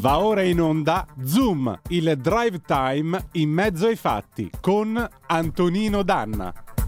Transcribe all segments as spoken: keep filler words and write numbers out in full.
Va ora in onda Zoom, il drive time in mezzo ai fatti con Antonino Danna.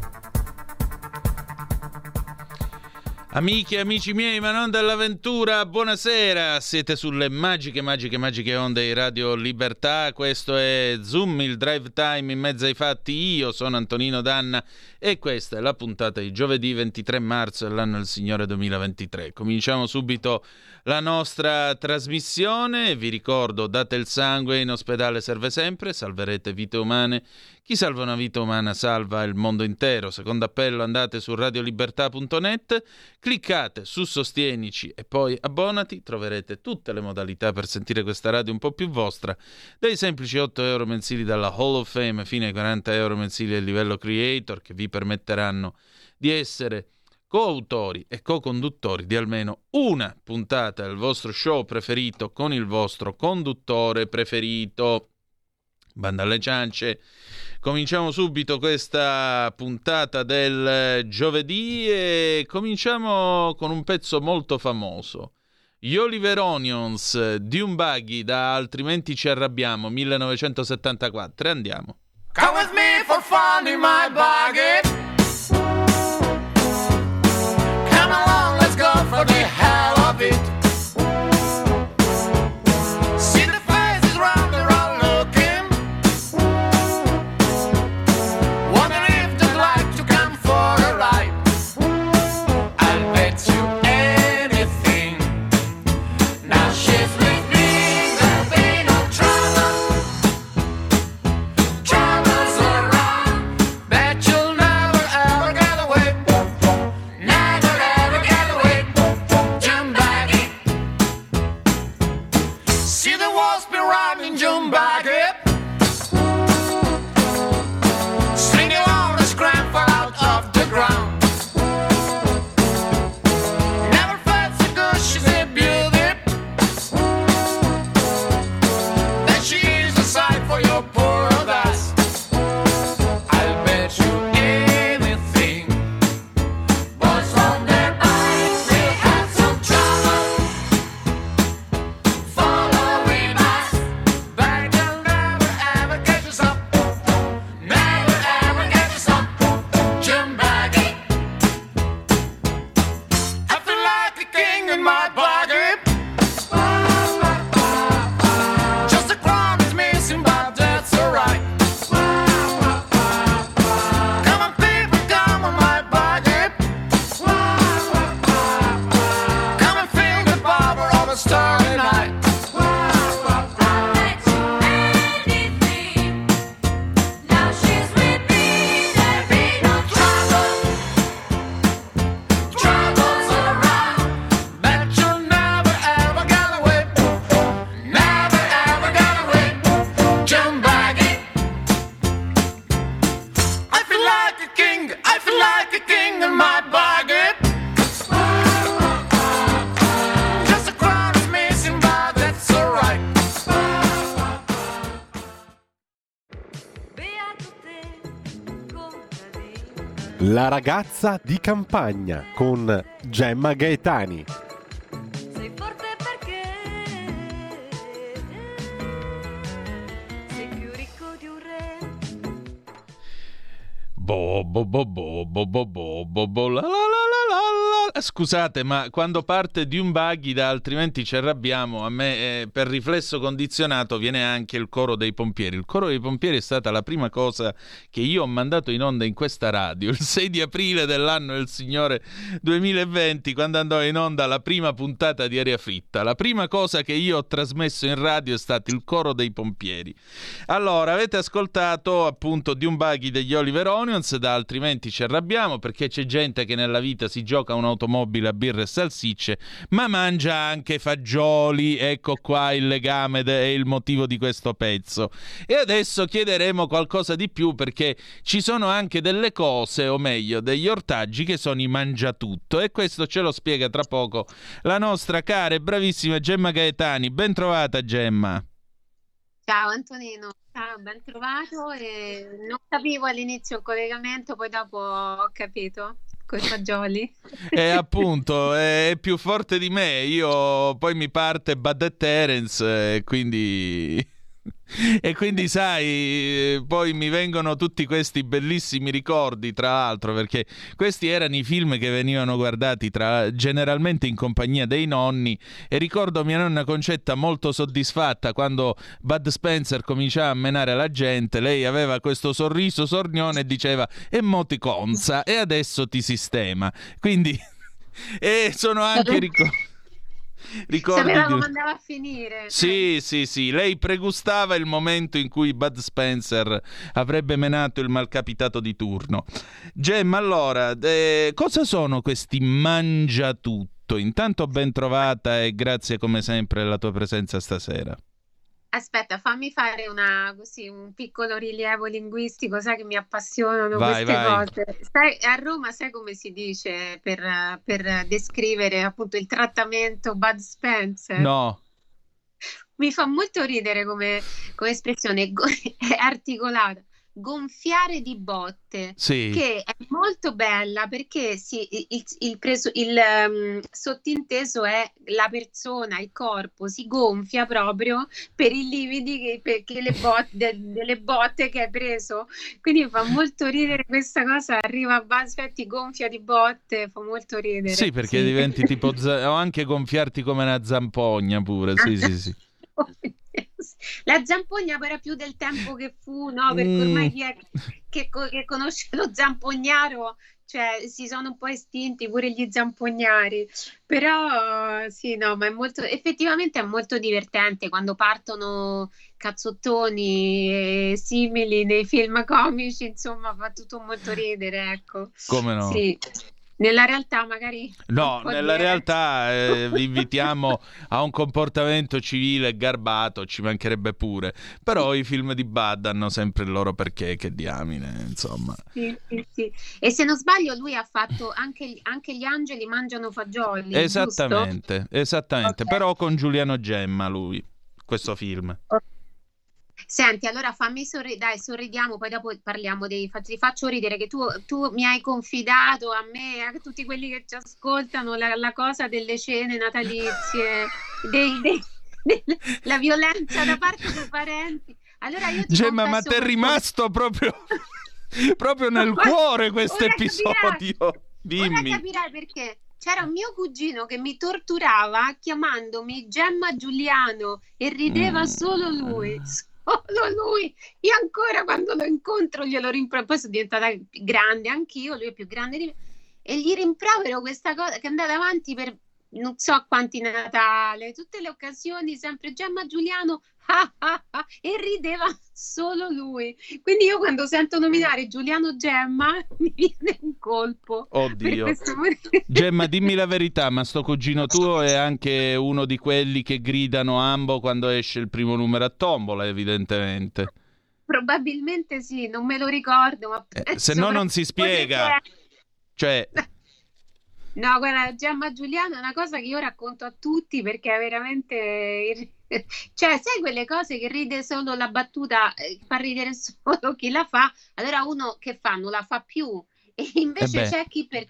Amiche e amici miei, ma non dell'avventura, buonasera, siete sulle magiche, magiche, magiche onde di Radio Libertà. Questo è Zoom, il drive time in mezzo ai fatti. Io sono Antonino Danna e questa è la puntata di giovedì ventitré marzo dell'anno del Signore duemilaventitré. Cominciamo subito la nostra trasmissione. Vi ricordo, date il sangue, in ospedale serve sempre, salverete vite umane. Chi salva una vita umana salva il mondo intero. Secondo appello, andate su radiolibertà punto net, cliccate su Sostienici e poi abbonati. Troverete tutte le modalità per sentire questa radio un po' più vostra, dai semplici otto euro mensili dalla Hall of Fame fino ai quaranta euro mensili a livello creator, che vi permetteranno di essere coautori e co-conduttori di almeno una puntata del vostro show preferito con il vostro conduttore preferito. Banda alle ciance. Cominciamo subito questa puntata del giovedì e cominciamo con un pezzo molto famoso. Gli Oliver Onions di un buggy da Altrimenti ci arrabbiamo, millenovecentosettantaquattro. Andiamo. Come with me for fun in my buggy. Come along, let's go for the hell of it. La ragazza di campagna con Gemma Gaetani. Sei forte perché sei più ricco di un re. Bo bo bo bo bo bo bo bo bo la la la la la. Scusate, ma quando parte di un buggy da Altrimenti ci arrabbiamo, a me eh, per riflesso condizionato viene anche il coro dei pompieri. Il coro dei pompieri è stata la prima cosa che io ho mandato in onda in questa radio il sei di aprile dell'anno del Signore duemilaventi, quando andò in onda la prima puntata di Aria Fritta. La prima cosa che io ho trasmesso in radio è stato il coro dei pompieri. Allora, avete ascoltato appunto di un buggy degli Oliver Onions da Altrimenti ci arrabbiamo, perché c'è gente che nella vita si gioca un'automobile a birra e salsicce, ma mangia anche fagioli. Ecco qua il legame e il motivo di questo pezzo. E adesso chiederemo qualcosa di più, perché ci sono anche delle cose, o meglio degli ortaggi, che sono i mangiatutto, e questo ce lo spiega tra poco la nostra cara e bravissima Gemma Gaetani. Ben trovata, Gemma. Ciao Antonino, ciao, ben trovato. E non capivo all'inizio il collegamento, poi dopo ho capito. con i fagioli. E appunto è più forte di me. Io poi mi parte Bud e Terence e quindi e quindi sai, poi mi vengono tutti questi bellissimi ricordi, tra l'altro, perché questi erano i film che venivano guardati tra, generalmente in compagnia dei nonni, e ricordo mia nonna Concetta molto soddisfatta quando Bud Spencer cominciava a menare la gente. Lei aveva questo sorriso sornione e diceva: e mo ti conza e adesso ti sistema. Quindi e sono anche ricordi Ricordi Sapeva di... come andava a finire. Sì, sì, sì, lei pregustava il momento in cui Bud Spencer avrebbe menato il malcapitato di turno. Gemma, allora, eh, cosa sono questi mangiatutto? Intanto ben trovata e grazie come sempre alla tua presenza stasera. Aspetta, fammi fare una, così, un piccolo rilievo linguistico, sai che mi appassionano Vai, queste vai. cose. Sai, a Roma sai come si dice per, per descrivere appunto il trattamento Bud Spencer? No, Mi fa molto ridere come, come espressione, go- è articolata. Gonfiare di botte, sì, che è molto bella perché si, il, il preso- il, ehm, sottinteso è la persona, il corpo si gonfia proprio per i lividi che, perché le botte, de- delle botte che hai preso. Quindi mi fa molto ridere questa cosa. Arriva a base, ti gonfia di botte, fa molto ridere. sì, perché Sì. diventi tipo za- o anche gonfiarti come una zampogna pure, sì, sì, sì. La zampogna però più del tempo che fu, no? Perché ormai Mm. chi è che, co- che conosce lo zampognaro, cioè si sono un po' estinti pure gli zampognari. Però sì, no, ma è molto, effettivamente è molto divertente quando partono cazzottoni e simili nei film comici, insomma, fa tutto molto ridere, ecco. Come no? Sì. Nella realtà magari No, un po' nella di- realtà eh, vi invitiamo a un comportamento civile e garbato, ci mancherebbe pure. Però i film di Bud hanno sempre il loro perché, che diamine, insomma. Sì, sì, sì. E se non sbaglio lui ha fatto anche, anche gli angeli mangiano fagioli, Esattamente, esattamente. Ok. Però con Giuliano Gemma lui, questo film. giusto? Senti, allora fammi sorridere, dai, sorridiamo, poi dopo parliamo dei fa- ti faccio ridere che tu, tu mi hai confidato a me, a tutti quelli che ci ascoltano, la, la cosa delle cene natalizie, dei, dei- del- la violenza da parte dei parenti. Allora io ti Gemma, ma confesso ti è questo- rimasto proprio, proprio nel Ora- cuore questo ora episodio. capirai. Ora Dimmi. capirai perché. C'era un mio cugino che mi torturava chiamandomi Gemma Giuliano e rideva Mm. solo lui, solo lui. Io ancora quando lo incontro glielo rimprovero, poi sono diventata grande anch'io, lui è più grande di me, e gli rimprovero questa cosa che è andata avanti per non so quanti Natale, tutte le occasioni, sempre Gemma Giuliano, ah, ah, ah, e rideva solo lui. Quindi io quando sento nominare Giuliano Gemma mi viene un colpo. Per Oddio. questo motivo. Gemma, dimmi la verità, ma sto cugino tuo è anche uno di quelli che gridano ambo quando esce il primo numero a tombola, evidentemente. Probabilmente sì, non me lo ricordo, ma Eh, penso se no non si potrebbe spiega. Cioè, No, guarda, Gemma Giuliano è una cosa che io racconto a tutti perché è veramente... Cioè, sai quelle cose che ride solo la battuta, eh, fa ridere solo chi la fa, allora uno che fa non la fa più e invece Eh beh. c'è chi per...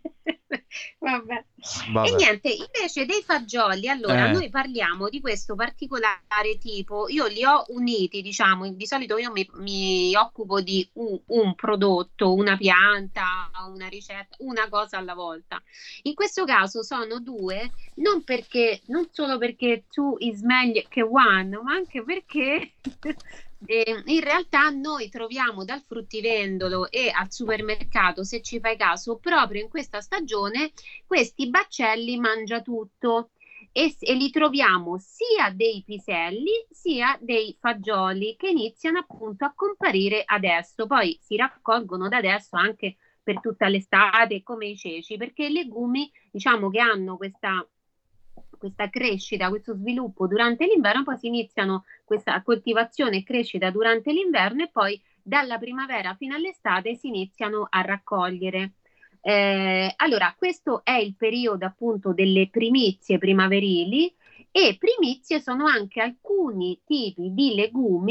Vabbè. Vabbè. E niente, invece dei fagioli, allora Eh. noi parliamo di questo particolare tipo, io li ho uniti, diciamo, di solito io mi, mi occupo di un, un prodotto, una pianta, una ricetta, una cosa alla volta. In questo caso sono due, non perché, non solo perché two is meglio che one, ma anche perché eh, in realtà noi troviamo dal fruttivendolo e al supermercato, se ci fai caso, proprio in questa stagione questi baccelli mangiatutto e, e li troviamo sia dei piselli sia dei fagioli che iniziano appunto a comparire adesso, poi si raccolgono da adesso anche per tutta l'estate come i ceci, perché i legumi diciamo che hanno questa questa crescita, questo sviluppo durante l'inverno, poi si iniziano questa coltivazione e crescita durante l'inverno e poi dalla primavera fino all'estate si iniziano a raccogliere. Eh, allora, questo è il periodo appunto delle primizie primaverili e primizie sono anche alcuni tipi di legumi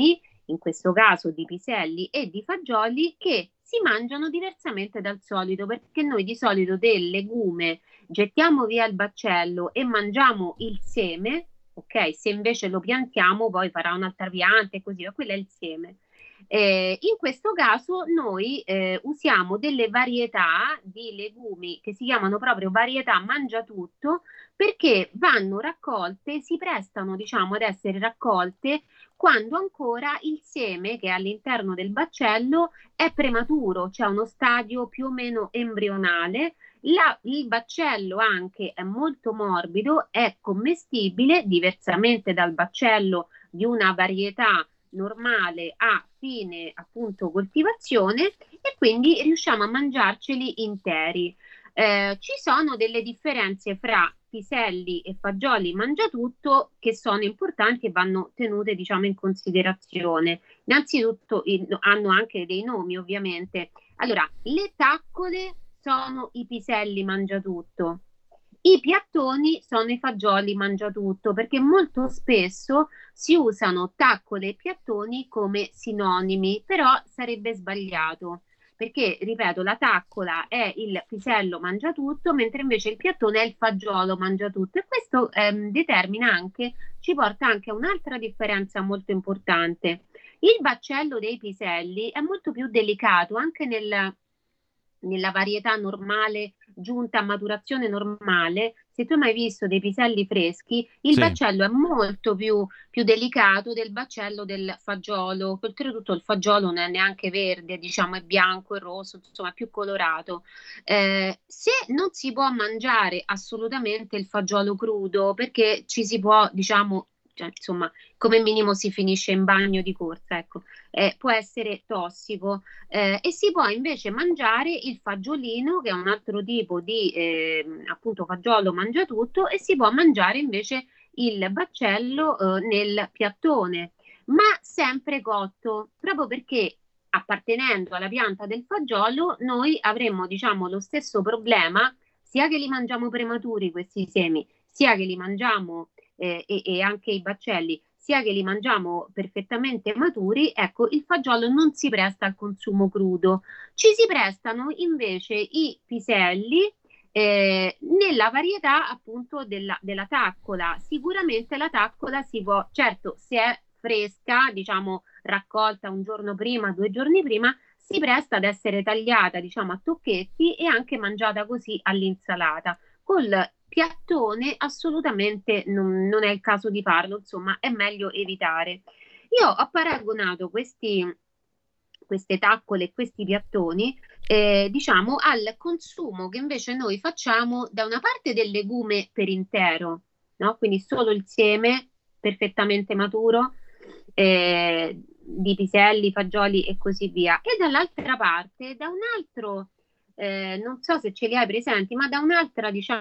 in questo caso di piselli e di fagioli, che si mangiano diversamente dal solito, perché noi di solito del legume gettiamo via il baccello e mangiamo il seme, ok? Se invece lo piantiamo poi farà un'altra pianta e così via, quello è il seme. Eh, in questo caso noi eh, usiamo delle varietà di legumi che si chiamano proprio varietà mangiatutto, perché vanno raccolte, si prestano diciamo ad essere raccolte quando ancora il seme che è all'interno del baccello è prematuro, cioè uno stadio più o meno embrionale. La, il baccello anche è molto morbido, è commestibile, diversamente dal baccello di una varietà normale a fine appunto coltivazione, e quindi riusciamo a mangiarceli interi. Eh, ci sono delle differenze fra piselli e fagioli mangiatutto che sono importanti e vanno tenute diciamo in considerazione. Innanzitutto il, hanno anche dei nomi ovviamente. Allora, le taccole sono i piselli mangiatutto. I piattoni sono i fagioli mangiatutto, perché molto spesso si usano taccole e piattoni come sinonimi, però sarebbe sbagliato, perché, ripeto, la taccola è il pisello mangiatutto, mentre invece il piattone è il fagiolo mangiatutto, e questo ehm, determina anche, ci porta anche a un'altra differenza molto importante. Il baccello dei piselli è molto più delicato anche nel nella varietà normale giunta a maturazione normale. Se tu hai mai visto dei piselli freschi, il Sì. baccello è molto più, più delicato del baccello del fagiolo. Oltretutto il fagiolo non è neanche verde, diciamo è bianco e rosso, insomma è più colorato. Eh, se non si può mangiare assolutamente il fagiolo crudo, perché ci si può, diciamo, cioè, insomma, come minimo si finisce in bagno di corsa, ecco. Eh, può essere tossico, eh, e si può invece mangiare il fagiolino, che è un altro tipo di eh, appunto fagiolo mangiatutto, e si può mangiare invece il baccello eh, nel piattone, ma sempre cotto, proprio perché appartenendo alla pianta del fagiolo noi avremmo diciamo lo stesso problema, sia che li mangiamo prematuri questi semi, sia che li mangiamo eh, e, e anche i baccelli, sia che li mangiamo perfettamente maturi. Ecco, il fagiolo non si presta al consumo crudo, ci si prestano invece i piselli eh, nella varietà appunto della, della taccola. Sicuramente la taccola si può, certo, se è fresca, diciamo raccolta un giorno prima, due giorni prima, si presta ad essere tagliata diciamo a tocchetti e anche mangiata così all'insalata. Col piattone assolutamente non, non è il caso di farlo, insomma è meglio evitare. Io ho paragonato questi, queste taccole e questi piattoni eh, diciamo al consumo che invece noi facciamo da una parte del legume per intero, no? Quindi solo il seme perfettamente maturo, eh, di piselli, fagioli e così via, e dall'altra parte da un altro, eh, non so se ce li hai presenti, ma da un'altra diciamo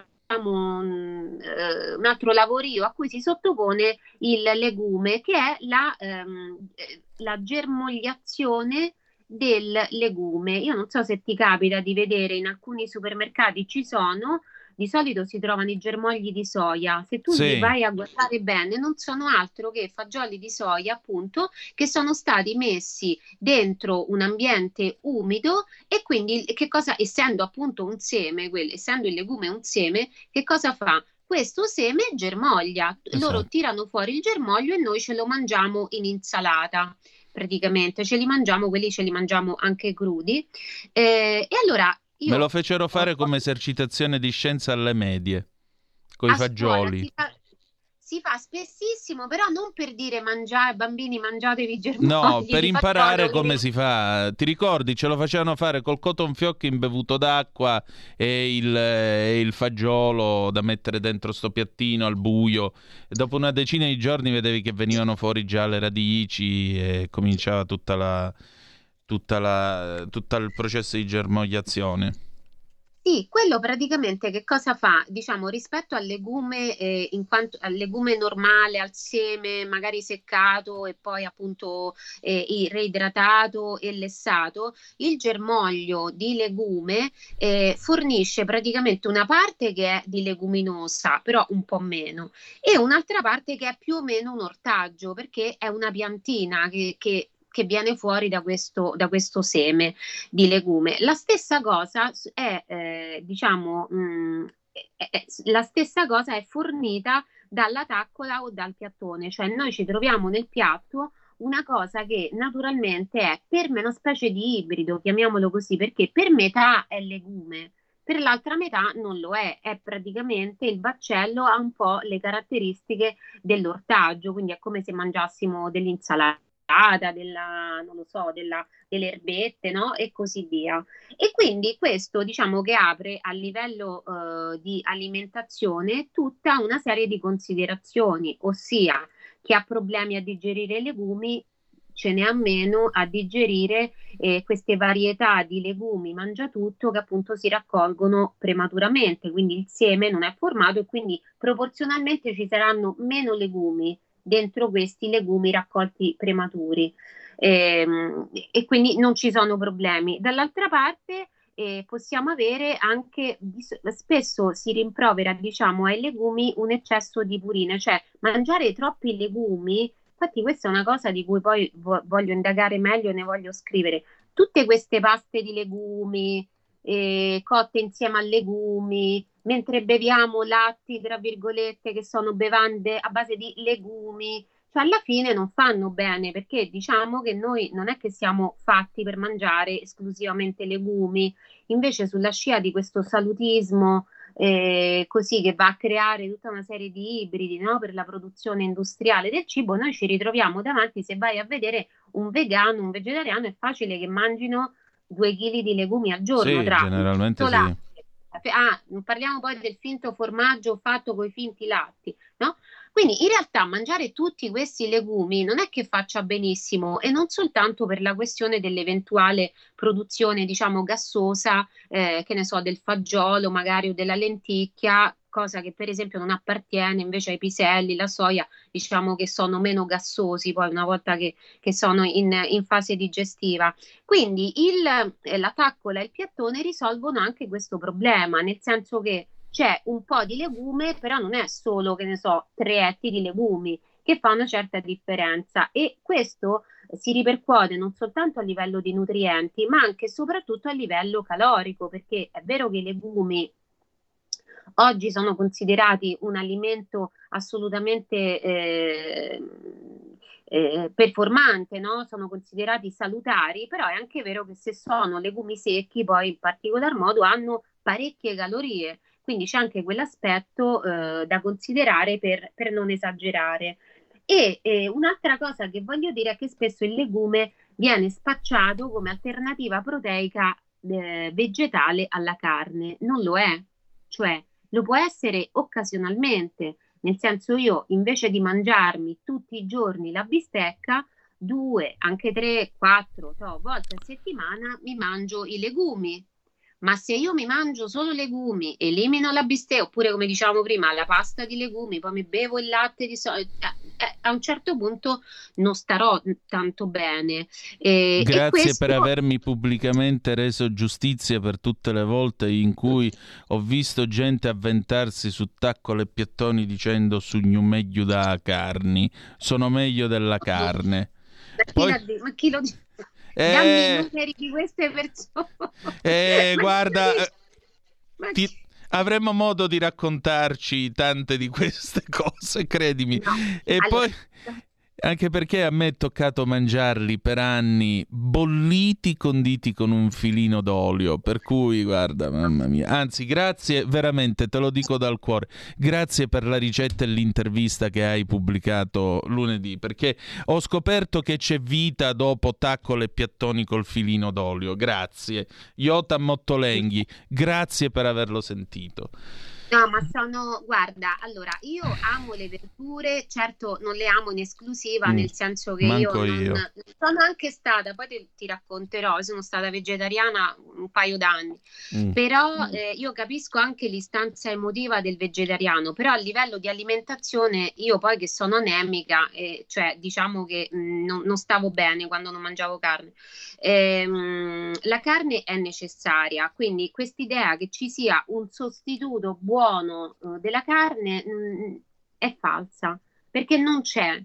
un, eh, un altro lavorio a cui si sottopone il legume, che è la, ehm, la germogliazione del legume. Io non so se ti capita di vedere in alcuni supermercati, ci sono, di solito si trovano i germogli di soia. Se tu Sì. li vai a guardare bene, non sono altro che fagioli di soia, appunto, che sono stati messi dentro un ambiente umido, e quindi che cosa, essendo appunto un seme, quello, essendo il legume un seme, che cosa fa? Questo seme germoglia, Esatto. loro tirano fuori il germoglio e noi ce lo mangiamo in insalata. Praticamente ce li mangiamo, quelli ce li mangiamo anche crudi. Eh, e allora io Me lo fecero fare ho- come esercitazione di scienza alle medie, coi a scuola fagioli. si fa, si fa spessissimo, però non per dire mangiare, bambini mangiatevi i germogli No, per di imparare fagiolo, come che- si fa. Ti ricordi? Ce lo facevano fare col cotton fioc imbevuto d'acqua e il, e il fagiolo da mettere dentro sto piattino al buio. E dopo una decina di giorni vedevi che venivano fuori già le radici e cominciava tutta la, tutta la, tutto il processo di germogliazione. Sì, quello praticamente che cosa fa? Diciamo, rispetto al legume, eh, in quanto al legume normale, al seme, magari seccato e poi appunto eh, i- reidratato e lessato, il germoglio di legume eh, fornisce praticamente una parte che è di leguminosa, però un po' meno, e un'altra parte che è più o meno un ortaggio, perché è una piantina che, che che viene fuori da questo, da questo seme di legume. La stessa cosa è, eh, diciamo, mh, è, è, la stessa cosa è fornita dalla taccola o dal piattone, cioè noi ci troviamo nel piatto una cosa che naturalmente è per me una specie di ibrido, chiamiamolo così, perché per metà è legume, per l'altra metà non lo è, è praticamente il baccello, ha un po' le caratteristiche dell'ortaggio, quindi è come se mangiassimo dell'insalata, della, non lo so, della, delle erbette, no? E così via. E quindi questo diciamo che apre a livello eh, di alimentazione tutta una serie di considerazioni, ossia chi ha problemi a digerire i legumi ce ne ha meno a digerire eh, queste varietà di legumi mangiatutto che appunto si raccolgono prematuramente, quindi il seme non è formato e quindi proporzionalmente ci saranno meno legumi dentro questi legumi raccolti prematuri, ehm, e quindi non ci sono problemi. Dall'altra parte eh, possiamo avere anche, spesso si rimprovera diciamo ai legumi un eccesso di purine, cioè mangiare troppi legumi. Infatti questa è una cosa di cui poi vo- voglio indagare meglio e ne voglio scrivere. Tutte queste paste di legumi eh, cotte insieme a legumi, mentre beviamo latti, tra virgolette, che sono bevande a base di legumi, cioè alla fine non fanno bene, perché diciamo che noi non è che siamo fatti per mangiare esclusivamente legumi, invece sulla scia di questo salutismo eh, così che va a creare tutta una serie di ibridi, no, per la produzione industriale del cibo, noi ci ritroviamo davanti, se vai a vedere un vegano, un vegetariano, è facile che mangino due chili di legumi al giorno, Sì, tra generalmente sì. latte. Ah, non parliamo poi del finto formaggio fatto con i finti latti, no? Quindi in realtà mangiare tutti questi legumi non è che faccia benissimo, e non soltanto per la questione dell'eventuale produzione, diciamo, gassosa, eh, che ne so, del fagiolo magari o della lenticchia, cosa che per esempio non appartiene invece ai piselli, la soia, diciamo che sono meno gassosi poi una volta che, che sono in, in fase digestiva. Quindi il, eh, la taccola e il piattone risolvono anche questo problema, nel senso che c'è un po' di legume, però non è solo, che ne so, tre etti di legumi, che fa una certa differenza, e questo si ripercuote non soltanto a livello di nutrienti, ma anche e soprattutto a livello calorico, perché è vero che i legumi oggi sono considerati un alimento assolutamente eh, eh, performante, no? Sono considerati salutari, però è anche vero che se sono legumi secchi, poi in particolar modo hanno parecchie calorie, quindi c'è anche quell'aspetto eh, da considerare per, per non esagerare. E eh, un'altra cosa che voglio dire è che spesso il legume viene spacciato come alternativa proteica eh, vegetale alla carne. Non lo è, cioè lo può essere occasionalmente, nel senso io invece di mangiarmi tutti i giorni la bistecca, due, anche tre, quattro so, volte a settimana mi mangio i legumi. Ma se io mi mangio solo legumi, elimino la bistecca, oppure come dicevamo prima, la pasta di legumi, poi mi bevo il latte di soia, eh, a un certo punto non starò tanto bene. Eh, Grazie e questo... per avermi pubblicamente reso giustizia per tutte le volte in cui ho visto gente avventarsi su taccole e piattoni dicendo sugno meglio da carni, sono meglio della carne. Ma chi, Poi... l'ha de- ma chi lo dice? Eh, Dammi i numeri di queste persone. Eh, Ma guarda, chi- ma ti- chi- avremo modo di raccontarci tante di queste cose, credimi. No. E Allora, poi, anche perché a me è toccato mangiarli per anni bolliti, conditi con un filino d'olio, per cui guarda, mamma mia. Anzi, grazie, veramente, te lo dico dal cuore, grazie per la ricetta e l'intervista che hai pubblicato lunedì, perché ho scoperto che c'è vita dopo taccole e piattoni col filino d'olio. Grazie. Iota Mottolenghi, grazie per averlo sentito. No, ma sono, guarda, allora io amo le verdure, certo non le amo in esclusiva, Mm, nel senso che manco io non io. sono anche stata, poi ti, ti racconterò, sono stata vegetariana un paio d'anni, Mm. però eh, io capisco anche l'istanza emotiva del vegetariano, però a livello di alimentazione io poi che sono anemica, eh, cioè diciamo che mh, non, non stavo bene quando non mangiavo carne. Ehm, la carne è necessaria, quindi quest'idea che ci sia un sostituto buono eh, della carne mh, è falsa, perché non c'è.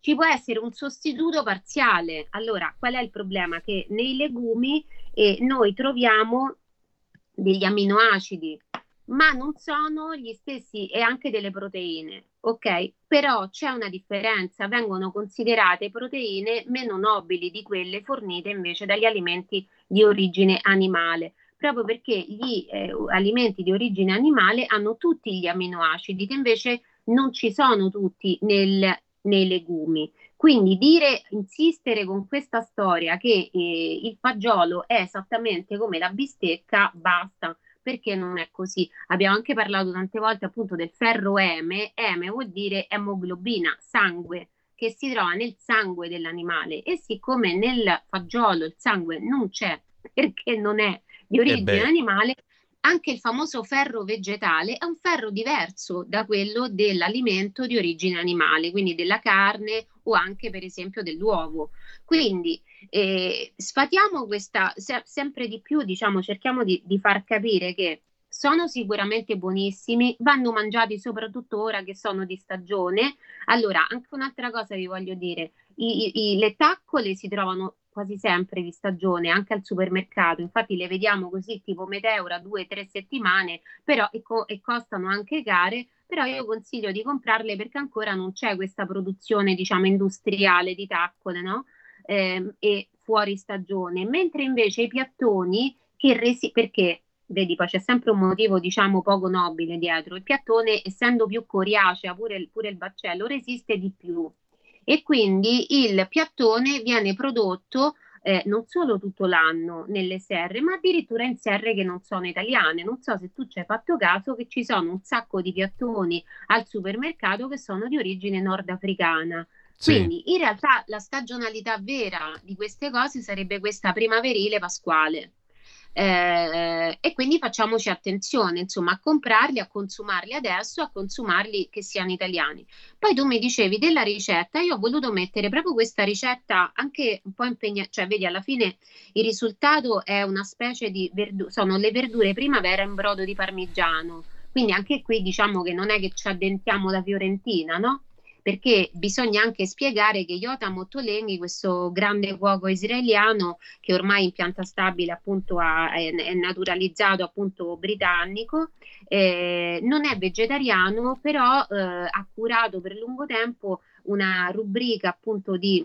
ci può essere un sostituto parziale. Allora, qual è il problema? Che nei legumi eh, noi troviamo degli amminoacidi, ma non sono gli stessi, e anche delle proteine, ok? Però c'è una differenza, vengono considerate proteine meno nobili di quelle fornite invece dagli alimenti di origine animale, proprio perché gli eh, alimenti di origine animale hanno tutti gli amminoacidi che invece non ci sono tutti nel, nei legumi. Quindi dire, insistere con questa storia che eh, il fagiolo è esattamente come la bistecca, basta, perché non è così. Abbiamo anche parlato tante volte appunto del ferro eme, eme vuol dire emoglobina, sangue, che si trova nel sangue dell'animale, e siccome nel fagiolo il sangue non c'è perché non è di origine animale, anche il famoso ferro vegetale è un ferro diverso da quello dell'alimento di origine animale, quindi della carne o anche per esempio dell'uovo. Quindi eh, sfatiamo questa, se, sempre di più, diciamo, cerchiamo di, di far capire che sono sicuramente buonissimi, vanno mangiati soprattutto ora che sono di stagione. Allora, anche un'altra cosa vi voglio dire, i, i, le taccole si trovano quasi sempre di stagione, anche al supermercato, infatti le vediamo così tipo meteora due o tre settimane, però e, co- e costano anche care, però io consiglio di comprarle perché ancora non c'è questa produzione, diciamo, industriale di taccole, no? Eh, e fuori stagione, mentre invece i piattoni, che resi- perché vedi, poi c'è sempre un motivo, diciamo, poco nobile dietro, il piattone, essendo più coriacea, pure, pure il baccello, resiste di più. E quindi il piattone viene prodotto eh, non solo tutto l'anno nelle serre, ma addirittura in serre che non sono italiane. Non so se tu ci hai fatto caso che ci sono un sacco di piattoni al supermercato che sono di origine nordafricana. Sì. Quindi in realtà la stagionalità vera di queste cose sarebbe questa primaverile pasquale. Eh, e quindi facciamoci attenzione, insomma, a comprarli, a consumarli adesso, a consumarli che siano italiani. Poi tu mi dicevi della ricetta, io ho voluto mettere proprio questa ricetta anche un po' impegnata, cioè vedi, alla fine il risultato è una specie di verdura, sono le verdure primavera in brodo di parmigiano, quindi anche qui diciamo che non è che ci addentiamo da Fiorentina, no? Perché bisogna anche spiegare che Yotam Ottolenghi, questo grande cuoco israeliano che ormai in pianta stabile appunto ha, è, è naturalizzato appunto britannico, eh, non è vegetariano, però eh, ha curato per lungo tempo una rubrica appunto di,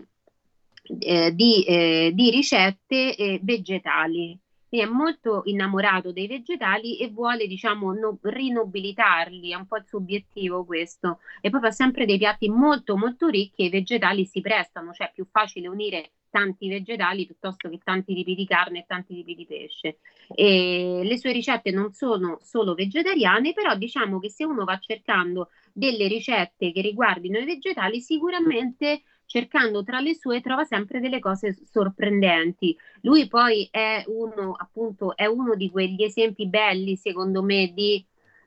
eh, di, eh, di ricette eh, vegetali. Quindi è molto innamorato dei vegetali e vuole, diciamo, no, rinobilitarli, è un po' il suo obiettivo questo. E poi fa sempre dei piatti molto molto ricchi e i vegetali si prestano, cioè è più facile unire tanti vegetali piuttosto che tanti tipi di carne e tanti tipi di pesce. E le sue ricette non sono solo vegetariane, però diciamo che se uno va cercando delle ricette che riguardino i vegetali, sicuramente cercando tra le sue trova sempre delle cose sorprendenti. Lui poi è uno, appunto, è uno di quegli esempi belli, secondo me, di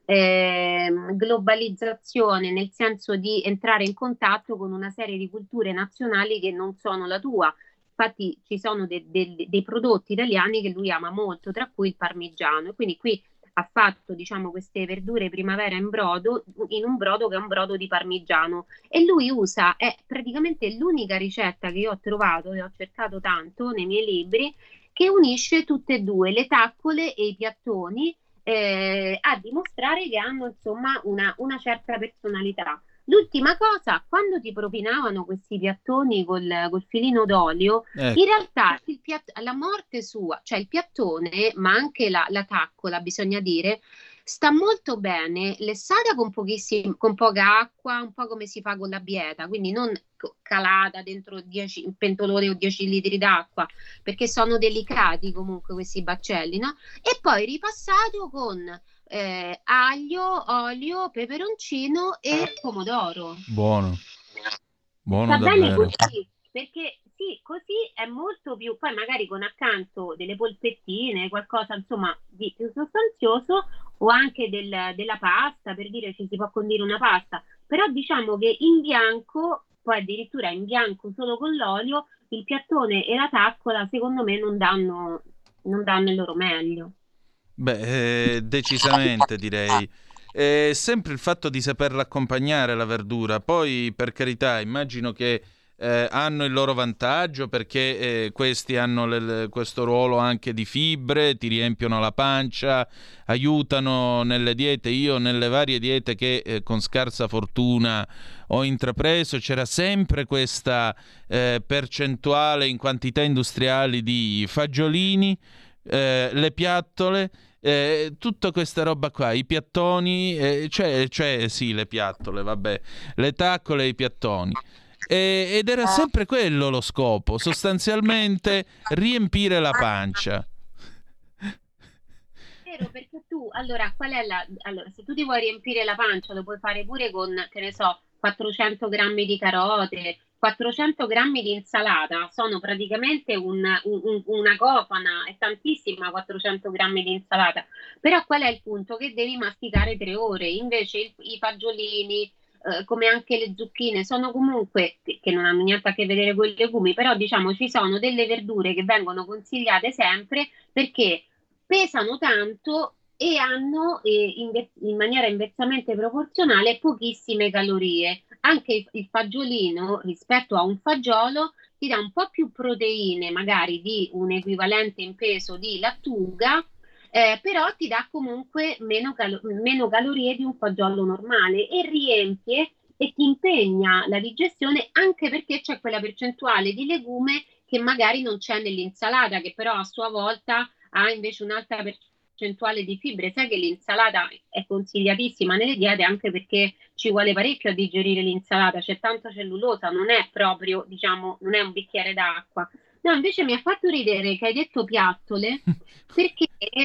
eh, globalizzazione, nel senso di entrare in contatto con una serie di culture nazionali che non sono la tua. Infatti ci sono de- de- dei prodotti italiani che lui ama molto, tra cui il parmigiano, e quindi qui ha fatto, diciamo, queste verdure primavera in brodo, in un brodo che è un brodo di parmigiano, e lui usa, è praticamente l'unica ricetta che io ho trovato e ho cercato tanto nei miei libri, che unisce tutte e due, le taccole e i piattoni, eh, a dimostrare che hanno insomma una, una certa personalità. L'ultima cosa, quando ti propinavano questi piattoni col, col filino d'olio, ecco, in realtà il piatt- la morte sua, cioè il piattone, ma anche la, la taccola, bisogna dire, sta molto bene lessata con pochissimo, con poca acqua, un po' come si fa con la bieta, quindi non calata dentro dieci, un pentolone o dieci litri d'acqua, perché sono delicati comunque questi baccelli, no? E poi ripassato con Eh, aglio, olio, peperoncino e pomodoro. Buono, buono Va bene davvero. così, perché sì, così è molto più, poi magari con accanto delle polpettine, qualcosa insomma di più sostanzioso, o anche del, della pasta, per dire ci si può condire una pasta, però diciamo che in bianco, poi addirittura in bianco solo con l'olio, il piattone e la taccola secondo me non danno, non danno il loro meglio. Beh, eh, decisamente direi. È sempre il fatto di saperla accompagnare la verdura. Poi, per carità, immagino che eh, hanno il loro vantaggio perché eh, questi hanno le, questo ruolo anche di fibre, ti riempiono la pancia, aiutano nelle diete. Io nelle varie diete che eh, con scarsa fortuna ho intrapreso c'era sempre questa eh, percentuale in quantità industriali di fagiolini, eh, le piattole, eh, tutta questa roba qua, i piattoni, eh, cioè, cioè sì, le piattole, vabbè, le taccole e i piattoni. E, ed era sempre quello lo scopo, sostanzialmente riempire la pancia. Vero, perché tu, allora, qual è la... Allora, se tu ti vuoi riempire la pancia, lo puoi fare pure con, che ne so, quattrocento grammi di carote, quattrocento grammi di insalata, sono praticamente un, un, una cofana, è tantissima quattrocento grammi di insalata, però qual è il punto? Che devi masticare tre ore, invece il, i fagiolini, eh, come anche le zucchine, sono comunque, che non hanno niente a che vedere con i legumi, però diciamo ci sono delle verdure che vengono consigliate sempre perché pesano tanto e hanno eh, in, in maniera inversamente proporzionale pochissime calorie. Anche il, il fagiolino rispetto a un fagiolo ti dà un po' più proteine, magari di un equivalente in peso di lattuga, eh, però ti dà comunque meno, calo- meno calorie di un fagiolo normale e riempie e ti impegna la digestione, anche perché c'è quella percentuale di legume che magari non c'è nell'insalata, che però a sua volta ha invece un'alta percentuale percentuale di fibre. Sai che l'insalata è consigliatissima nelle diete anche perché ci vuole parecchio a digerire l'insalata, c'è tanta cellulosa, non è proprio, diciamo, non è un bicchiere d'acqua. No, invece mi ha fatto ridere che hai detto piattole perché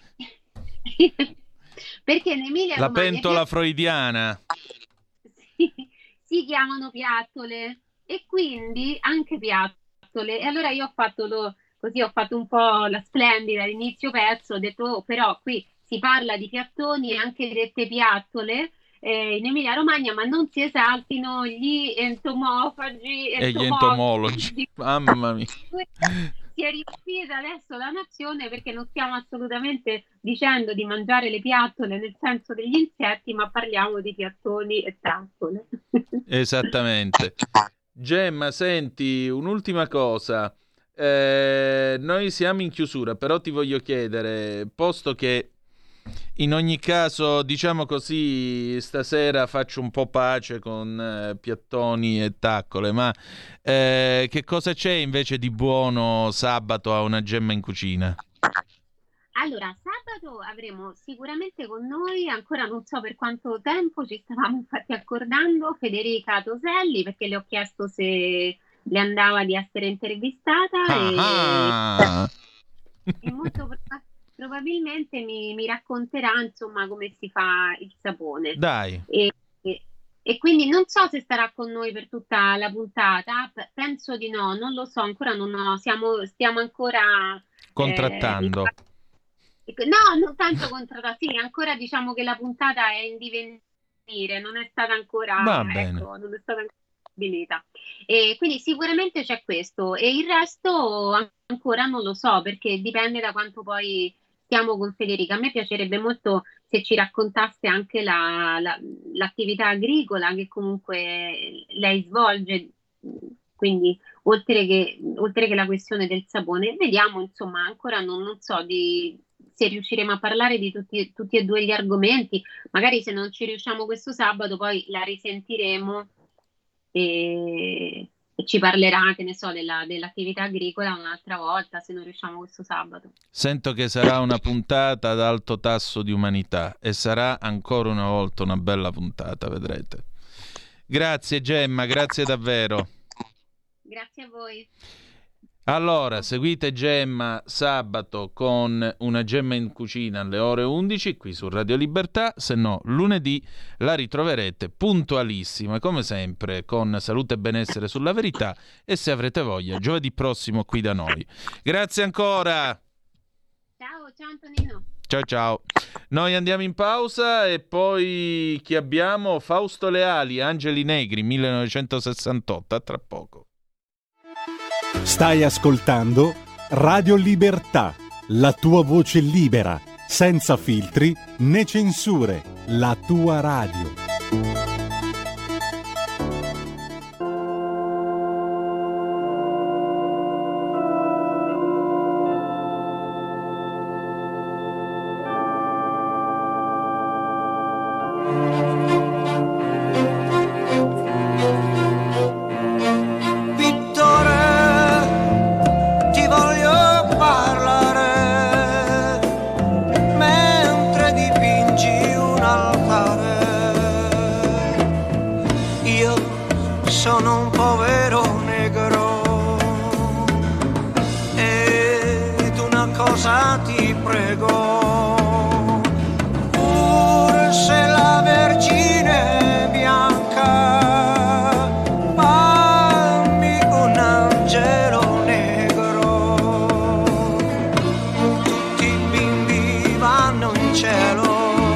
perché in Emilia la Romagna pentola piattole... freudiana si, si chiamano piattole e quindi anche piattole. E allora io ho fatto lo Così ho fatto un po' la splendida all'inizio pezzo, ho detto oh, però qui si parla di piattoni e anche dette piattole eh, in Emilia Romagna, ma non si esaltino gli entomofagi e gli entomologi. Mamma mia. Si è riuscita adesso la nazione perché non stiamo assolutamente dicendo di mangiare le piattole nel senso degli insetti, ma parliamo di piattoni e trappole. Esattamente. Gemma, senti, un'ultima cosa. Eh, noi siamo in chiusura, però ti voglio chiedere, posto che in ogni caso, diciamo così, stasera faccio un po' pace con eh, piattoni e taccole, ma eh, che cosa c'è invece di buono sabato a Una Gemma in Cucina? Allora, sabato avremo sicuramente con noi, ancora non so per quanto tempo, ci stavamo infatti accordando, Federica Toselli, perché le ho chiesto se le andava di essere intervistata ah, e, e molto prob- probabilmente mi, mi racconterà insomma come si fa il sapone. Dai. E, e, e quindi non so se starà con noi per tutta la puntata, P- penso di no, non lo so, ancora non ho, siamo, stiamo ancora contrattando. Eh, no, non tanto contrattando, sì, ancora diciamo che la puntata è in divenire, non è stata ancora, Va bene. ecco, non è stata ancora e quindi sicuramente c'è questo e il resto ancora non lo so perché dipende da quanto poi stiamo con Federica. A me piacerebbe molto se ci raccontasse anche la, la, l'attività agricola che comunque lei svolge, quindi oltre che, oltre che la questione del sapone, vediamo insomma ancora non, non so di se riusciremo a parlare di tutti, tutti e due gli argomenti, magari se non ci riusciamo questo sabato poi la risentiremo e, e ci parlerà, che ne so, della, dell'attività agricola un'altra volta, se non riusciamo questo sabato. Sento che sarà una puntata ad alto tasso di umanità e sarà ancora una volta una bella puntata, vedrete. Grazie Gemma, grazie davvero. Grazie a voi. Allora, seguite Gemma sabato con Una Gemma in Cucina alle ore undici qui su Radio Libertà, se no lunedì la ritroverete puntualissima come sempre con Salute e Benessere sulla Verità e se avrete voglia giovedì prossimo qui da noi. Grazie ancora. Ciao, ciao Antonino. Ciao ciao. Noi andiamo in pausa e poi chi abbiamo? Fausto Leali, Angeli Negri, millenovecentosessantotto, a tra poco. Stai ascoltando Radio Libertà, la tua voce libera, senza filtri né censure, la tua radio. cosa ti prego, pur se la Vergine è bianca, fammi un angelo negro. Tutti i bimbi vanno in cielo,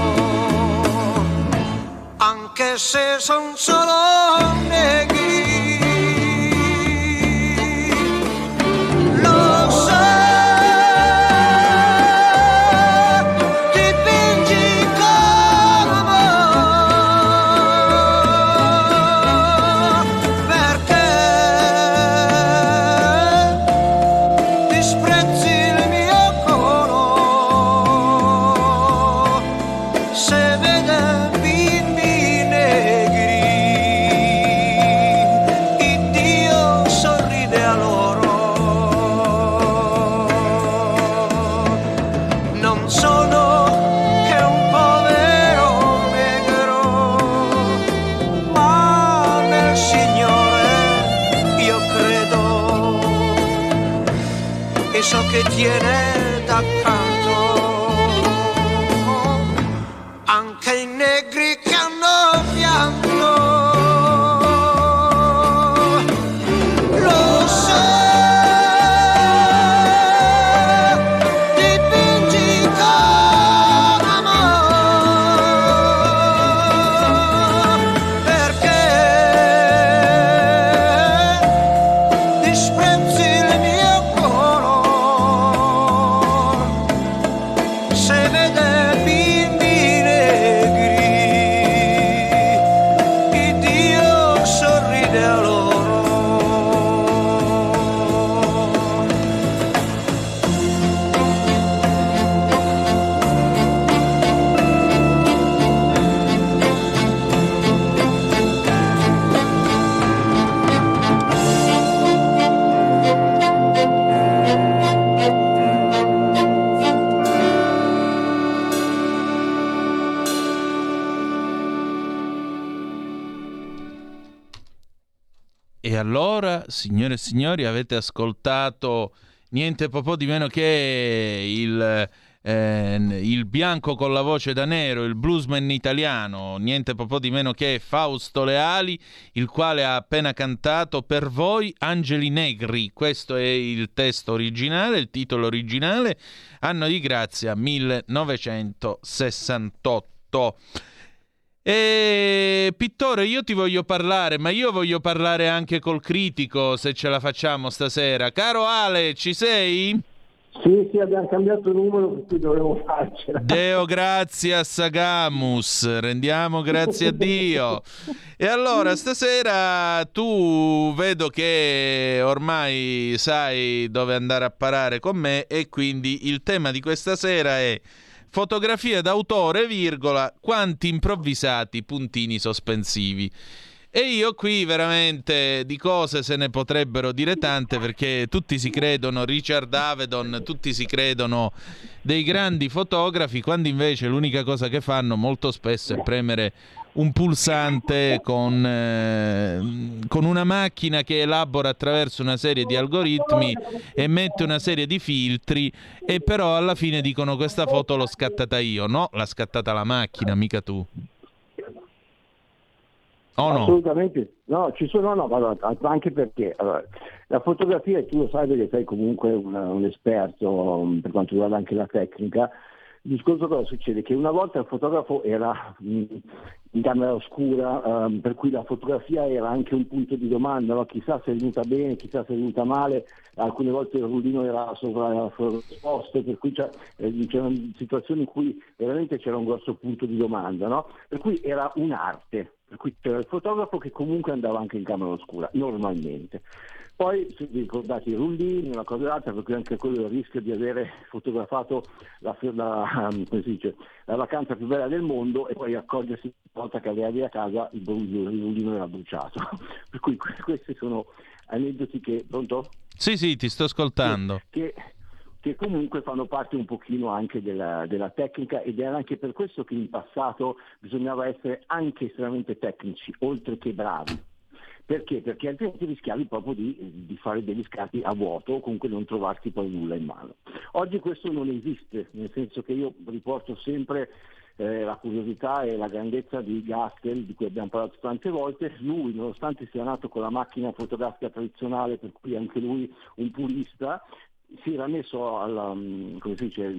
anche se son solo negri. Lo so, dipingi come perché disprezzi il mio colore, se vede bimbi negri, il Dio sorride a loro. Non sono che un povero negro, ma nel Signore io credo e so che tiene d'accanto anche i negri che hanno pianto. Lo so, dipingi con amore, perché disprezzi il mio colore, se vede bimbi negri, il Dio sorride a loro. E allora, signore e signori, avete ascoltato niente po' di meno che il, eh, il bianco con la voce da nero, il bluesman italiano, niente po' di meno che Fausto Leali, il quale ha appena cantato Per voi Angeli Negri. Questo è il testo originale, il titolo originale, anno di grazia millenovecentosessantotto. E Pittore, io ti voglio parlare, ma io voglio parlare anche col critico, se ce la facciamo stasera. Caro Ale, ci sei? Sì, sì, abbiamo cambiato numero per cui dovevo farcela. Deo gratias agamus, rendiamo grazie a Dio. E allora stasera tu vedo che ormai sai dove andare a parare con me, e quindi il tema di questa sera è fotografia d'autore, virgola, quanti improvvisati puntini sospensivi. E io qui veramente di cose se ne potrebbero dire tante, perché tutti si credono Richard Avedon, tutti si credono dei grandi fotografi, quando invece l'unica cosa che fanno molto spesso è premere un pulsante con, eh, con una macchina che elabora attraverso una serie di algoritmi e mette una serie di filtri, e però alla fine dicono questa foto l'ho scattata io. No, l'ha scattata la macchina, mica tu. Oh, no? Assolutamente no, ci sono, no, allora, anche perché allora, la fotografia, e tu lo sai perché sei comunque un, un esperto um, per quanto riguarda anche la tecnica. Il discorso cosa succede? Che una volta il fotografo era mh, in camera oscura, um, per cui la fotografia era anche un punto di domanda, no? Chissà se è venuta bene, chissà se è venuta male, alcune volte il rullino era sovraesposto, per cui eh, c'erano situazioni in cui veramente c'era un grosso punto di domanda, no? Per cui era un'arte, per cui c'era il fotografo che comunque andava anche in camera oscura, normalmente. Poi si ricordate i rullini, una cosa e l'altra, per cui anche quello il rischio di avere fotografato la, la, come si dice, la vacanza più bella del mondo e poi accorgersi una volta che arrivavi a casa il, il rullino era bruciato. Per cui questi sono aneddoti che... Pronto? Sì, sì, ti sto ascoltando. Che, che comunque fanno parte un pochino anche della, della tecnica, ed era anche per questo che in passato bisognava essere anche estremamente tecnici, oltre che bravi. Perché? Perché altrimenti rischiavi proprio di, di fare degli scatti a vuoto o comunque non trovarti poi nulla in mano. Oggi questo non esiste, nel senso che io riporto sempre eh, la curiosità e la grandezza di Gaskell, di cui abbiamo parlato tante volte. Lui, nonostante sia nato con la macchina fotografica tradizionale, per cui anche lui un purista, si era messo alla, come si dice,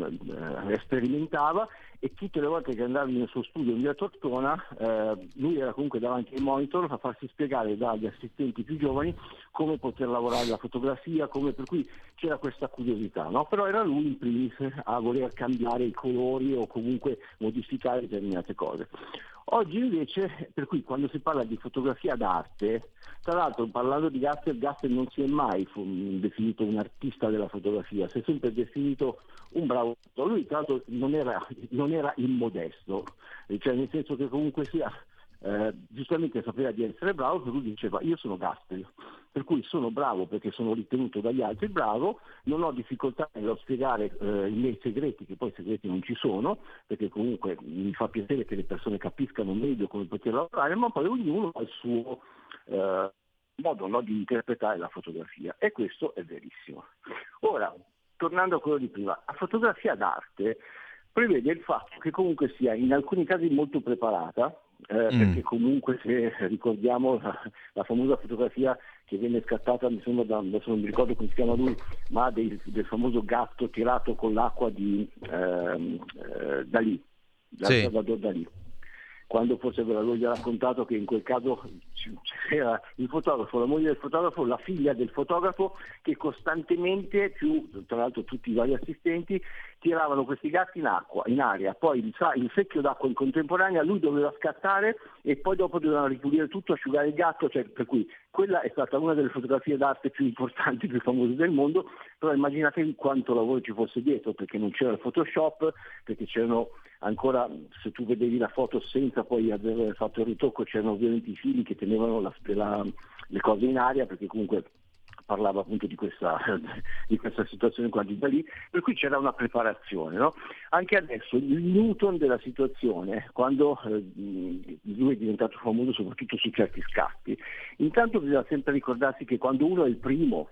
eh, sperimentava, e tutte le volte che andava nel suo studio in via Tortona, eh, lui era comunque davanti ai monitor a farsi spiegare dagli assistenti più giovani come poter lavorare la fotografia, come, per cui c'era questa curiosità, no? Però era lui in primis a voler cambiare i colori o comunque modificare determinate cose. Oggi invece, per cui quando si parla di fotografia d'arte, tra l'altro parlando di Gaskell, Gaskell non si è mai fu, definito un artista della fotografia, si è sempre definito un bravo. Lui tra l'altro non era, non era immodesto, cioè nel senso che comunque sia, eh, giustamente sapeva di essere bravo, per cui diceva io sono Gaskell, per cui sono bravo perché sono ritenuto dagli altri bravo, non ho difficoltà nello spiegare eh, i miei segreti, che poi segreti non ci sono, perché comunque mi fa piacere che le persone capiscano meglio come poter lavorare, ma poi ognuno ha il suo eh, modo, no, di interpretare la fotografia, e questo è verissimo. Ora, tornando a quello di prima, la fotografia d'arte prevede il fatto che comunque sia in alcuni casi molto preparata, eh, mm. perché comunque se ricordiamo la, la famosa fotografia che venne scattata, mi sembra da, adesso non mi ricordo come si chiama lui, ma del, del famoso gatto tirato con l'acqua di ehm, eh, Dalì, da sì. Salvador Dalì. Quando forse ve l'avevo già raccontato che in quel caso c'era il fotografo, la moglie del fotografo, la figlia del fotografo, che costantemente, più tra l'altro tutti i vari assistenti, tiravano questi gatti in acqua, in aria, poi il, il secchio d'acqua in contemporanea, lui doveva scattare e poi dopo dovevano ripulire tutto, asciugare il gatto, cioè, per cui quella è stata una delle fotografie d'arte più importanti, più famose del mondo, però immaginatevi quanto lavoro ci fosse dietro, perché non c'era il Photoshop, perché c'erano ancora, se tu vedevi la foto senza poi aver fatto il ritocco, c'erano ovviamente i fili che tenevano la, la, le cose in aria, perché comunque parlava appunto di questa, di questa situazione qua di Dalì, per cui c'era una preparazione, no? Anche adesso il Newton della situazione, quando eh, lui è diventato famoso soprattutto su certi scatti, intanto bisogna sempre ricordarsi che quando uno è il primo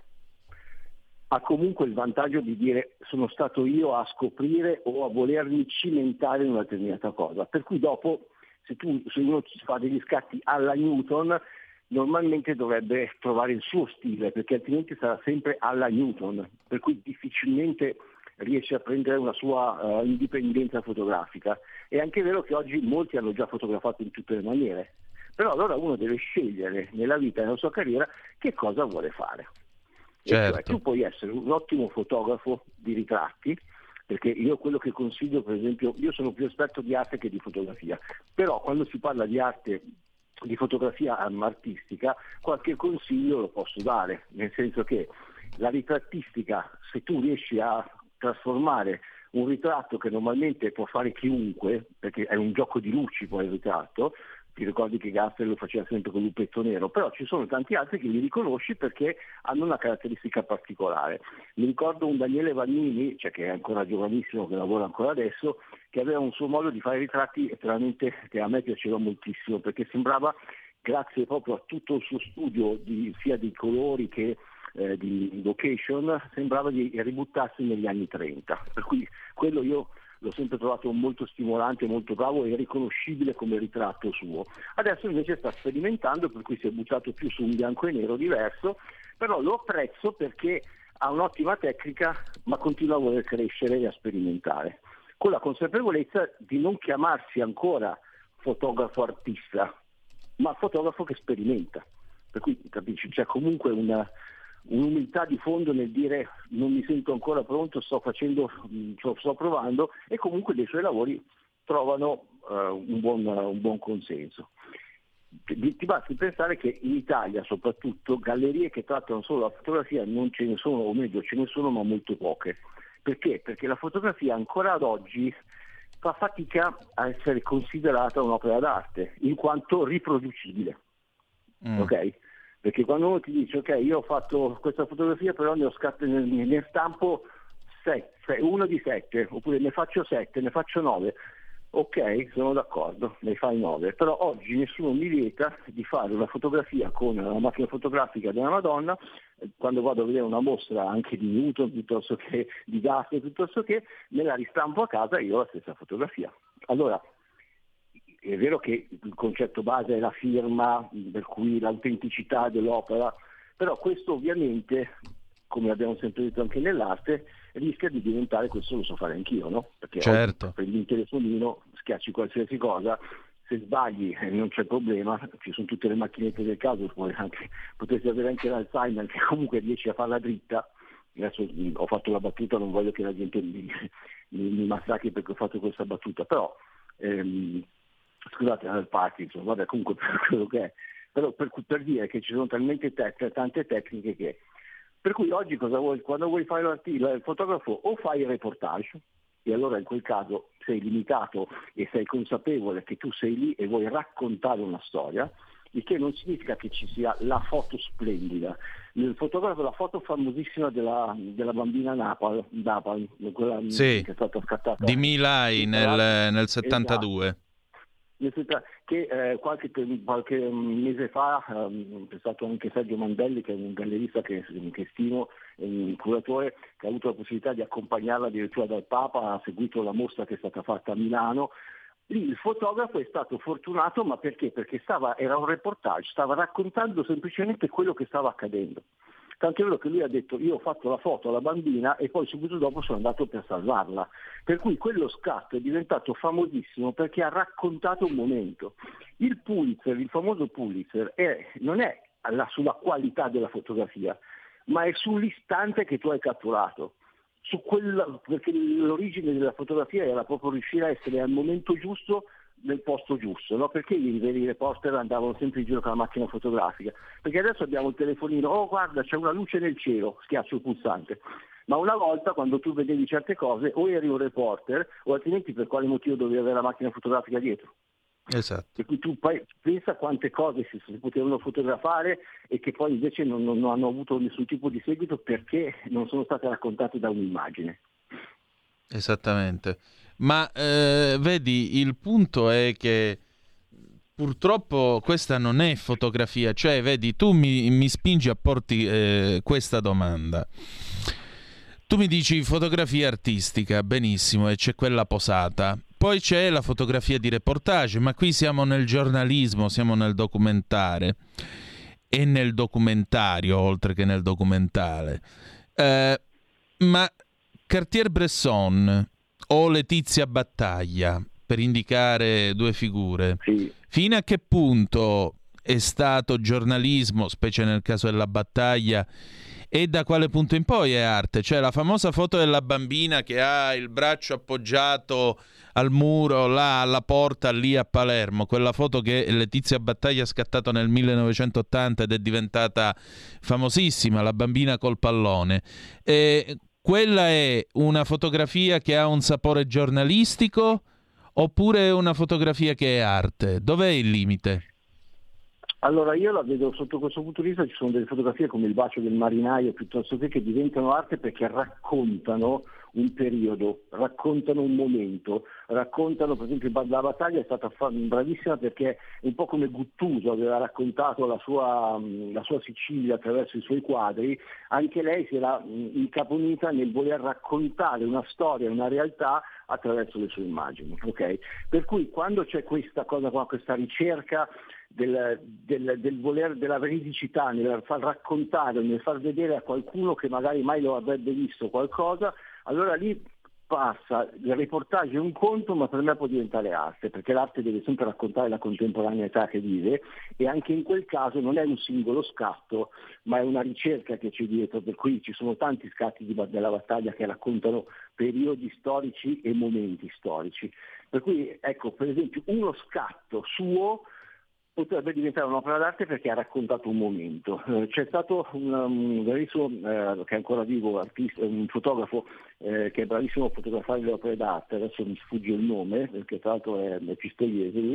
ha comunque il vantaggio di dire sono stato io a scoprire o a volermi cimentare in una determinata cosa, per cui dopo se, tu, se uno fa degli scatti alla Newton normalmente dovrebbe trovare il suo stile, perché altrimenti sarà sempre alla Newton, per cui difficilmente riesce a prendere una sua uh, indipendenza fotografica. È anche vero che oggi molti hanno già fotografato in tutte le maniere, però allora uno deve scegliere nella vita e nella sua carriera che cosa vuole fare. Certo. E cioè, tu puoi essere un ottimo fotografo di ritratti, perché io quello che consiglio, per esempio, io sono più esperto di arte che di fotografia, però quando si parla di arte, di fotografia artistica, qualche consiglio lo posso dare, nel senso che la ritrattistica, se tu riesci a trasformare un ritratto che normalmente può fare chiunque, perché è un gioco di luci poi il ritratto, ti ricordi che Gaskell lo faceva sempre con un petto nero, però ci sono tanti altri che li riconosci perché hanno una caratteristica particolare. Mi ricordo un Daniele Vannini, cioè che è ancora giovanissimo, che lavora ancora adesso, che aveva un suo modo di fare ritratti veramente che a me piaceva moltissimo, perché sembrava, grazie proprio a tutto il suo studio di, sia di colori che eh, di location, sembrava di ributtarsi negli anni trenta, per cui quello io l'ho sempre trovato molto stimolante, molto bravo e riconoscibile come ritratto suo. Adesso invece sta sperimentando, per cui si è buttato più su un bianco e nero diverso, però lo apprezzo perché ha un'ottima tecnica, ma continua a voler crescere e a sperimentare, con la consapevolezza di non chiamarsi ancora fotografo artista, ma fotografo che sperimenta. Per cui capisci, c'è comunque una un'umiltà di fondo nel dire non mi sento ancora pronto, sto facendo, sto provando, e comunque dei suoi lavori trovano uh, un, buon, uh, un buon consenso. Ti, ti basti pensare che in Italia soprattutto gallerie che trattano solo la fotografia non ce ne sono, o meglio ce ne sono ma molto poche. Perché? Perché la fotografia ancora ad oggi fa fatica a essere considerata un'opera d'arte in quanto riproducibile. Mm. Ok? Perché quando uno ti dice ok, io ho fatto questa fotografia però ne ho scatte, ne, ne stampo sette, uno di sette, oppure ne faccio sette, ne faccio nove, Ok, sono d'accordo, ne fai nove, però oggi nessuno mi vieta di fare una fotografia con la macchina fotografica della Madonna, eh, quando vado a vedere una mostra anche di Newton piuttosto che di Gassner, piuttosto che me la ristampo a casa e io ho la stessa fotografia. Allora, è vero che il concetto base è la firma, per cui l'autenticità dell'opera, però questo ovviamente, come abbiamo sempre detto anche nell'arte, rischia di diventare, questo lo so fare anch'io, no? Perché Certo. oggi prendi il telefonino, schiacci qualsiasi cosa, se sbagli eh, non c'è problema, ci sono tutte le macchinette del caso, puoi anche, potresti avere anche l'Alzheimer che comunque riesci a farla dritta. Adesso mh, ho fatto la battuta, non voglio che la gente mi, mi, mi massacri perché ho fatto questa battuta, però ehm, scusate, al Parkinson, vabbè, comunque per quello che è, però per, per dire che ci sono talmente te- tante tecniche che... Per cui oggi cosa vuoi? Quando vuoi fare l'articolo, il fotografo o fai il reportage, e allora in quel caso sei limitato e sei consapevole che tu sei lì e vuoi raccontare una storia, il che non significa che ci sia la foto splendida. Nel fotografo, la foto famosissima della, della bambina Napal, Napal quella Sì, che è stata scattata di Milai nel, nel settantadue. Esatto. Che eh, qualche, qualche mese fa um, è stato anche Sergio Mandelli, che è un gallerista che, che stimo, un curatore che ha avuto la possibilità di accompagnarla addirittura dal Papa, ha seguito la mostra che è stata fatta a Milano. Lì il fotografo è stato fortunato, ma perché? Perché stava, era un reportage, stava raccontando semplicemente quello che stava accadendo. Tanto è vero che lui ha detto: io ho fatto la foto alla bambina e poi subito dopo sono andato per salvarla. Per cui quello scatto è diventato famosissimo perché ha raccontato un momento. Il Pulitzer, il famoso Pulitzer, è, non è alla, sulla qualità della fotografia, ma è sull'istante che tu hai catturato. Su quella, perché l'origine della fotografia era proprio riuscire a essere al momento giusto nel posto giusto, no? Perché i veri reporter andavano sempre in giro con la macchina fotografica? Perché adesso abbiamo il telefonino, oh guarda c'è una luce nel cielo, schiaccio il pulsante. Ma una volta, quando tu vedevi certe cose, o eri un reporter o altrimenti per quale motivo dovevi avere la macchina fotografica dietro? Esatto. Per cui tu poi pensa quante cose si, si potevano fotografare e che poi invece non, non hanno avuto nessun tipo di seguito perché non sono state raccontate da un'immagine. Esattamente. Ma eh, vedi, il punto è che purtroppo questa non è fotografia, cioè vedi, tu mi, mi spingi a porti eh, questa domanda. Tu mi dici fotografia artistica, benissimo, e c'è quella posata. Poi c'è la fotografia di reportage, ma qui siamo nel giornalismo, siamo nel documentare e nel documentario, oltre che nel documentale. Eh, ma Cartier-Bresson o Letizia Battaglia, per indicare due figure, Sì. fino a che punto è stato giornalismo, specie nel caso della Battaglia, e da quale punto in poi è arte? Cioè la famosa foto della bambina che ha il braccio appoggiato al muro là alla porta lì a Palermo, quella foto che Letizia Battaglia ha scattato nel millenovecentottanta ed è diventata famosissima, la bambina col pallone. E quella è una fotografia che ha un sapore giornalistico oppure è una fotografia che è arte? Dov'è il limite? Allora io la vedo sotto questo punto di vista, ci sono delle fotografie come Il bacio del marinaio piuttosto che che diventano arte perché raccontano un periodo, raccontano un momento, raccontano, per esempio la Battaglia è stata bravissima perché è un po' come Guttuso aveva raccontato la sua, la sua Sicilia attraverso i suoi quadri, anche lei si era incaponita nel voler raccontare una storia, una realtà attraverso le sue immagini, ok? Per cui quando c'è questa cosa qua, questa ricerca del, del, del voler, della veridicità, nel far raccontare, nel far vedere a qualcuno che magari mai lo avrebbe visto qualcosa, allora lì passa, il reportage è un conto, ma per me può diventare arte, perché l'arte deve sempre raccontare la contemporaneità che vive e anche in quel caso non è un singolo scatto, ma è una ricerca che c'è dietro, per cui ci sono tanti scatti di, della Battaglia che raccontano periodi storici e momenti storici. Per cui ecco, per esempio, uno scatto suo potrebbe diventare un'opera d'arte perché ha raccontato un momento. Eh, c'è stato un, un bravissimo, eh, che è ancora vivo, artista, un fotografo eh, che è bravissimo a fotografare le opere d'arte, adesso mi sfugge il nome, perché tra l'altro è, è pistoiese lui,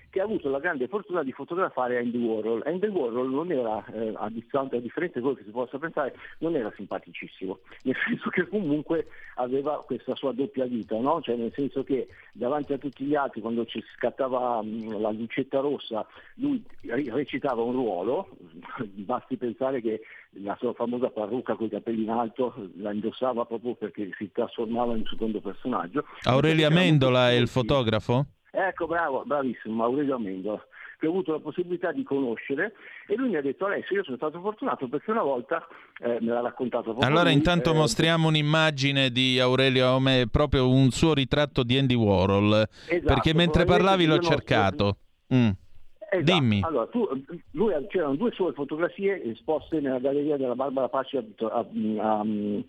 che ha avuto la grande fortuna di fotografare Andy Warhol. Andy Warhol non era, eh, a distanza, a differenza di quello che si possa pensare, non era simpaticissimo, nel senso che comunque aveva questa sua doppia vita, no? Cioè nel senso che davanti a tutti gli altri, quando ci scattava mh, la lucetta rossa, lui recitava un ruolo, basti pensare che la sua famosa parrucca con i capelli in alto la indossava proprio perché si trasformava in un secondo personaggio. Aurelio Amendola è il fotografo? Ecco, bravo, bravissimo, Aurelio Amendola, che ho avuto la possibilità di conoscere, e lui mi ha detto: Alessio, io sono stato fortunato perché una volta eh, me l'ha raccontato proprio allora lui, intanto eh, mostriamo un'immagine di Aurelio Amendola, proprio un suo ritratto di Andy Warhol, esatto, perché mentre parlavi l'ho cercato. Mm. Esatto. Dimmi. Allora, tu, lui, c'erano due sue fotografie esposte nella galleria della Barbara Paci a, a, a,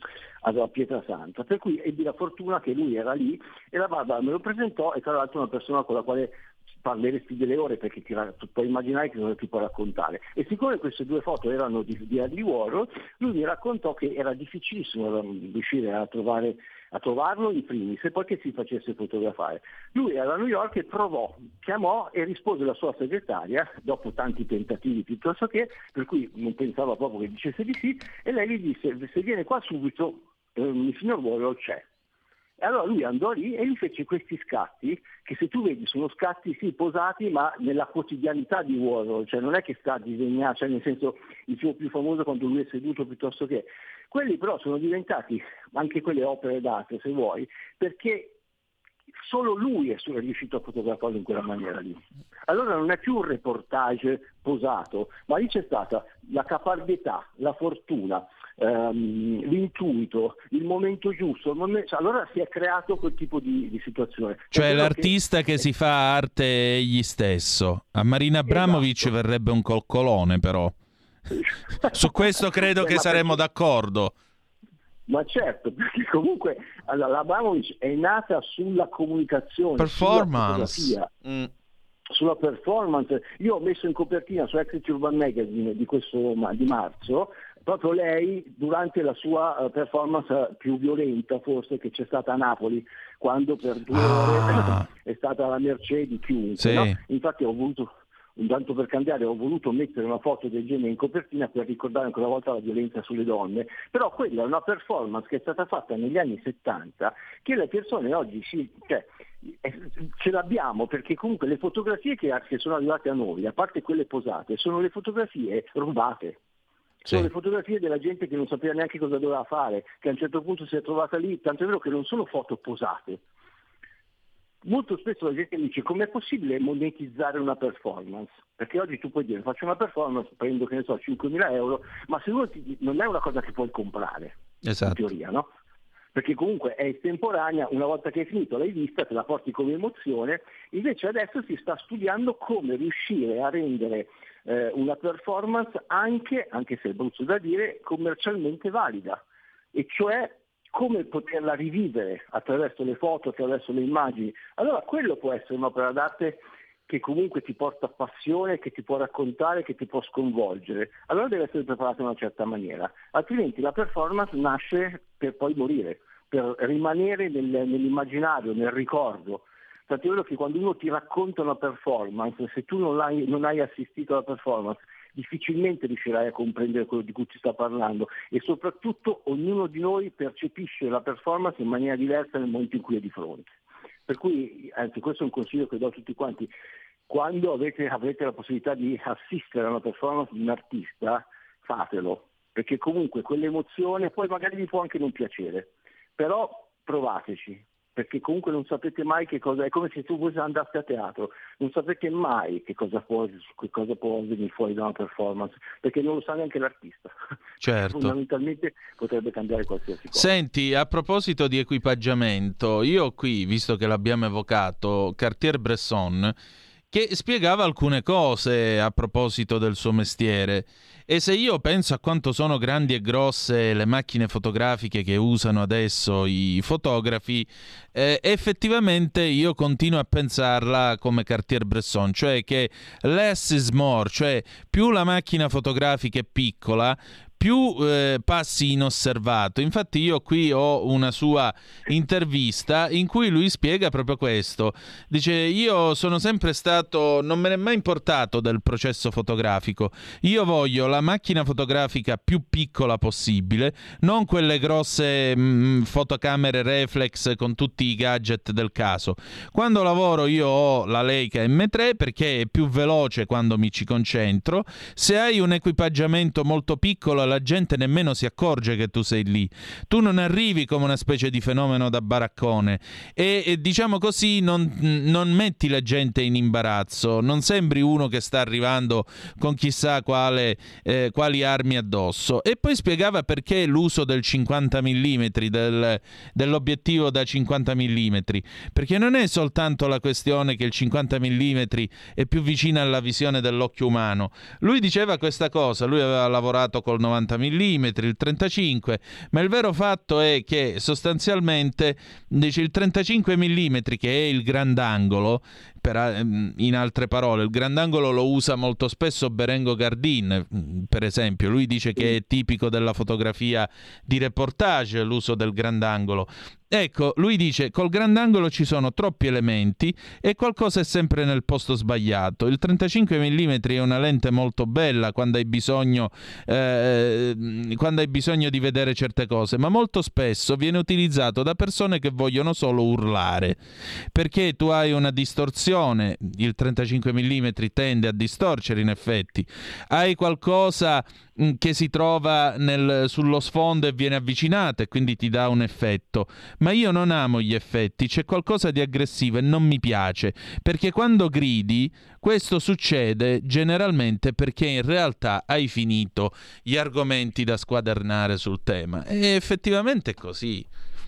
a Pietrasanta, per cui ebbi la fortuna che lui era lì e la Barbara me lo presentò, e tra l'altro una persona con la quale parleresti delle ore, perché ti, tu puoi immaginare che cosa ti può raccontare. E siccome queste due foto erano di, di Andy Warhol, lui mi raccontò che era difficilissimo riuscire a trovare a trovarlo in primis e poi che si facesse fotografare. Lui era a New York e provò, chiamò e rispose la sua segretaria, dopo tanti tentativi piuttosto che, per cui non pensava proprio che dicesse di sì, e lei gli disse: se viene qua subito, eh, il signor Warhol c'è. E allora lui andò lì e gli fece questi scatti, che se tu vedi sono scatti sì posati, ma nella quotidianità di Warhol, cioè non è che sta disegnato, cioè nel senso il suo più famoso quando lui è seduto piuttosto che. Quelli però sono diventati anche quelle opere d'arte, se vuoi, perché solo lui è riuscito a fotografarlo in quella maniera lì. Allora non è più un reportage posato, ma lì c'è stata la caparbietà, la fortuna, ehm, l'intuito, il momento giusto, il momento... allora si è creato quel tipo di, di situazione. Cioè Perché l'artista che... che si fa arte egli stesso. A Marina Abramovic esatto. verrebbe un coccolone però. Su questo credo Beh, che saremmo perché... d'accordo. Ma certo, perché comunque allora, l'Abramovic è nata sulla comunicazione, performance. Sulla, mm. sulla performance. Io ho messo in copertina su Exit Urban Magazine di questo di marzo proprio lei durante la sua uh, performance più violenta forse che c'è stata a Napoli, quando per due ah. ore è stata alla mercé di chiunque. Sì. No? Infatti ho voluto... Intanto per cambiare ho voluto mettere una foto del genere in copertina per ricordare ancora una volta la violenza sulle donne, però quella è una performance che è stata fatta negli anni settanta che le persone oggi si, cioè, ce l'abbiamo, perché comunque le fotografie che, che sono arrivate a noi, a parte quelle posate, sono le fotografie rubate. Sono sì. le fotografie della gente che non sapeva neanche cosa doveva fare, che a un certo punto si è trovata lì, tanto è vero che non sono foto posate. Molto spesso la gente dice: com'è possibile monetizzare una performance? Perché oggi tu puoi dire: faccio una performance, prendo che ne so cinquemila euro, ma se ti, non è una cosa che puoi comprare, esatto. in teoria, no? Perché comunque è estemporanea, una volta che hai finito l'hai vista, te la porti come emozione. Invece adesso si sta studiando come riuscire a rendere eh, una performance anche, anche se è brutto da dire, commercialmente valida, e cioè come poterla rivivere attraverso le foto, attraverso le immagini. Allora quello può essere un'opera d'arte che comunque ti porta passione, che ti può raccontare, che ti può sconvolgere. Allora deve essere preparata in una certa maniera, altrimenti la performance nasce per poi morire, per rimanere nel, nell'immaginario, nel ricordo. Tant'è vero che quando uno ti racconta una performance, se tu non hai, non hai assistito alla performance, difficilmente riuscirai a comprendere quello di cui ti sta parlando, e soprattutto ognuno di noi percepisce la performance in maniera diversa nel momento in cui è di fronte. Per cui, anzi, questo è un consiglio che do a tutti quanti: quando avete, avrete la possibilità di assistere a una performance di un artista, fatelo, perché comunque quell'emozione poi magari vi può anche non piacere, però provateci, perché comunque non sapete mai che cosa è, come se tu voi andaste a teatro, non sapete mai che cosa può, che cosa può venire fuori da una performance, perché non lo sa neanche l'artista. Certo. Fondamentalmente potrebbe cambiare qualsiasi cosa. Senti, a proposito di equipaggiamento, io ho qui, visto che l'abbiamo evocato, Cartier-Bresson, che spiegava alcune cose a proposito del suo mestiere. E se io penso a quanto sono grandi e grosse le macchine fotografiche che usano adesso i fotografi, eh, effettivamente io continuo a pensarla come Cartier-Bresson, cioè che less is more, cioè più la macchina fotografica è piccola, più eh, passi inosservato. Infatti io qui ho una sua intervista in cui lui spiega proprio questo. Dice: io sono sempre stato, non me ne è mai importato del processo fotografico, io voglio la macchina fotografica più piccola possibile, non quelle grosse mh, fotocamere reflex con tutti i gadget del caso. Quando lavoro io ho la Leica M tre perché è più veloce quando mi ci concentro. Se hai un equipaggiamento molto piccolo la gente nemmeno si accorge che tu sei lì, tu non arrivi come una specie di fenomeno da baraccone e, e diciamo così non, non metti la gente in imbarazzo, non sembri uno che sta arrivando con chissà quale, eh, quali armi addosso. E poi spiegava perché l'uso del cinquanta millimetri, del, dell'obiettivo da cinquanta millimetri, perché non è soltanto la questione che il cinquanta millimetri è più vicina alla visione dell'occhio umano. Lui diceva questa cosa, lui aveva lavorato col novanta millimetri, il trentacinque, ma il vero fatto è che sostanzialmente dice il trentacinque millimetri, che è il grandangolo, per, in altre parole il grandangolo lo usa molto spesso Berengo Gardin, per esempio. Lui dice che è tipico della fotografia di reportage l'uso del grandangolo. Ecco, lui dice col grandangolo ci sono troppi elementi e qualcosa è sempre nel posto sbagliato. Il trentacinque millimetri è una lente molto bella quando hai bisogno eh, quando hai bisogno di vedere certe cose, ma molto spesso viene utilizzato da persone che vogliono solo urlare, perché tu hai una distorsione, il trentacinque millimetri tende a distorcere in effetti, hai qualcosa che si trova nel, sullo sfondo e viene avvicinato e quindi ti dà un effetto. Ma io non amo gli effetti, c'è qualcosa di aggressivo e non mi piace, perché quando gridi questo succede generalmente perché in realtà hai finito gli argomenti da squadernare sul tema, e effettivamente è così.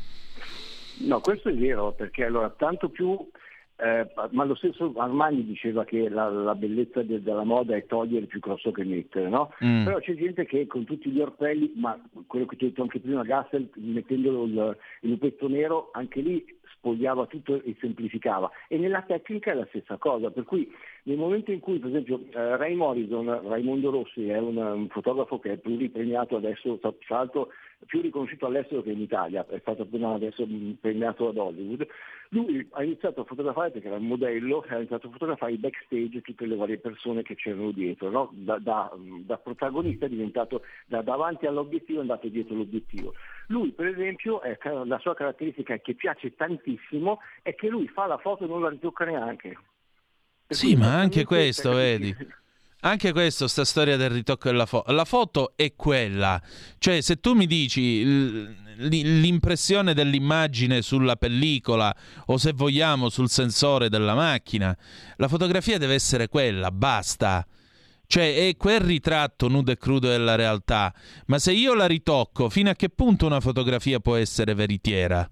No, questo è vero, perché allora tanto più Eh, ma lo stesso Armani diceva che la, la bellezza de, della moda è togliere più grosso che mettere, no? Mm. Però c'è gente che con tutti gli orpelli, ma quello che ti ho detto anche prima, Gassel, mettendolo il, il lupetto nero, anche lì spogliava tutto e semplificava. E nella tecnica è la stessa cosa, per cui nel momento in cui, per esempio, eh, Ray Morrison, Raimondo Rossi è un, un fotografo che è pluripremiato adesso, tra l'altro più riconosciuto all'estero che in Italia, è stato appena adesso premiato ad Hollywood. Lui ha iniziato a fotografare, perché era un modello, ha iniziato a fotografare i backstage, tutte le varie persone che c'erano dietro, no? da, da, da protagonista è diventato, da davanti all'obiettivo è andato dietro l'obiettivo. Lui per esempio, è, la sua caratteristica che piace tantissimo è che lui fa la foto e non la ritocca neanche. Per sì, ma anche questo, vedi... Anche questo, sta storia del ritocco della foto. La foto è quella. Cioè, se tu mi dici l- l'impressione dell'immagine sulla pellicola o, se vogliamo, sul sensore della macchina, la fotografia deve essere quella, basta. Cioè, è quel ritratto nudo e crudo della realtà. Ma se io la ritocco, fino a che punto una fotografia può essere veritiera?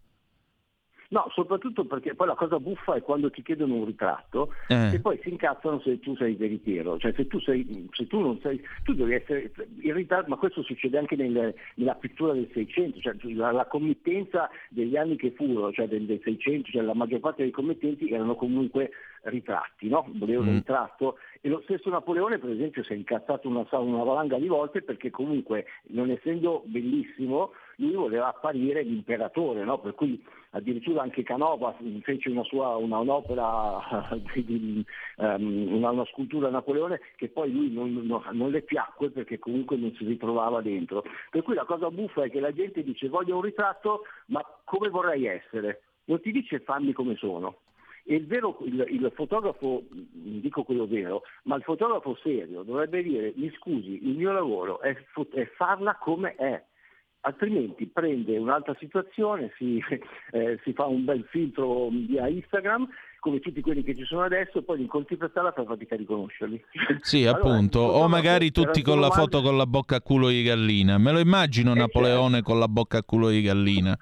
No, soprattutto perché poi la cosa buffa è quando ti chiedono un ritratto eh. e poi si incazzano se tu sei veritiero, cioè se tu sei, se tu non sei, tu devi essere il ritratto, ma questo succede anche nel, nella pittura del Seicento, cioè la, la committenza degli anni che furono, cioè del, del Seicento, cioè la maggior parte dei committenti erano comunque ritratti, no? Volevano mm. un ritratto. E lo stesso Napoleone, per esempio, si è incazzato una, una valanga di volte perché comunque, non essendo bellissimo, lui voleva apparire l'imperatore, no? Per cui addirittura anche Canova fece una sua una, un'opera di, um, una, una scultura a Napoleone che poi lui non, non, non le piacque perché comunque non si ritrovava dentro. Per cui la cosa buffa è che la gente dice voglio un ritratto, ma come vorrei essere? Non ti dice fammi come sono. E il vero, il, il fotografo, dico quello vero, ma il fotografo serio dovrebbe dire mi scusi, il mio lavoro è, è farla come è, altrimenti prende un'altra situazione, si, eh, si fa un bel filtro via Instagram, come tutti quelli che ci sono adesso, poi li incontri per strada e fai fatica a riconoscerli. Sì, allora, appunto, o magari tutti con la foto con la bocca a culo di gallina. Me lo immagino eh Napoleone certo. con la bocca a culo di gallina.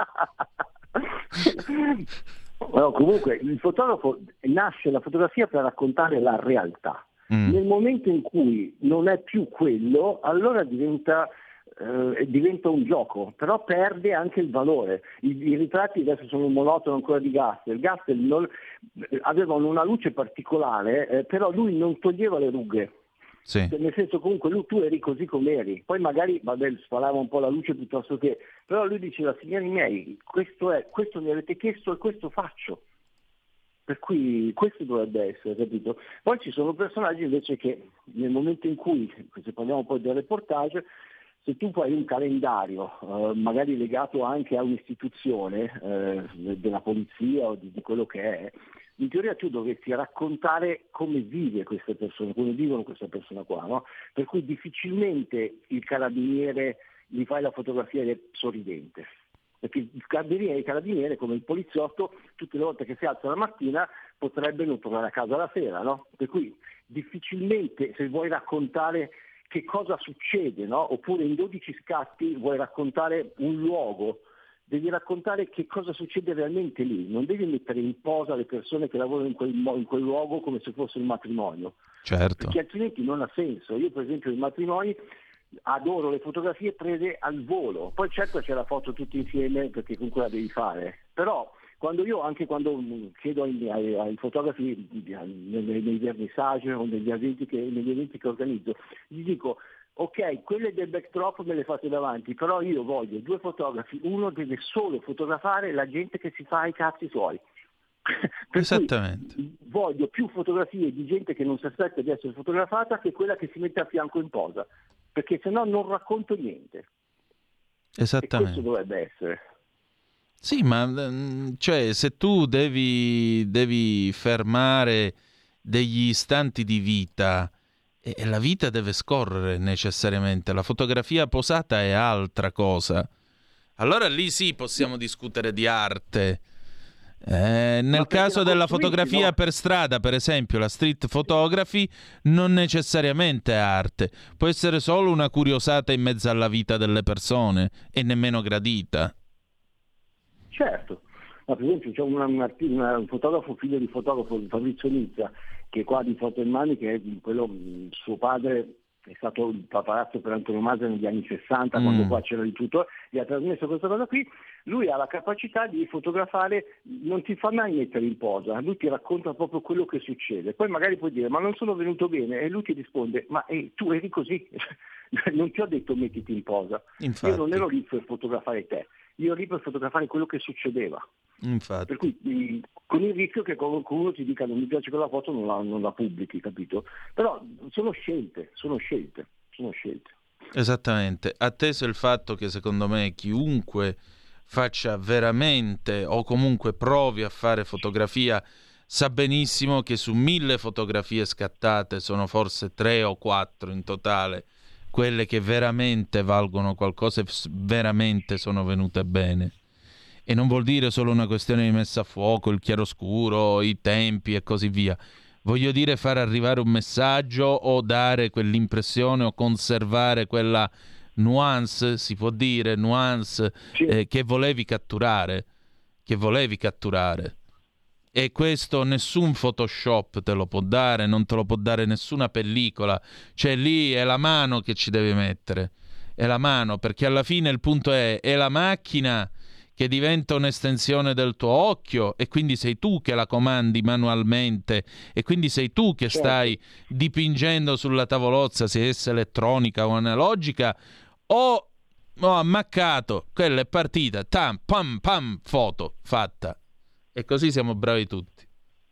No, comunque il fotografo nasce la fotografia per raccontare la realtà. Mm. Nel momento in cui non è più quello, allora diventa, eh, diventa un gioco, però perde anche il valore. I, i ritratti adesso sono monotono ancora di Gassel. Gassel non, avevano una luce particolare, eh, però lui non toglieva le rughe. Sì. Nel senso, comunque lui, tu eri così come eri, poi magari vabbè, sparava un po' la luce piuttosto che, però lui diceva: signori miei, questo è, questo mi avete chiesto e questo faccio, per cui questo dovrebbe essere, capito? Poi ci sono personaggi invece che nel momento in cui, se parliamo poi del reportage, se tu fai un calendario eh, magari legato anche a un'istituzione eh, della polizia o di, di quello che è, in teoria tu dovresti raccontare come vive queste persone, come vivono queste persone qua, no? Per cui difficilmente il carabiniere gli fai la fotografia del sorridente, perché il carabiniere, il carabiniere come il poliziotto tutte le volte che si alza la mattina potrebbe non tornare a casa la sera, no? Per cui difficilmente, se vuoi raccontare che cosa succede, no? Oppure in dodici scatti vuoi raccontare un luogo, devi raccontare che cosa succede realmente lì, non devi mettere in posa le persone che lavorano in quel, in quel luogo come se fosse un matrimonio, Certo. perché altrimenti non ha senso. Io per esempio i matrimoni adoro le fotografie prese al volo, poi certo c'è la foto tutti insieme perché comunque la devi fare, però quando io, anche quando chiedo ai, ai, ai fotografi nei, nei vernissage o negli eventi, che, negli eventi che organizzo, gli dico: ok, quelle del backdrop me le fate davanti, però io voglio due fotografi, uno deve solo fotografare la gente che si fa i cazzi suoi. Per Esattamente. cui voglio più fotografie di gente che non si aspetta di essere fotografata che quella che si mette a fianco in posa, perché sennò non racconto niente. Esattamente. E questo dovrebbe essere. Sì, ma cioè, se tu devi, devi fermare degli istanti di vita, e la vita deve scorrere necessariamente, la fotografia posata è altra cosa. Allora lì sì possiamo discutere di arte. Eh, nel caso della fotografia, no? Per strada, per esempio, la street photography non necessariamente è arte, può essere solo una curiosata in mezzo alla vita delle persone e nemmeno gradita. Certo, ma per esempio c'è una, una, una, un fotografo, figlio di fotografo, Fabrizio Nizza, che è qua di Foto in Mani, che è quello, suo padre è stato il paparazzo per antonomasia negli anni sessanta, mm. quando qua c'era di tutto, gli ha trasmesso questa cosa qui. Lui ha la capacità di fotografare, non ti fa mai mettere in posa, lui ti racconta proprio quello che succede, poi magari puoi dire: ma non sono venuto bene, e lui ti risponde: ma eh, tu eri così, non ti ho detto mettiti in posa. Infatti. Io non ero lì per fotografare te, io ero lì per fotografare quello che succedeva. Infatti. Per cui con il rischio che qualcuno ti dica: non mi piace quella foto, non la, non la pubblichi, capito? Però sono scelte, sono scelte, sono scelte. Esattamente, atteso il fatto che secondo me chiunque faccia veramente o comunque provi a fare fotografia sa benissimo che su mille fotografie scattate sono forse tre o quattro in totale quelle che veramente valgono qualcosa e veramente sono venute bene. E non vuol dire solo una questione di messa a fuoco, il chiaroscuro, i tempi e così via. Voglio dire far arrivare un messaggio o dare quell'impressione o conservare quella nuance, si può dire, nuance, sì. eh, che volevi catturare, che volevi catturare. E questo nessun Photoshop te lo può dare, non te lo può dare nessuna pellicola. Cioè lì è la mano che ci deve mettere, è la mano, perché alla fine il punto è, è la macchina che diventa un'estensione del tuo occhio e quindi sei tu che la comandi manualmente e quindi sei tu che certo. stai dipingendo sulla tavolozza, sia essa elettronica o analogica, o ho ammaccato, quella è partita, tam, pam, pam, foto, fatta. E così siamo bravi tutti.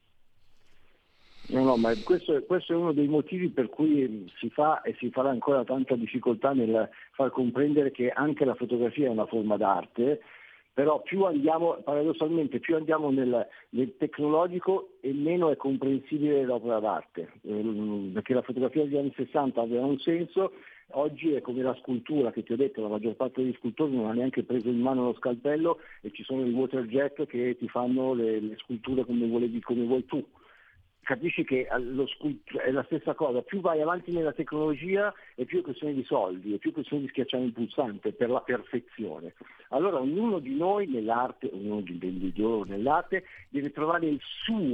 No, no, ma questo, questo è uno dei motivi per cui si fa e si farà ancora tanta difficoltà nel far comprendere che anche la fotografia è una forma d'arte, però più andiamo, paradossalmente, più andiamo nel, nel tecnologico e meno è comprensibile l'opera d'arte, eh, perché la fotografia degli anni sessanta aveva un senso, oggi è come la scultura, che ti ho detto, la maggior parte degli scultori non ha neanche preso in mano lo scalpello e ci sono i water jet che ti fanno le, le sculture come volevi, come vuoi tu. Capisci che lo scult- è la stessa cosa, più vai avanti nella tecnologia e più è questione di soldi, è più questione di schiacciare il pulsante per la perfezione. Allora ognuno di noi nell'arte, ognuno di noi nell'arte deve trovare il suo,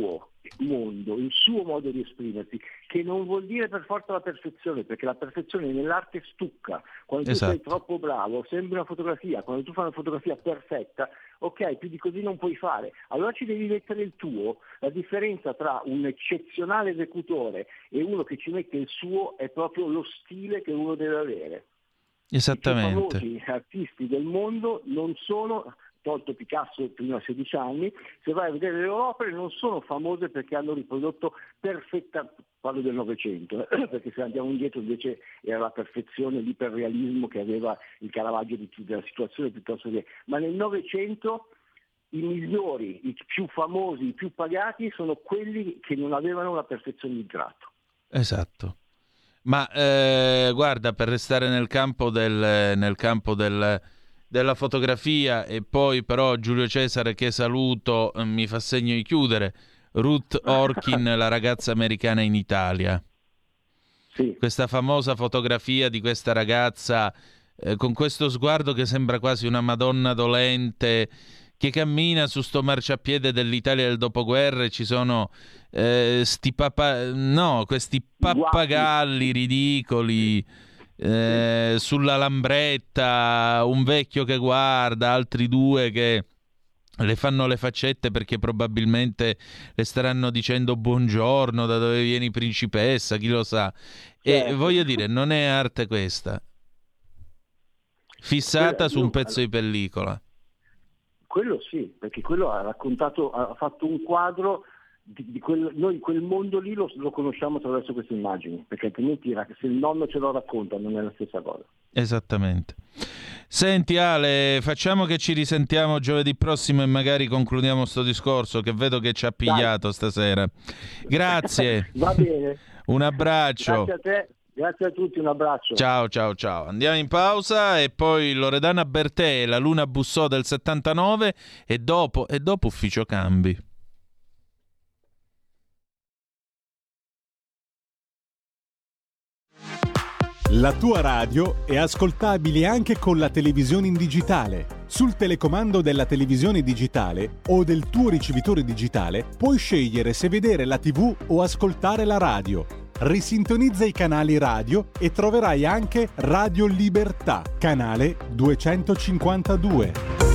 mondo, il suo modo di esprimersi, che non vuol dire per forza la perfezione, perché la perfezione nell'arte stucca. Quando esatto. tu sei troppo bravo, sembri una fotografia, quando tu fai una fotografia perfetta, ok, più di così non puoi fare. Allora ci devi mettere il tuo. La differenza tra un eccezionale esecutore e uno che ci mette il suo è proprio lo stile che uno deve avere. Esattamente. I più famosi artisti del mondo non sono, tolto Picasso prima a sedici anni, se vai a vedere le loro opere non sono famose perché hanno riprodotto perfetta, parlo del Novecento, perché se andiamo indietro invece era la perfezione, l'iperrealismo che aveva il Caravaggio di, della situazione piuttosto che... Ma nel Novecento i migliori, i più famosi, i più pagati sono quelli che non avevano la perfezione di tratto. Esatto. Ma eh, guarda, per restare nel campo del nel campo del, della fotografia, e poi però Giulio Cesare, che saluto, mi fa segno di chiudere. Ruth Orkin, la ragazza americana in Italia. Sì. Questa famosa fotografia di questa ragazza eh, con questo sguardo che sembra quasi una Madonna dolente, che cammina su sto marciapiede dell'Italia del dopoguerra, e ci sono eh, sti papa- no, questi pappagalli ridicoli eh, sulla lambretta, un vecchio che guarda, altri due che le fanno le faccette perché probabilmente le staranno dicendo buongiorno, da dove vieni principessa, chi lo sa. E voglio dire, non è arte questa, fissata su un pezzo di pellicola. Quello sì, perché quello ha raccontato, ha fatto un quadro di, di quel, noi quel mondo lì lo, lo conosciamo attraverso queste immagini, perché altrimenti se il nonno ce lo racconta non è la stessa cosa. Esattamente. Senti Ale, facciamo che ci risentiamo giovedì prossimo e magari concludiamo sto discorso, che vedo che ci ha pigliato Dai. stasera. Grazie. Va bene. Un abbraccio. Grazie a te. Grazie a tutti, un abbraccio. Ciao, ciao, ciao. Andiamo in pausa e poi Loredana Bertè, la Luna Bussò del settantanove e dopo, e dopo Ufficio Cambi. La tua radio è ascoltabile anche con la televisione in digitale. Sul telecomando della televisione digitale o del tuo ricevitore digitale puoi scegliere se vedere la tivù o ascoltare la radio. Risintonizza i canali radio e troverai anche Radio Libertà, canale duecentocinquantadue.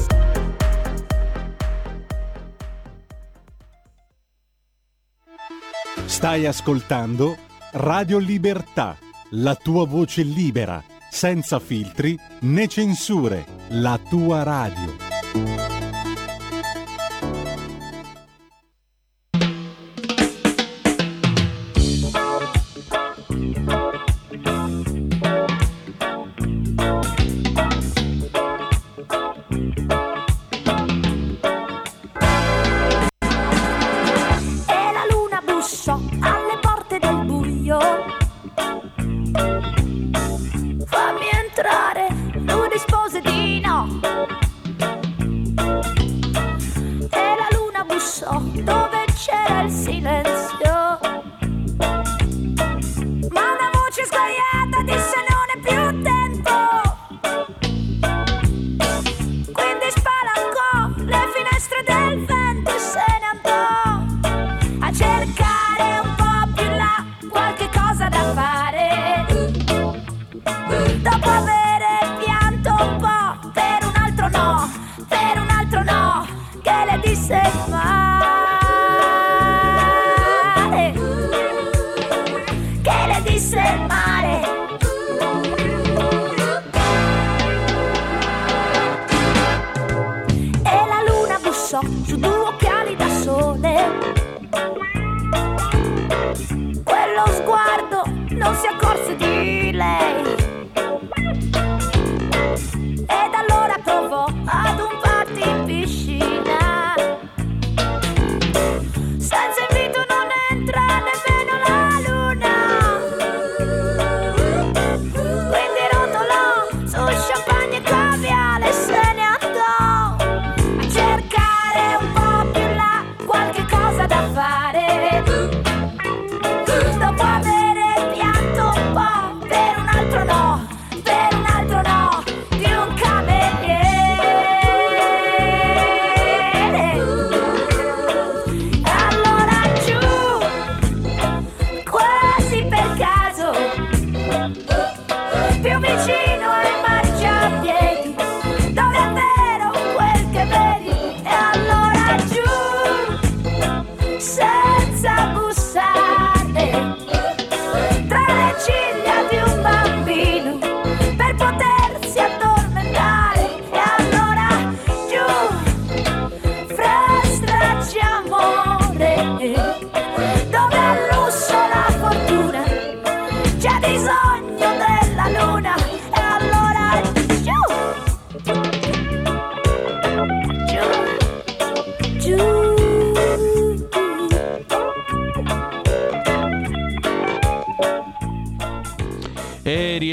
Stai ascoltando Radio Libertà, la tua voce libera, senza filtri né censure, la tua radio. Champagne e caviale se ne andò a cercare un po'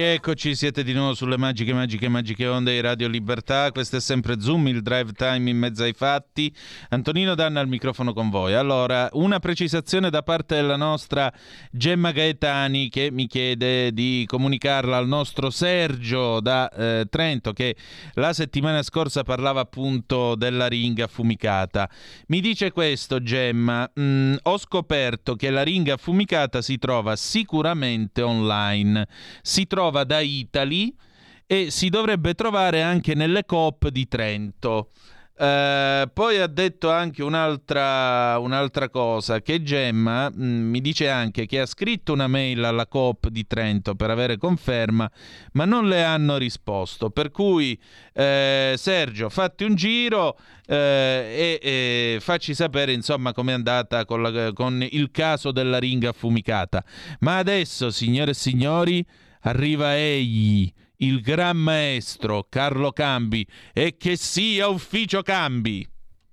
rieccoci, siete di nuovo sulle magiche, magiche, magiche onde di Radio Libertà. Questo è sempre Zoom, il drive time in mezzo ai fatti. Antonino Danna al microfono con voi. Allora, una precisazione da parte della nostra Gemma Gaetani, che mi chiede di comunicarla al nostro Sergio da eh, Trento, che la settimana scorsa parlava appunto della ringa affumicata. Mi dice questo, Gemma: mh, ho scoperto che la ringa affumicata si trova sicuramente online. Si trova da Italy e si dovrebbe trovare anche nelle Coop di Trento. Eh, poi ha detto anche un'altra, un'altra cosa, che Gemma mh, mi dice anche che ha scritto una mail alla Coop di Trento per avere conferma, ma non le hanno risposto. Per cui eh, Sergio, fatti un giro eh, e, e facci sapere insomma com'è andata con, la, con il caso della ringa affumicata. Ma adesso, signore e signori, arriva egli, il gran maestro Carlo Cambi, e che sia Ufficio Cambi.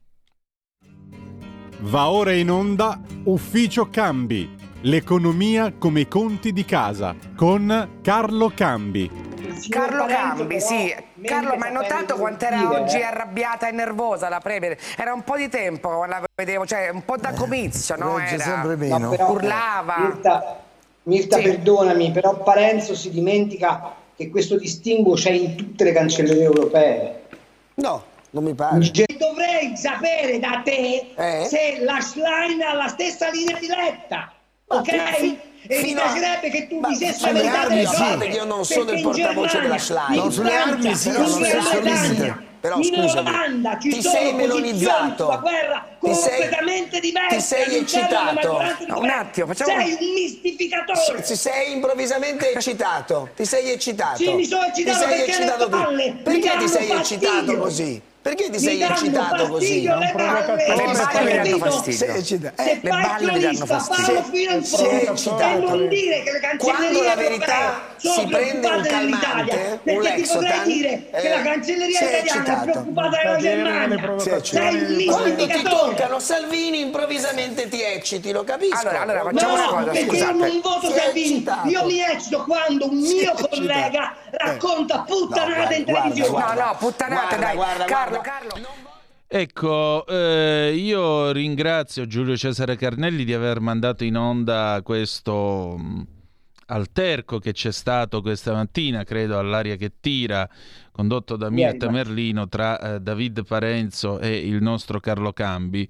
Va ora in onda Ufficio Cambi, l'economia come i conti di casa, con Carlo Cambi. Carlo Cambi, sì. Carlo, ma hai notato quanto era oggi arrabbiata e nervosa la Premier? Era un po' di tempo quando la vedevo, cioè un po' da comizio, no? Era... sempre meno. No, però, urlava. Mirta, Mirta sì. Perdonami, però Parenzo si dimentica che questo distinguo c'è in tutte le cancellerie europee. No, non mi pare. Dovrei sapere da te eh? se la Schlein ha la stessa linea di Letta, ma ok? Fi- e mi piacerebbe che tu dicessi la verità delle cose. Io non sono il portavoce della Schlein. No, sulle armi sì, non so se però scusami, ti sei melonizzato, ti sei, completamente diverse, ti sei eccitato. No, un attimo, facciamo... Sei un mistificatore. Ti sei improvvisamente eccitato, ti sei eccitato. Sì, mi sono eccitato, ti sei perché eccitato le palle tu. Perché ti sei fastidio. eccitato così? Perché ti sei eccitato così? Le balle mi danno fastidio. Eh, le balle mi danno fastidio. Si è eccitato. E non dire che le quando la verità si prende un calmante, un Lexotan, dire che la cancelleria italiana è preoccupata della Germania. Quando ti toccano Salvini improvvisamente ti ecciti, lo capisco. Allora, allora facciamo no, una cosa, perché scusate. io non voto Salvini, io mi eccito quando un mio collega racconta puttanate in televisione. No, no, puttanate, dai, guarda, Carlo, guarda. Carlo. Ecco, eh, io ringrazio Giulio Cesare Carnelli di aver mandato in onda questo mh, alterco che c'è stato questa mattina, credo all'Aria che tira, condotto da Mirta Merlino, tra eh, David Parenzo e il nostro Carlo Cambi.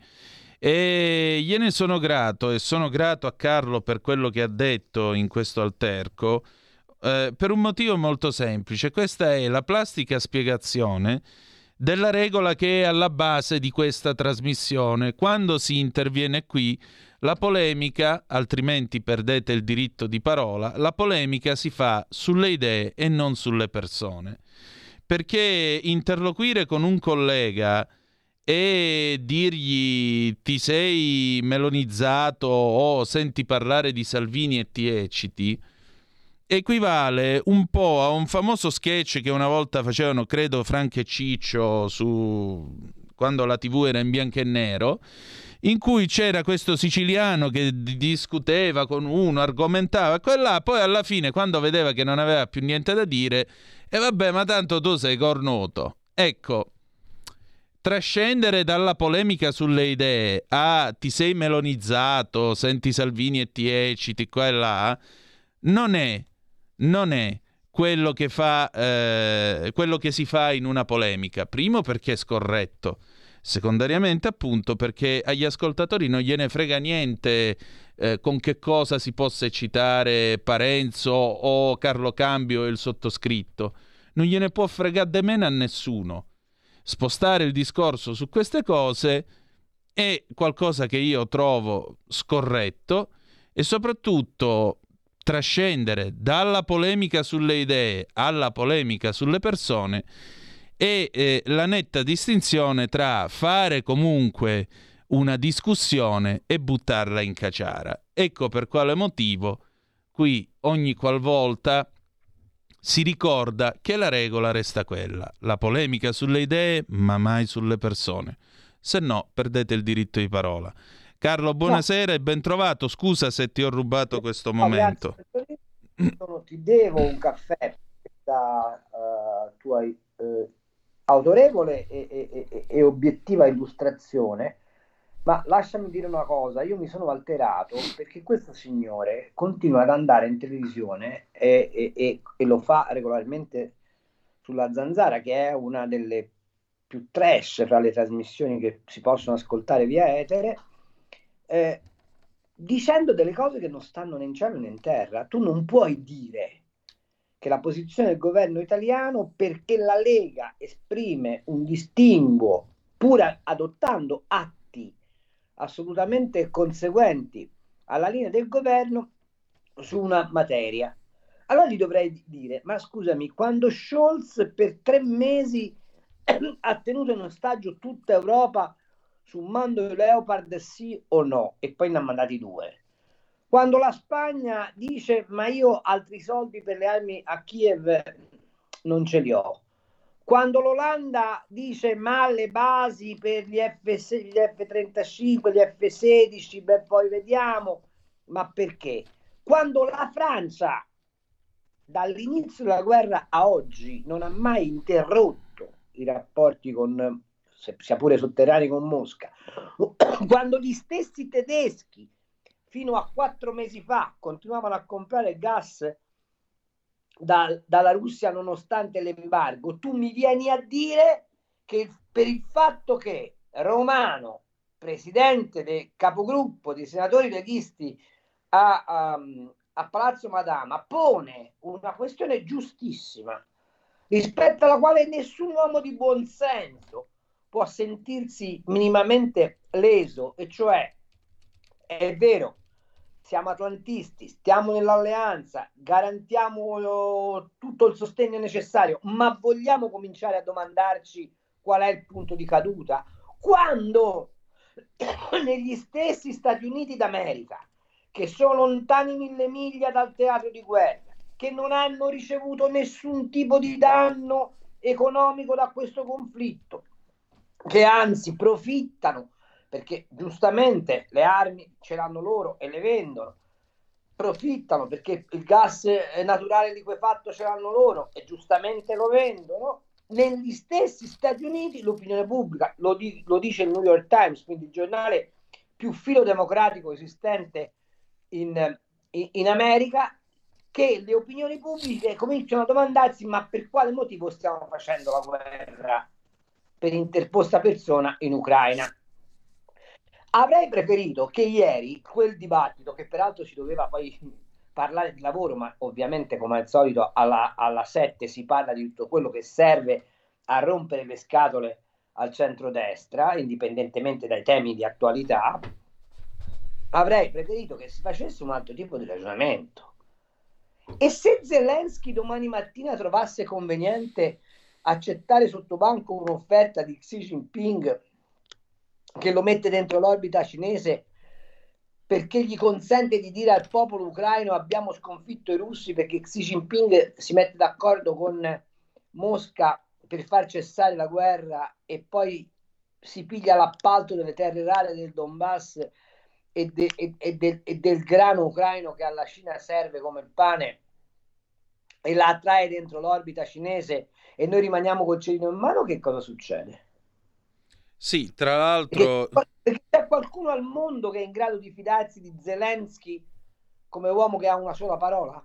E gliene sono grato, e sono grato a Carlo per quello che ha detto in questo alterco, eh, per un motivo molto semplice. Questa è la plastica spiegazione della regola che è alla base di questa trasmissione. Quando si interviene qui, la polemica, altrimenti perdete il diritto di parola, la polemica si fa sulle idee e non sulle persone. Perché interloquire con un collega e dirgli ti sei melonizzato o senti parlare di Salvini e ti ecciti equivale un po' a un famoso sketch che una volta facevano, credo, Franco e Ciccio, su quando la tivù era in bianco e nero, in cui c'era questo siciliano che d- discuteva con uno, argomentava, quella, poi alla fine, quando vedeva che non aveva più niente da dire, e vabbè, ma tanto tu sei cornuto. Ecco, trascendere dalla polemica sulle idee a ti sei melonizzato, senti Salvini e ti ecciti qua e là, non è non è quello che fa eh, quello che si fa in una polemica. Primo, perché è scorretto, secondariamente appunto perché agli ascoltatori non gliene frega niente eh, con che cosa si possa eccitare Parenzo o Carlo Cambio e il sottoscritto. Non gliene può fregare de meno a nessuno. Spostare il discorso su queste cose è qualcosa che io trovo scorretto, e soprattutto trascendere dalla polemica sulle idee alla polemica sulle persone è eh, la netta distinzione tra fare comunque una discussione e buttarla in caciara. Ecco per quale motivo qui ogni qualvolta si ricorda che la regola resta quella: la polemica sulle idee ma mai sulle persone, se no perdete il diritto di parola. Carlo, buonasera no. e ben trovato. Scusa se ti ho rubato questo no, momento. Grazie. Ti devo un caffè. questa uh, tua uh, autorevole e, e, e, e obiettiva illustrazione, ma lasciami dire una cosa, io mi sono alterato perché questo signore continua ad andare in televisione e, e, e, e lo fa regolarmente sulla Zanzara, che è una delle più trash fra le trasmissioni che si possono ascoltare via etere, eh, dicendo delle cose che non stanno né in cielo né in terra. Tu non puoi dire che la posizione del governo italiano, perché la Lega esprime un distinguo pur adottando atti assolutamente conseguenti alla linea del governo su una materia. Allora gli dovrei dire, ma scusami, quando Scholz per tre mesi ha tenuto in ostaggio tutta Europa su un mando Leopard, sì o no? E poi ne ha mandati due. Quando la Spagna dice, ma io altri soldi per le armi a Kiev non ce li ho. Quando l'Olanda dice, ma le basi per gli F trentacinque, gli F sedici, beh poi vediamo, ma perché? Quando la Francia dall'inizio della guerra a oggi non ha mai interrotto i rapporti con, sia pure sotterranei, con Mosca, quando gli stessi tedeschi fino a quattro mesi fa continuavano a comprare gas da, dalla Russia nonostante l'embargo, tu mi vieni a dire che per il fatto che Romano, presidente del capogruppo dei senatori leghisti a, a, a Palazzo Madama, pone una questione giustissima rispetto alla quale nessun uomo di buon senso può sentirsi minimamente leso, e cioè, è vero, siamo atlantisti, stiamo nell'alleanza, garantiamo tutto il sostegno necessario, ma vogliamo cominciare a domandarci qual è il punto di caduta? Quando negli stessi Stati Uniti d'America, che sono lontani mille miglia dal teatro di guerra, che non hanno ricevuto nessun tipo di danno economico da questo conflitto, che anzi profittano, perché giustamente le armi ce l'hanno loro e le vendono, profittano perché il gas naturale liquefatto ce l'hanno loro e giustamente lo vendono, negli stessi Stati Uniti l'opinione pubblica, lo, di, lo dice il New York Times, quindi il giornale più filodemocratico esistente in, in, in America, che le opinioni pubbliche cominciano a domandarsi, ma per quale motivo stiamo facendo la guerra per interposta persona in Ucraina? Avrei preferito che ieri quel dibattito, che peraltro si doveva poi parlare di lavoro, ma ovviamente come al solito alla, alla sette si parla di tutto quello che serve a rompere le scatole al centrodestra, indipendentemente dai temi di attualità, avrei preferito che si facesse un altro tipo di ragionamento. E se Zelensky domani mattina trovasse conveniente accettare sotto banco un'offerta di Xi Jinping che lo mette dentro l'orbita cinese perché gli consente di dire al popolo ucraino abbiamo sconfitto i russi, perché Xi Jinping si mette d'accordo con Mosca per far cessare la guerra e poi si piglia l'appalto delle terre rare del Donbass e, de, e, e, del, e del grano ucraino che alla Cina serve come il pane e la attrae dentro l'orbita cinese e noi rimaniamo col cerino in mano, che cosa succede? Sì, tra l'altro... Perché, perché c'è qualcuno al mondo che è in grado di fidarsi di Zelensky come uomo che ha una sola parola?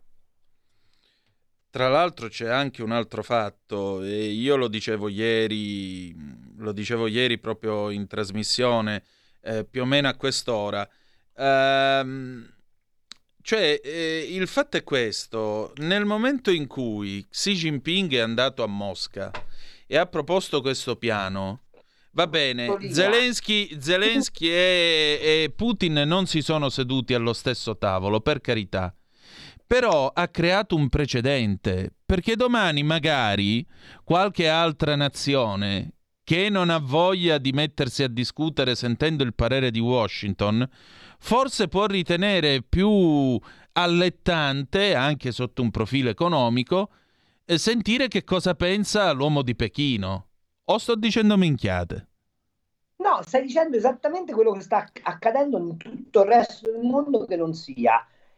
Tra l'altro c'è anche un altro fatto, e io lo dicevo ieri, lo dicevo ieri proprio in trasmissione, eh, più o meno a quest'ora. Ehm, cioè, eh, il fatto è questo: nel momento in cui Xi Jinping è andato a Mosca e ha proposto questo piano, va bene, Zelensky, Zelensky e, e Putin non si sono seduti allo stesso tavolo, per carità. Però ha creato un precedente, perché domani magari qualche altra nazione che non ha voglia di mettersi a discutere sentendo il parere di Washington, forse può ritenere più allettante, anche sotto un profilo economico, sentire che cosa pensa l'uomo di Pechino. O sto dicendo minchiate? No, stai dicendo esattamente quello che sta accadendo in tutto il resto del mondo che non sia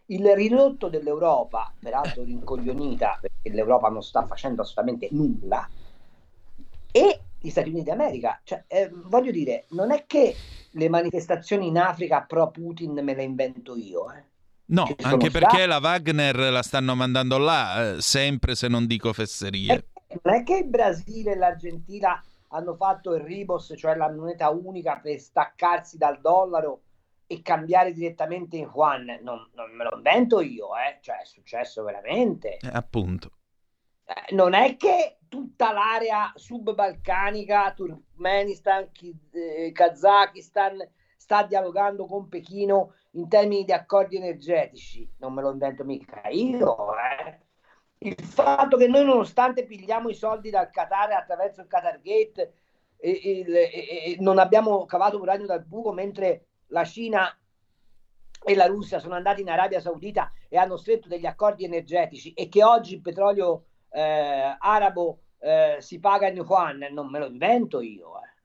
il ridotto dell'Europa, peraltro rincoglionita perché l'Europa non sta facendo assolutamente nulla, e gli Stati Uniti d'America. Cioè, eh, voglio dire, non è che le manifestazioni in Africa pro Putin me le invento io, eh. No, Ci anche sono perché stati- la Wagner la stanno mandando là, eh, sempre se non dico fesserie. Non è che il Brasile e l'Argentina hanno fatto il Ribos, cioè la moneta unica, per staccarsi dal dollaro e cambiare direttamente in Yuan. Non, non me lo invento io, eh. Cioè è successo veramente. Eh, appunto. Eh, non è che tutta l'area subbalcanica, Turkmenistan, Ki- eh, Kazakistan, sta dialogando con Pechino in termini di accordi energetici. Non me lo invento mica io, eh. Il fatto che noi, nonostante pigliamo i soldi dal Qatar attraverso il Qatar Gate, e, e- e- e non abbiamo cavato un ragno dal buco, mentre la Cina e la Russia sono andati in Arabia Saudita e hanno stretto degli accordi energetici, e che oggi il petrolio eh, arabo eh, si paga in yuan, non me lo invento io, eh.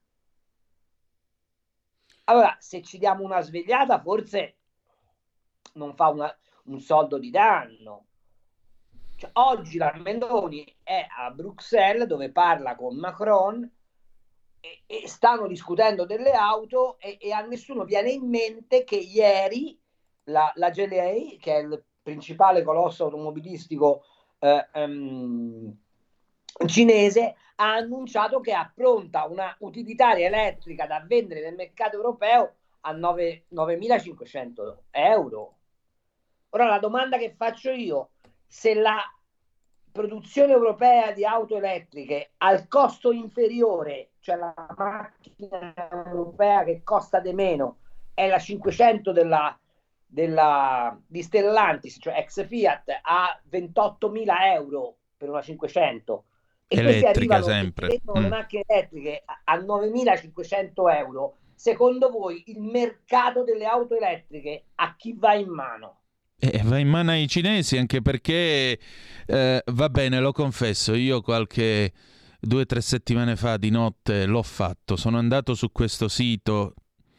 Allora, se ci diamo una svegliata, forse non fa una- un soldo di danno. Cioè, oggi la Meloni è a Bruxelles, dove parla con Macron, e, e stanno discutendo delle auto, e, e a nessuno viene in mente che ieri la, la G L A, che è il principale colosso automobilistico eh, ehm, cinese, ha annunciato che ha pronta una utilitaria elettrica da vendere nel mercato europeo a novemilacinquecento euro. Ora la domanda che faccio io: se la produzione europea di auto elettriche al costo inferiore, cioè la macchina europea che costa di meno, è la cinquecento della, della di Stellantis, cioè ex Fiat, a ventottomila euro per una cinquecento, e questi Elettrica arrivano e sempre. vendono le Mm. macchine elettriche a, a novemilacinquecento euro, secondo voi il mercato delle auto elettriche a chi va in mano? E va in mano ai cinesi, anche perché, eh, va bene, lo confesso, io qualche due o tre settimane fa di notte l'ho fatto, sono andato su questo sito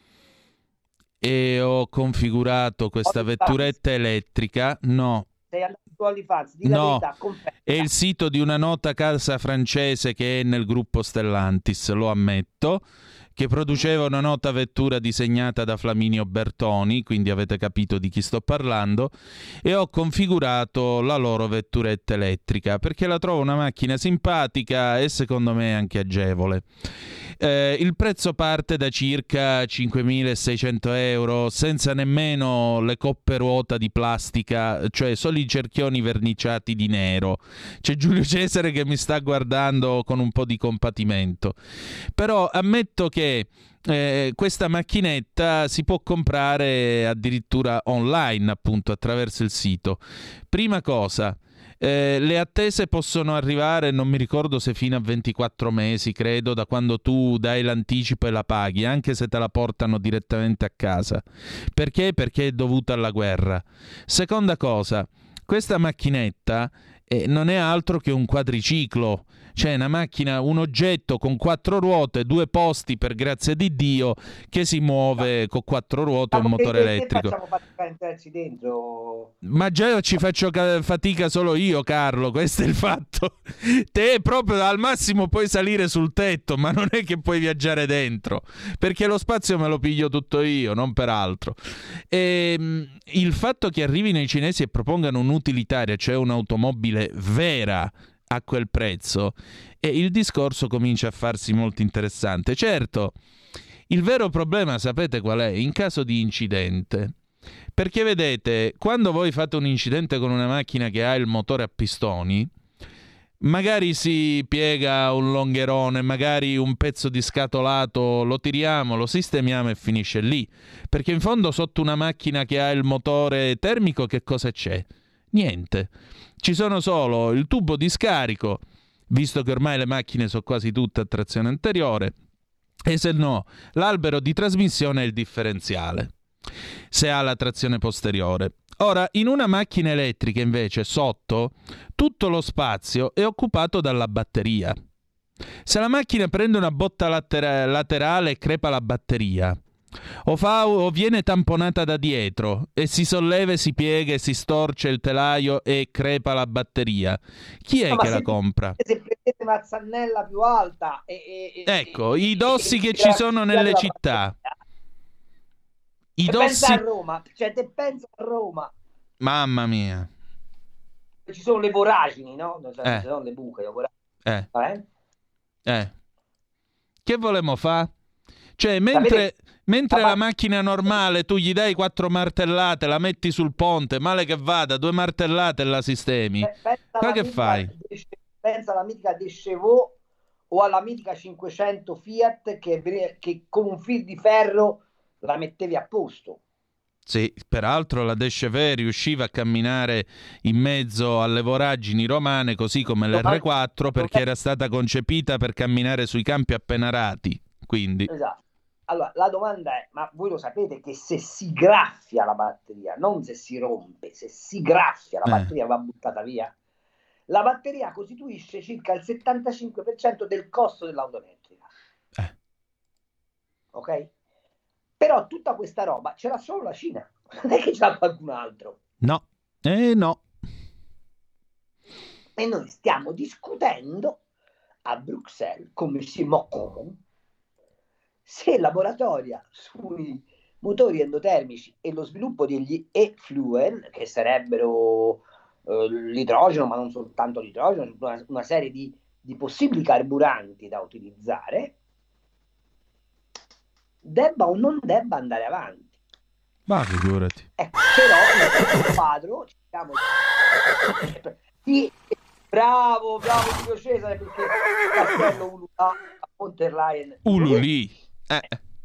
e ho configurato questa vetturetta elettrica. No, Sei andato su OnlyFans, di la no, verità, confessa. è il sito di una nota casa francese che è nel gruppo Stellantis, lo ammetto, che produceva una nota vettura disegnata da Flaminio Bertoni, quindi avete capito di chi sto parlando, e ho configurato la loro vetturetta elettrica perché la trovo una macchina simpatica e secondo me anche agevole. Eh, il prezzo parte da circa cinquemilaseicento euro, senza nemmeno le coppe ruota di plastica, cioè solo i cerchioni verniciati di nero. C'è Giulio Cesare che mi sta guardando con un po' di compatimento. Però ammetto che Eh, questa macchinetta si può comprare addirittura online, appunto, attraverso il sito. Prima cosa, eh, le attese possono arrivare, non mi ricordo se fino a ventiquattro mesi, credo, da quando tu dai l'anticipo e la paghi, anche se te la portano direttamente a casa. Perché? Perché è dovuta alla guerra. Seconda cosa, questa macchinetta eh, non è altro che un quadriciclo. C'è una macchina, un oggetto con quattro ruote, due posti per grazia di Dio, che si muove con quattro ruote e un motore elettrico. Facciamo fatica a entrarci dentro. Ma già ci faccio ca- fatica solo io, Carlo, questo è il fatto. Te proprio al massimo puoi salire sul tetto, ma non è che puoi viaggiare dentro, perché lo spazio me lo piglio tutto io, non per altro. E, il fatto che arrivino i cinesi e propongano un'utilitaria, cioè un'automobile vera, a quel prezzo, e il discorso comincia a farsi molto interessante. Certo, il vero problema sapete qual è? In caso di incidente. Perché vedete, quando voi fate un incidente con una macchina che ha il motore a pistoni, magari si piega un longherone, magari un pezzo di scatolato, lo tiriamo, lo sistemiamo e finisce lì. Perché in fondo sotto una macchina che ha il motore termico che cosa c'è? Niente. Ci sono solo il tubo di scarico, visto che ormai le macchine sono quasi tutte a trazione anteriore, e se no l'albero di trasmissione è il differenziale, se ha la trazione posteriore. Ora, in una macchina elettrica invece sotto tutto lo spazio è occupato dalla batteria. Se la macchina prende una botta latera- laterale e crepa la batteria, O, fa, o viene tamponata da dietro e si solleva e si piega e si storce il telaio e crepa la batteria. Chi è no, che se la compra? Se prendete una zannella più alta e, e, ecco, e, i dossi e, che e, ci sono nelle città. I e dossi... pensa a Roma, cioè te pensa a Roma. Mamma mia. Ci sono le voragini, no? Non so, Eh. se non le buche, le voragini. Eh. Eh? Eh. Che volemo fa? Cioè, mentre, mentre la macchina normale tu gli dai quattro martellate, la metti sul ponte, male che vada, due martellate e la sistemi. Ma che fai? De, pensa alla mitica De Chevaux o alla mitica cinquecento Fiat che, che con un fil di ferro la mettevi a posto. Sì, peraltro la Dechevet riusciva a camminare in mezzo alle voragini romane, così come l'R quattro, perché era stata concepita per camminare sui campi appenarati. Quindi... Esatto. Allora, la domanda è, ma voi lo sapete che se si graffia la batteria, non se si rompe, se si graffia la Eh. batteria va buttata via? La batteria costituisce circa il settantacinque per cento del costo dell'auto elettrica. Eh. Ok? Però tutta questa roba ce l'ha solo la Cina, non è che ce l'ha qualcun altro. No, eh no. E noi stiamo discutendo a Bruxelles con Monsieur Macron se la moratoria sui motori endotermici e lo sviluppo degli e-fuel, che sarebbero eh, l'idrogeno, ma non soltanto l'idrogeno, una, una serie di, di possibili carburanti da utilizzare, debba o non debba andare avanti. Ma figurati. Ecco, però in questo quadro ci siamo... Sì, bravo, bravo Giulio Cesare, perché Castello Ululà a von der Leyen Ululì. Eh.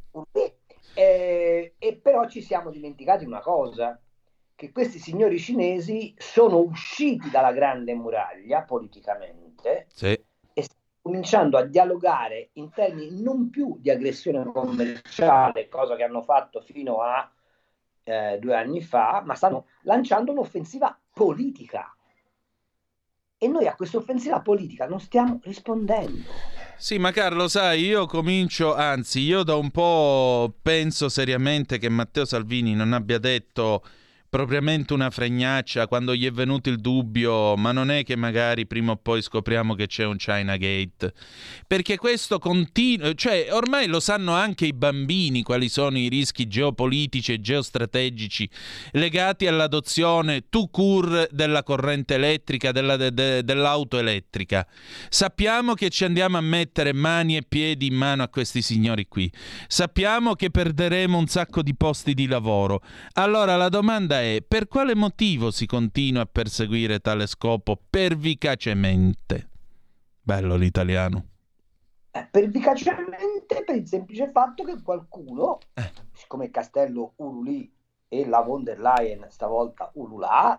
Eh, e però ci siamo dimenticati una cosa, che questi signori cinesi sono usciti dalla grande muraglia politicamente, sì, e stanno cominciando a dialogare in termini non più di aggressione commerciale, cosa che hanno fatto fino a eh, due anni fa, ma stanno lanciando un'offensiva politica. E noi a questa offensiva politica non stiamo rispondendo. Sì, ma Carlo, sai, io comincio, anzi, io da un po' penso seriamente che Matteo Salvini non abbia detto propriamente una fregnaccia quando gli è venuto il dubbio, ma non è che magari prima o poi scopriamo che c'è un China Gate, perché questo continua, cioè ormai lo sanno anche i bambini quali sono i rischi geopolitici e geostrategici legati all'adozione tout court della corrente elettrica, della, de, de, dell'auto elettrica. Sappiamo che ci andiamo a mettere mani e piedi in mano a questi signori qui, sappiamo che perderemo un sacco di posti di lavoro. Allora la domanda è: per quale motivo si continua a perseguire tale scopo pervicacemente? Bello l'italiano. Eh, pervicacemente per il semplice fatto che qualcuno, eh. siccome Castello Ululì e la von der Leyen stavolta ululà,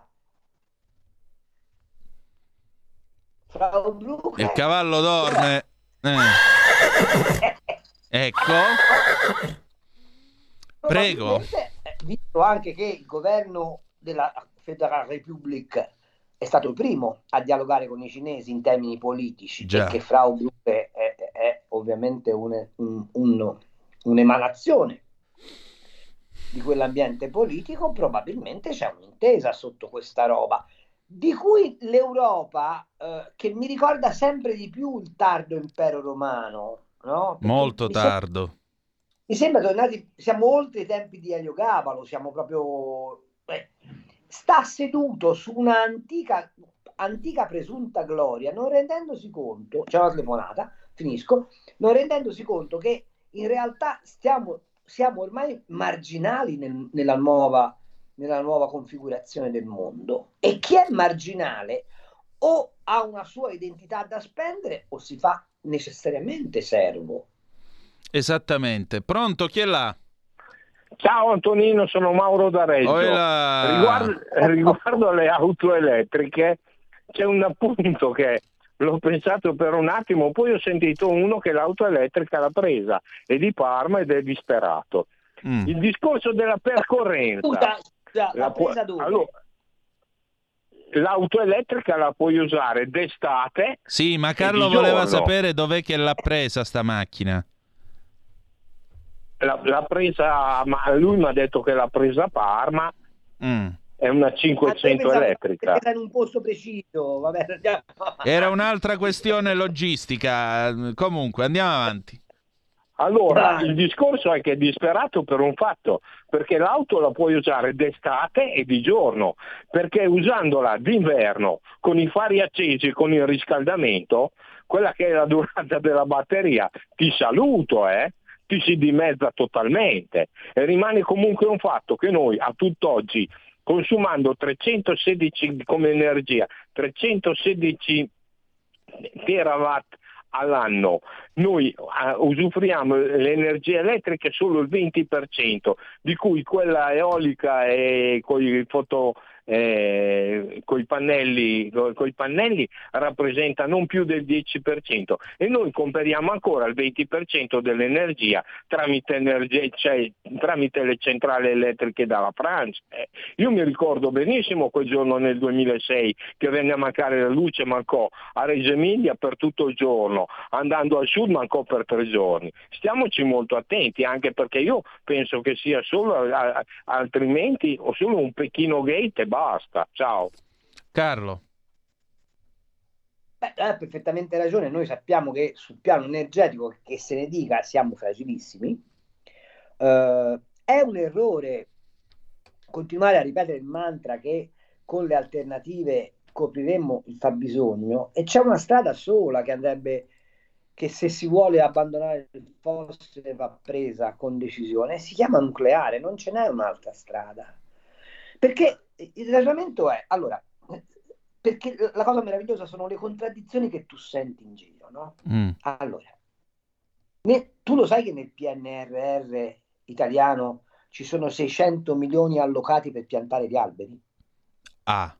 Frau Bruch, il cavallo dorme. Eh. Ecco. Prego. Visto anche che il governo della Federal Republic è stato il primo a dialogare con i cinesi in termini politici, Già. perché Frau Bruch è, è, è ovviamente un, un, un, un'emanazione di quell'ambiente politico, probabilmente c'è un'intesa sotto questa roba, di cui l'Europa, eh, che mi ricorda sempre di più il tardo impero romano, no? Molto tardo. Sembra... Mi sembra tornati, siamo oltre i tempi di Eliogabalo, siamo proprio... Eh, sta seduto su una antica, antica presunta gloria, non rendendosi conto, c'è una telefonata, finisco, non rendendosi conto che in realtà stiamo, siamo ormai marginali nel, nella, nuova, nella nuova configurazione del mondo. E chi è marginale o ha una sua identità da spendere o si fa necessariamente servo. Esattamente. Pronto, chi è là? Ciao Antonino, sono Mauro da Reggio. Oela. Riguardo, riguardo alle auto elettriche c'è un appunto che l'ho pensato per un attimo, poi ho sentito uno che l'auto elettrica l'ha presa, è di Parma ed è disperato. Mm. Il discorso della percorrenza. Scusa, scusa, la l'ha presa pu- dove? allora, l'auto elettrica la puoi usare d'estate. Sì, ma Carlo voleva sapere dov'è che l'ha presa sta macchina. la, la presa, ma lui mi ha detto che la presa Parma mm. è una cinquecento elettrica. Era in un posto preciso, vabbè. Era un'altra questione logistica. Comunque, andiamo avanti. Allora, il discorso è che è disperato per un fatto, perché l'auto la puoi usare d'estate e di giorno, perché usandola d'inverno con i fari accesi, con il riscaldamento, quella che è la durata della batteria, ti saluto, eh? Ti si dimezza totalmente, e rimane comunque un fatto che noi a tutt'oggi, consumando trecentosedici come energia, trecentosedici terawatt all'anno, noi uh, usufruiamo l'energia elettrica solo il venti per cento, di cui quella eolica e coi foto eh, coi pannelli coi pannelli rappresenta non più del dieci per cento, e noi compriamo ancora il venti per cento dell'energia tramite energia, cioè tramite le centrali elettriche dalla Francia. Eh, io mi ricordo benissimo quel giorno nel duemilasei che venne a mancare la luce, mancò a Reggio Emilia per tutto il giorno, andando al sud mancò per tre giorni. Stiamoci molto attenti, anche perché io penso che sia solo a, a, altrimenti o solo un Pechino Gate e basta. Ciao. Carlo. Beh, hai perfettamente ragione, noi sappiamo che sul piano energetico, che se ne dica, siamo fragilissimi. Uh, è un errore continuare a ripetere il mantra che con le alternative copriremmo il fabbisogno, e c'è una strada sola che andrebbe, che se si vuole abbandonare il fossile va presa con decisione, si chiama nucleare, non ce n'è un'altra strada. Perché il ragionamento è, allora, perché la cosa meravigliosa sono le contraddizioni che tu senti in giro, no? Mm. Allora, ne, tu lo sai che nel P N R R italiano ci sono seicento milioni allocati per piantare gli alberi? Ah.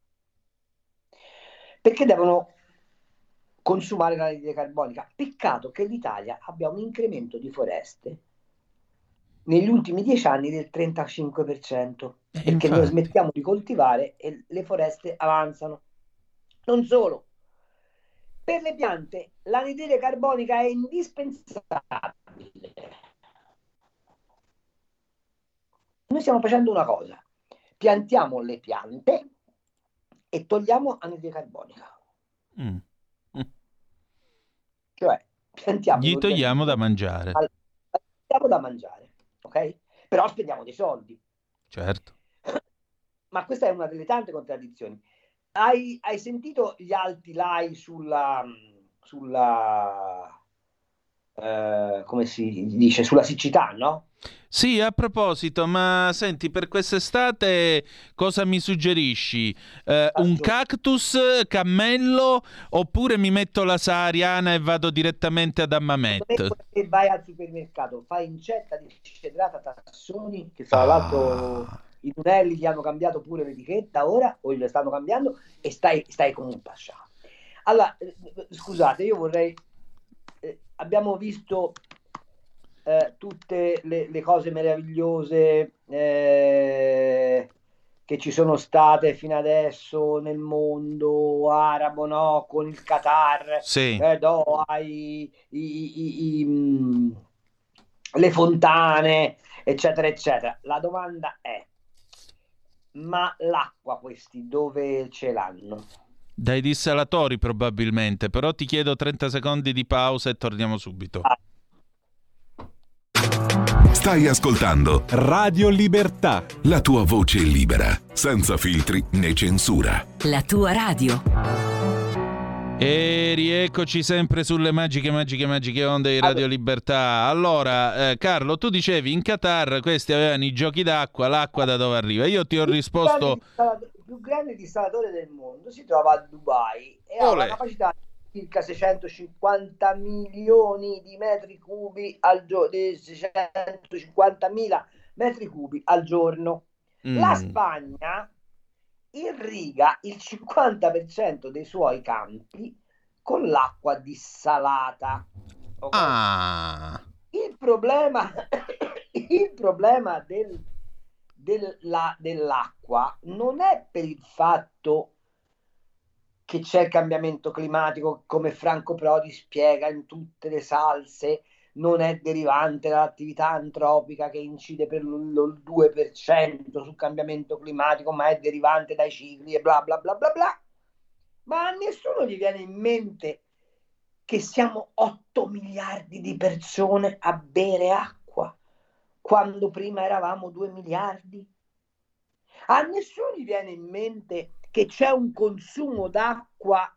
Perché devono consumare l'anidride carbonica. Peccato che l'Italia abbia un incremento di foreste negli ultimi dieci anni del trentacinque per cento, eh, perché infatti. Noi smettiamo di coltivare e le foreste avanzano. Non solo, per le piante l'anidride carbonica è indispensabile. Noi stiamo facendo una cosa: piantiamo le piante e togliamo anidride carbonica. Mm. Mm. Cioè, piantiamo... Gli togliamo da mangiare. Togliamo da mangiare, ok? Però spendiamo dei soldi. Certo. Ma questa è una delle tante contraddizioni. Hai, hai sentito gli alti lai sulla... sulla eh, come si dice? Sulla siccità, no? Sì, a proposito, ma senti, per quest'estate cosa mi suggerisci? Eh, un cactus, cammello, oppure mi metto la sahariana e vado direttamente ad Hammamet? Se vai al supermercato, fai incetta di cedrata tassoni, che tra l'altro ah. i tunelli gli hanno cambiato pure l'etichetta ora, o le stanno cambiando, e stai, stai con un pascià. Allora, eh, scusate, io vorrei... Eh, abbiamo visto... Eh, tutte le, le cose meravigliose eh, che ci sono state fino adesso nel mondo arabo, no? Con il Qatar, sì. eh, Doha, i, i, i, i, mh, le fontane, eccetera, eccetera. La domanda è: ma l'acqua questi dove ce l'hanno? Dai dissalatori probabilmente, però ti chiedo trenta secondi di pausa e torniamo subito. Ah. Stai ascoltando Radio Libertà, la tua voce libera, senza filtri né censura. La tua radio. E rieccoci sempre sulle magiche, magiche, magiche onde di Radio Libertà. Allora, eh, Carlo, tu dicevi in Qatar questi avevano i giochi d'acqua, l'acqua da dove arriva? Io ti ho risposto... Il più grande dissalatore del mondo si trova a Dubai e ha una capacità circa seicentocinquanta milioni di metri cubi al giorno, seicentocinquantamila metri cubi al giorno. Mm. La Spagna irriga il cinquanta per cento dei suoi campi con l'acqua dissalata. Okay? Ah. Il problema, il problema del, del, la, dell'acqua non è per il fatto che c'è il cambiamento climatico, come Franco Prodi spiega in tutte le salse, non è derivante dall'attività antropica che incide per il due per cento sul cambiamento climatico, ma è derivante dai cicli e bla bla bla bla bla. Ma a nessuno gli viene in mente che siamo otto miliardi di persone a bere acqua, quando prima eravamo due miliardi. A nessuno gli viene in mente che c'è un consumo d'acqua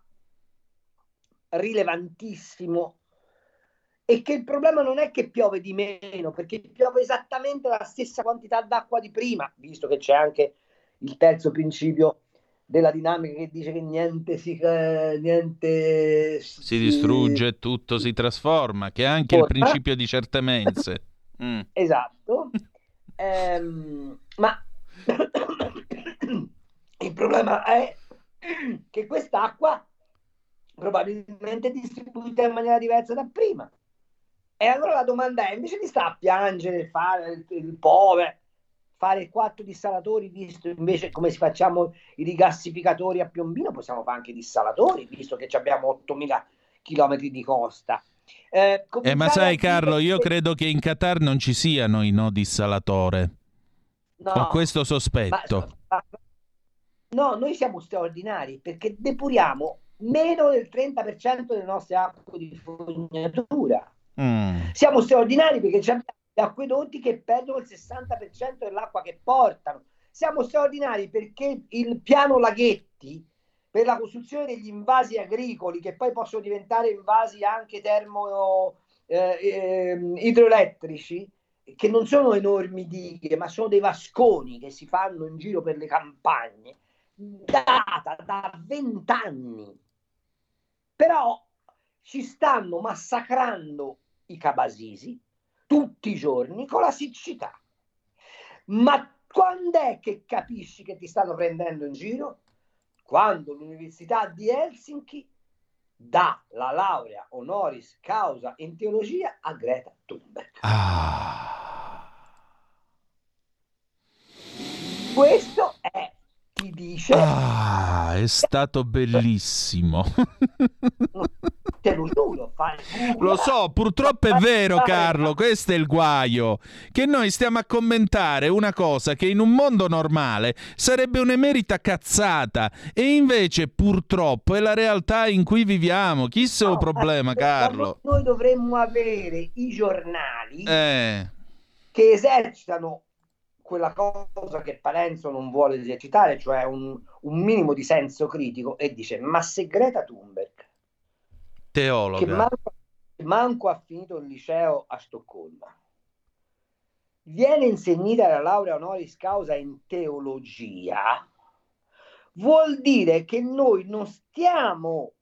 rilevantissimo e che il problema non è che piove di meno, perché piove esattamente la stessa quantità d'acqua di prima, visto che c'è anche il terzo principio della dinamica che dice che niente si, eh, niente si, si distrugge, tutto si trasforma, che è anche forma. Il principio di certe mense. Mm. Esatto. ehm, ma il problema è che quest'acqua probabilmente è distribuita in maniera diversa da prima. E allora la domanda è, invece di stare a piangere, fare il, il povero, fare quattro dissalatori, visto invece come si facciamo i rigassificatori a Piombino, possiamo fare anche dissalatori, visto che abbiamo ottomila chilometri di costa. Eh, eh, ma sai Carlo, io credo che in Qatar non ci siano i no dissalatore. No, ho questo sospetto. Ma, no, noi siamo straordinari perché depuriamo meno del trenta per cento delle nostre acque di fognatura. Mm. Siamo straordinari perché abbiamo gli acquedotti che perdono il sessanta per cento dell'acqua che portano. Siamo straordinari perché il piano Laghetti per la costruzione degli invasi agricoli, che poi possono diventare invasi anche termo eh, eh, idroelettrici, che non sono enormi dighe, ma sono dei vasconi che si fanno in giro per le campagne, data da vent'anni. Però ci stanno massacrando i cabasisi tutti i giorni con la siccità. Ma quando è che capisci che ti stanno prendendo in giro? Quando l'Università di Helsinki dà la laurea honoris causa in teologia a Greta Thunberg. Ah. Questo è, ti dice... Ah, è stato bellissimo. Te lo giuro, fai... Lo so, purtroppo è vero Carlo, questo è il guaio, che noi stiamo a commentare una cosa che in un mondo normale sarebbe un'emerita cazzata e invece purtroppo è la realtà in cui viviamo. Chi se no, il problema, eh, Carlo? Noi dovremmo avere i giornali eh. che esercitano quella cosa che Parenzo non vuole esercitare, cioè un, un minimo di senso critico, e dice: ma se Greta Thunberg, teologa, che manco, manco ha finito il liceo a Stoccolma, viene insegnita la laurea honoris causa in teologia, vuol dire che noi non stiamo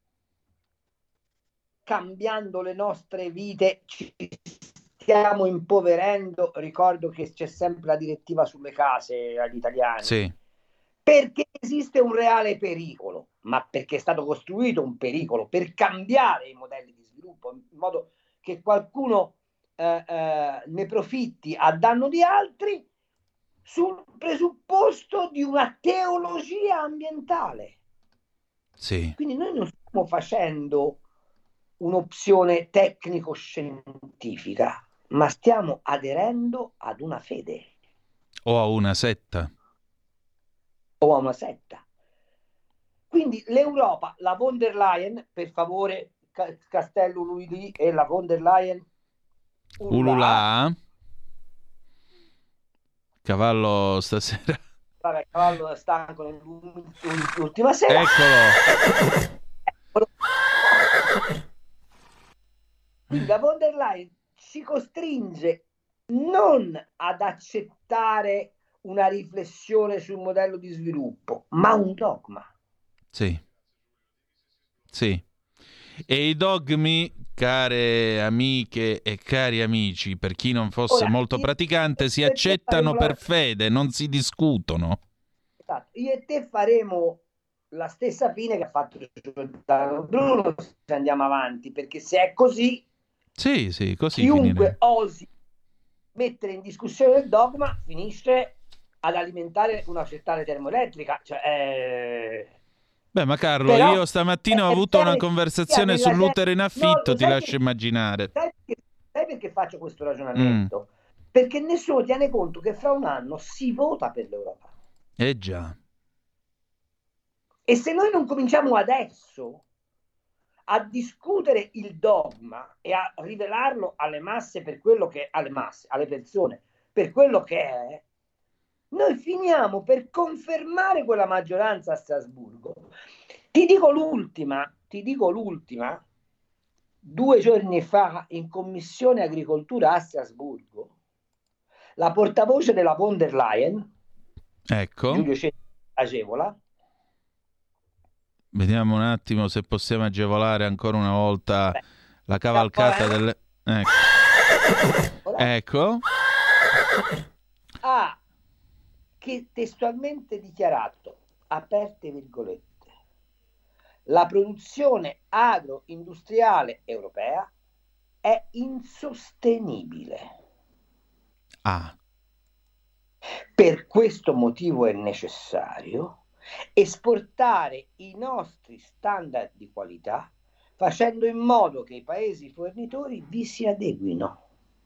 cambiando le nostre vite, ci stiamo impoverendo. Ricordo che c'è sempre la direttiva sulle case agli italiani. Sì. Perché esiste un reale pericolo, ma perché è stato costruito un pericolo per cambiare i modelli di sviluppo in modo che qualcuno eh, eh, ne profitti a danno di altri, sul presupposto di una teologia ambientale. Sì. Quindi noi non stiamo facendo un'opzione tecnico-scientifica, ma stiamo aderendo ad una fede. O a una setta. O a una setta. Quindi l'Europa, la von der Leyen, per favore, Castello Luigi e la von der Leyen, ulula. Cavallo stasera. Vabbè, cavallo stanco nell'ultima sera. Eccolo. Eccolo. Quindi la von der Leyen ci costringe non ad accettare una riflessione sul modello di sviluppo, ma un dogma. Sì. Sì. E i dogmi, care amiche e cari amici, per chi non fosse Ora, molto praticante, si accettano per fede, non si discutono. Esatto. Io e te faremo la stessa fine che ha fatto Giordano Bruno se andiamo avanti, perché se è così, sì, sì, così chiunque finire. osi mettere in discussione il dogma finisce ad alimentare una centrale termoelettrica. Cioè, eh... Beh, ma Carlo, Però, io stamattina ho avuto una conversazione sull'utero in affitto, no, ti lascio che, immaginare. Sai perché, sai perché faccio questo ragionamento? Mm. Perché nessuno tiene conto che fra un anno si vota per l'Europa. Eh già. E se noi non cominciamo adesso a discutere il dogma e a rivelarlo alle masse per quello che alle masse, alle persone, per quello che è, noi finiamo per confermare quella maggioranza a Strasburgo. Ti dico l'ultima, ti dico l'ultima, due giorni fa in Commissione Agricoltura a Strasburgo, la portavoce della von der Leyen, ecco, Giulio Cesare Agevola. Vediamo un attimo se possiamo agevolare ancora una volta Beh, la cavalcata eh. delle... Ecco. ecco. Ha che testualmente dichiarato, aperte virgolette, la produzione agroindustriale europea è insostenibile. Ah. Per questo motivo è necessario esportare i nostri standard di qualità facendo in modo che i paesi fornitori vi si adeguino.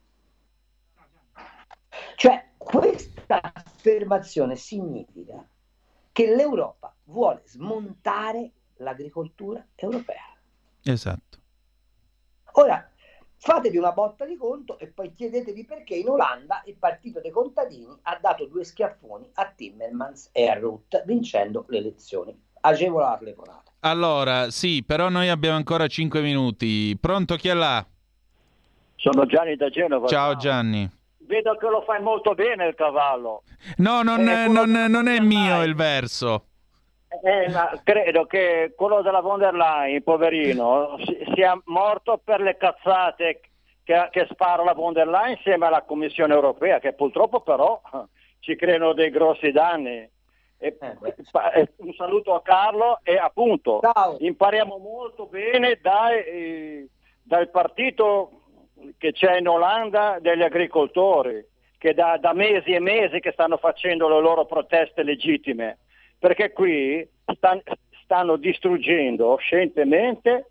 Cioè, questa affermazione significa che l'Europa vuole smontare l'agricoltura europea. Esatto. Ora, fatevi una botta di conto e poi chiedetevi perché in Olanda il partito dei contadini ha dato due schiaffoni a Timmermans e a Rutte vincendo le elezioni. Agevola la telefonata. Allora, sì, però noi abbiamo ancora cinque minuti. Pronto, chi è là? Sono Gianni da Genova. Ciao Gianni. Vedo che lo fai molto bene il cavallo. No, non, eh, non, non è mio il verso. Eh, ma credo che quello della von der Leyen, poverino, sia morto per le cazzate che, che spara la von der Leyen insieme alla Commissione Europea, che purtroppo però ci creano dei grossi danni. E, eh, un saluto a Carlo e appunto Ciao. Impariamo molto bene dai, dal partito che c'è in Olanda degli agricoltori, che da, da mesi e mesi che stanno facendo le loro proteste legittime. Perché qui stan, stanno distruggendo scientemente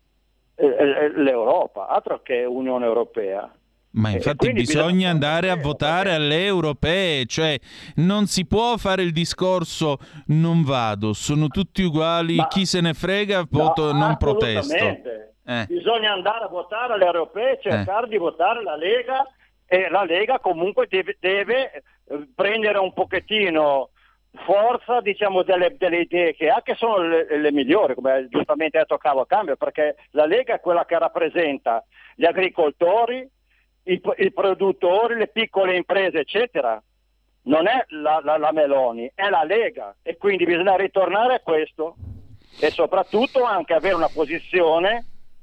eh, l'Europa, altro che Unione Europea. Ma infatti bisogna, bisogna andare a votare alle europee, cioè non si può fare il discorso non vado, sono tutti uguali, Ma, chi se ne frega, voto, no, non protesto. Eh. Bisogna andare a votare alle europee, cercare eh. di votare la Lega, e la Lega comunque deve, deve prendere un pochettino forza, diciamo, delle, delle idee che ha, che sono le, le migliori, come giustamente ha detto Carlo Cambio, perché la Lega è quella che rappresenta gli agricoltori, i, i produttori, le piccole imprese, eccetera. Non è la, la, la Meloni, è la Lega, e quindi bisogna ritornare a questo e soprattutto anche avere una posizione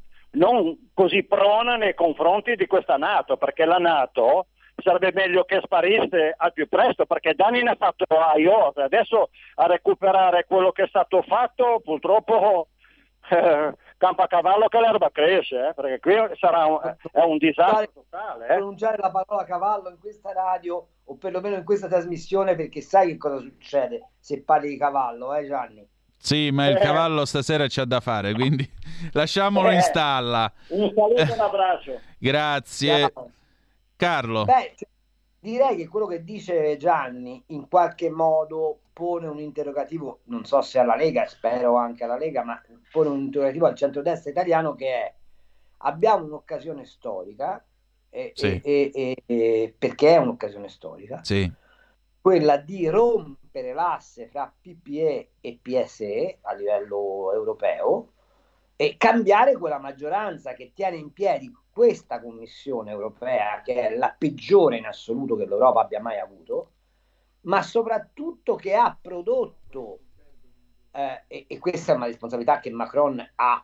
non così prona nei confronti di questa NATO, perché la NATO sarebbe meglio che sparisse al più presto, perché danni ne ha fatto a Ios, adesso a recuperare quello che è stato fatto purtroppo eh, campa a cavallo che l'erba cresce, eh, perché qui sarà un, è un disastro totale. Eh. Pronunciare la parola cavallo in questa radio o perlomeno in questa trasmissione, perché sai che cosa succede se parli di cavallo, eh Gianni? Sì, ma il eh. cavallo stasera c'ha da fare, quindi lasciamolo eh. in stalla. Un saluto e un abbraccio. Grazie. Ciao. Carlo. Beh, cioè, direi che quello che dice Gianni in qualche modo pone un interrogativo, non so se alla Lega, spero anche alla Lega, ma pone un interrogativo al centrodestra italiano, che è: abbiamo un'occasione storica, e, sì. e, e, e, perché è un'occasione storica, sì. quella di rompere l'asse fra P P E e P S E a livello europeo e cambiare quella maggioranza che tiene in piedi questa Commissione europea, che è la peggiore in assoluto che l'Europa abbia mai avuto, ma soprattutto che ha prodotto, eh, e, e questa è una responsabilità che Macron ha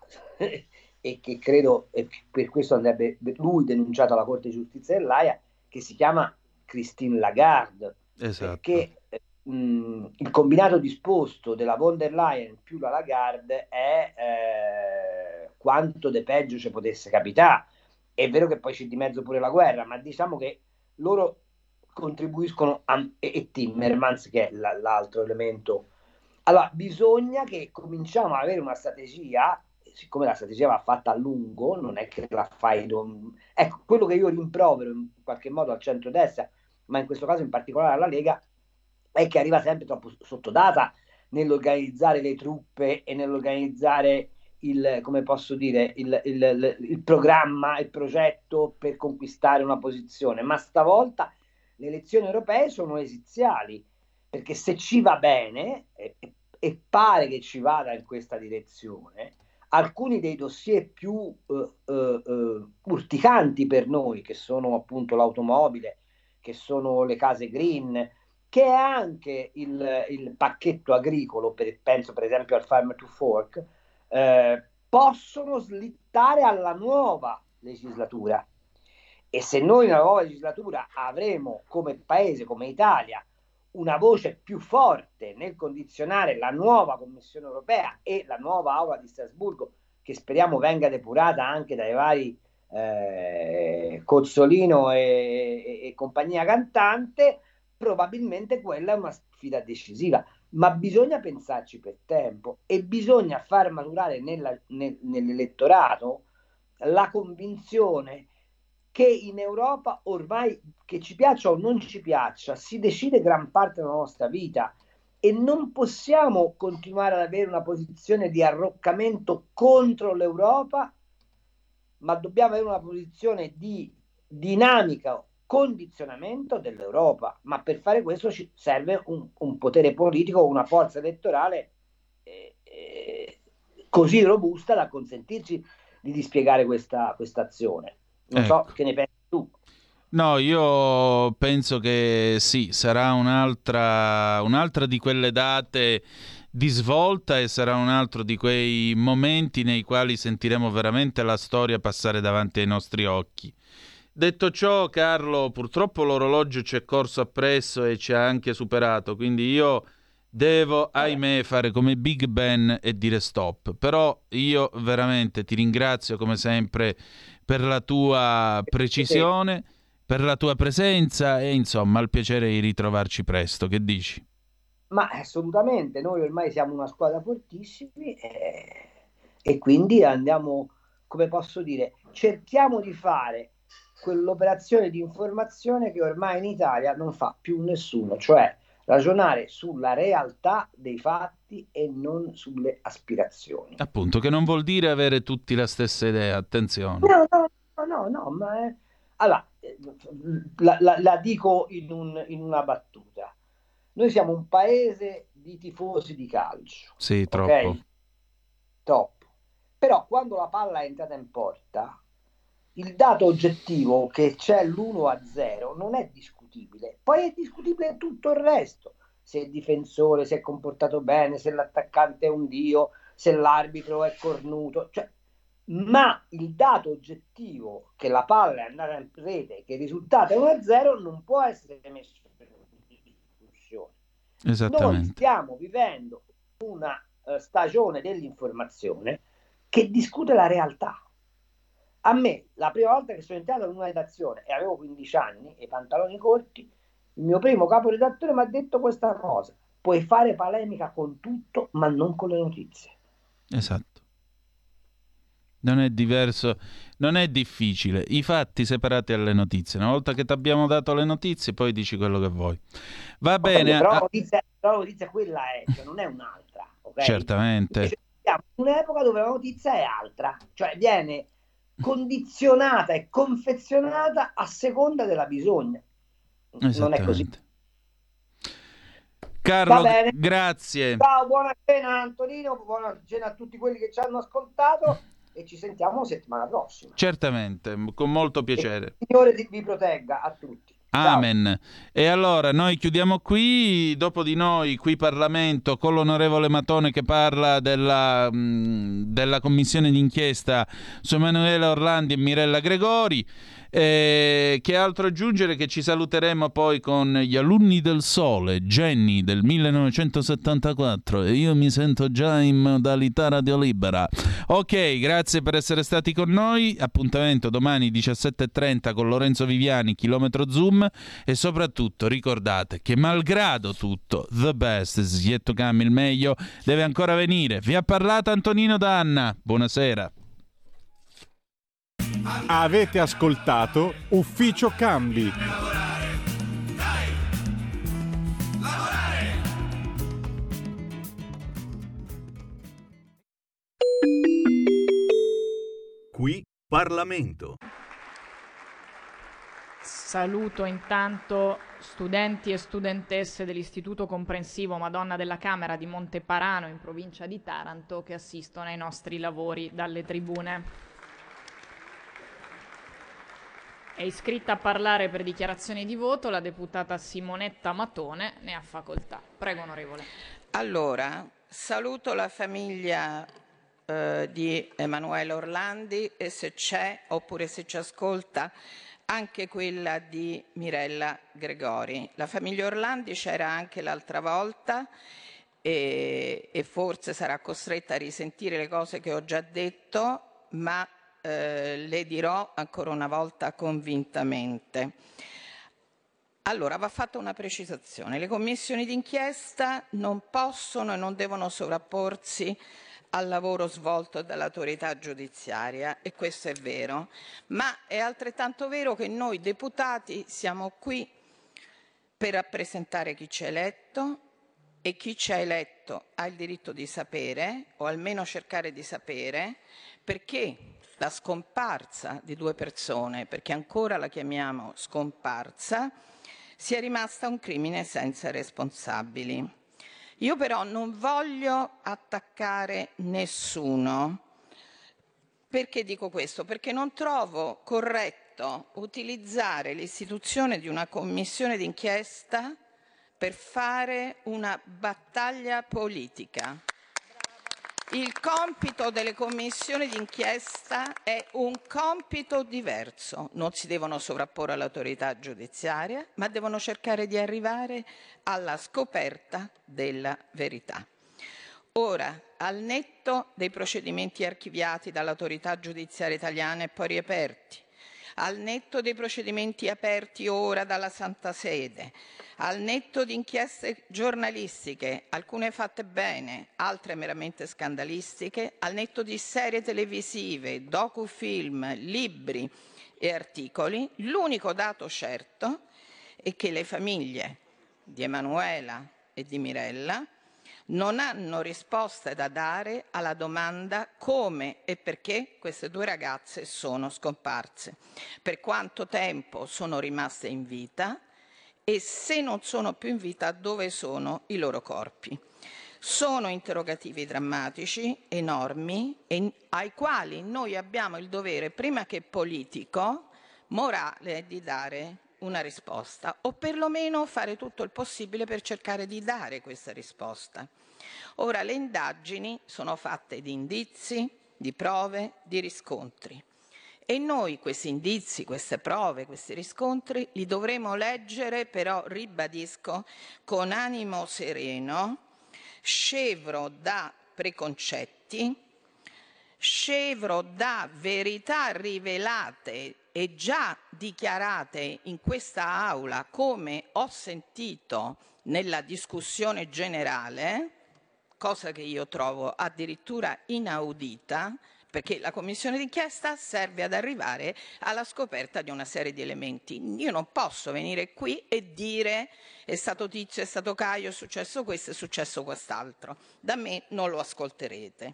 e che credo, e per questo andrebbe lui denunciato alla Corte di Giustizia dell'Aia, che si chiama Christine Lagarde. Esatto. Perché mh, il combinato disposto della von der Leyen più la Lagarde è eh, quanto de peggio ci potesse capitare. È vero che poi c'è di mezzo pure la guerra, ma diciamo che loro contribuiscono a, e, e Timmermans, che è la, l'altro elemento. Allora bisogna che cominciamo ad avere una strategia siccome la strategia va fatta a lungo, non è che la fai... Don... Ecco, quello che io rimprovero in qualche modo al centrodestra, ma in questo caso in particolare alla Lega, è che arriva sempre troppo sottodata nell'organizzare le truppe e nell'organizzare il, come posso dire, il, il, il, il programma, il progetto per conquistare una posizione. Ma stavolta le elezioni europee sono esiziali, perché se ci va bene, e, e pare che ci vada in questa direzione, alcuni dei dossier più uh, uh, uh, urticanti per noi, che sono appunto l'automobile, che sono le case green, che è anche il, il pacchetto agricolo, per, penso per esempio al Farm to Fork, eh, possono slittare alla nuova legislatura. E se noi nella nuova legislatura avremo come paese, come Italia, una voce più forte nel condizionare la nuova Commissione europea e la nuova Aula di Strasburgo, che speriamo venga depurata anche dai vari eh, Cozzolino e, e, e compagnia cantante, probabilmente quella è una sfida decisiva. Ma bisogna pensarci per tempo e bisogna far maturare nella, nel, nell'elettorato la convinzione che in Europa ormai, che ci piaccia o non ci piaccia, si decide gran parte della nostra vita e non possiamo continuare ad avere una posizione di arroccamento contro l'Europa, ma dobbiamo avere una posizione di dinamica condizionamento dell'Europa. Ma per fare questo ci serve un, un potere politico, una forza elettorale eh, eh, così robusta da consentirci di dispiegare questa azione. Non ecco. so che ne pensi tu. No, io penso che sì, sarà un'altra, un'altra di quelle date di svolta e sarà un altro di quei momenti nei quali sentiremo veramente la storia passare davanti ai nostri occhi. Detto ciò, Carlo, purtroppo l'orologio ci è corso appresso e ci ha anche superato, quindi io devo, ahimè, fare come Big Ben e dire stop. Però io veramente ti ringrazio come sempre per la tua precisione, per la tua presenza e insomma al piacere di ritrovarci presto. Che dici? Ma assolutamente, noi ormai siamo una squadra fortissimi e, e quindi andiamo, come posso dire, cerchiamo di fare quell'operazione di informazione che ormai in Italia non fa più nessuno, cioè ragionare sulla realtà dei fatti e non sulle aspirazioni. Appunto, che non vuol dire avere tutti la stessa idea, attenzione. No, no, no, no, no ma è... allora, la, la, la dico in, un, in una battuta. Noi siamo un paese di tifosi di calcio. Sì, troppo. Okay? Troppo. Però quando la palla è entrata in porta, il dato oggettivo che c'è l'uno a zero non è discutibile. Poi è discutibile tutto il resto. Se il difensore si è comportato bene, se l'attaccante è un dio, se l'arbitro è cornuto. Cioè, ma il dato oggettivo che la palla è andata in rete, che il risultato è uno a zero, non può essere messo in discussione. Esattamente. Noi stiamo vivendo una uh, stagione dell'informazione che discute la realtà. A me, la prima volta che sono entrato in una redazione e avevo quindici anni e i pantaloni corti, il mio primo caporedattore mi ha detto questa cosa: puoi fare polemica con tutto, ma non con le notizie. Esatto. Non è diverso, non è difficile. I fatti separati dalle notizie. Una volta che ti abbiamo dato le notizie, poi dici quello che vuoi. Va bene. Però la notizia, però la notizia quella è, cioè non è un'altra. Okay? Certamente. Invece siamo in un'epoca dove la notizia è altra, cioè viene condizionata e confezionata a seconda della bisogna. Non è così. Carlo, grazie. Ciao, buona cena Antonino, buona cena a tutti quelli che ci hanno ascoltato e ci sentiamo settimana prossima. Certamente, con molto piacere. Il Signore vi protegga a tutti. Amen. Ciao. E allora noi chiudiamo qui, dopo di noi qui Parlamento con l'onorevole Matone che parla della, mh, della commissione d'inchiesta su Emanuele Orlandi e Mirella Gregori. Eh, che altro aggiungere? Che ci saluteremo poi con gli alunni del Sole, Jenny del millenovecentosettantaquattro, e io mi sento già in modalità radio libera. Ok, grazie per essere stati con noi. Appuntamento domani diciassette e trenta con Lorenzo Viviani, Chilometro Zoom, e soprattutto ricordate che malgrado tutto, the best is yet to come, il meglio deve ancora venire. Vi ha parlato Antonino Danna. Buonasera. Avete ascoltato Ufficio Cambi. Qui Parlamento. Saluto intanto studenti e studentesse dell'Istituto Comprensivo Madonna della Camera di Monteparano, in provincia di Taranto, che assistono ai nostri lavori dalle tribune. È iscritta a parlare per dichiarazioni di voto la deputata Simonetta Matone, ne ha facoltà. Prego, onorevole. Allora, saluto la famiglia eh, di Emanuele Orlandi e, se c'è, oppure se ci ascolta, anche quella di Mirella Gregori. La famiglia Orlandi c'era anche l'altra volta e, e forse sarà costretta a risentire le cose che ho già detto, ma eh, le dirò ancora una volta convintamente. Allora, va fatta una precisazione. Le commissioni d'inchiesta non possono e non devono sovrapporsi al lavoro svolto dall'autorità giudiziaria, e questo è vero, ma è altrettanto vero che noi deputati siamo qui per rappresentare chi ci ha eletto, e chi ci ha eletto ha il diritto di sapere, o almeno cercare di sapere, perché la scomparsa di due persone, perché ancora la chiamiamo scomparsa, sia rimasta un crimine senza responsabili. Io però non voglio attaccare nessuno. Perché dico questo? Perché non trovo corretto utilizzare l'istituzione di una commissione d'inchiesta per fare una battaglia politica. Il compito delle commissioni d'inchiesta è un compito diverso. Non si devono sovrapporre all'autorità giudiziaria, ma devono cercare di arrivare alla scoperta della verità. Ora, al netto dei procedimenti archiviati dall'autorità giudiziaria italiana e poi riaperti, al netto dei procedimenti aperti ora dalla Santa Sede, al netto di inchieste giornalistiche, alcune fatte bene, altre meramente scandalistiche, al netto di serie televisive, docufilm, libri e articoli, l'unico dato certo è che le famiglie di Emanuela e di Mirella non hanno risposte da dare alla domanda come e perché queste due ragazze sono scomparse, per quanto tempo sono rimaste in vita e, se non sono più in vita, dove sono i loro corpi. Sono interrogativi drammatici, enormi, e ai quali noi abbiamo il dovere, prima che politico, morale, di dare una risposta, o perlomeno fare tutto il possibile per cercare di dare questa risposta. Ora, le indagini sono fatte di indizi, di prove, di riscontri, e noi questi indizi, queste prove, questi riscontri li dovremo leggere, però ribadisco, con animo sereno, scevro da preconcetti, scevro da verità rivelate e già dichiarate in questa aula, come ho sentito nella discussione generale, cosa che io trovo addirittura inaudita, perché la commissione d'inchiesta serve ad arrivare alla scoperta di una serie di elementi. Io non posso venire qui e dire è stato Tizio, è stato Caio, è successo questo, è successo quest'altro. Da me non lo ascolterete.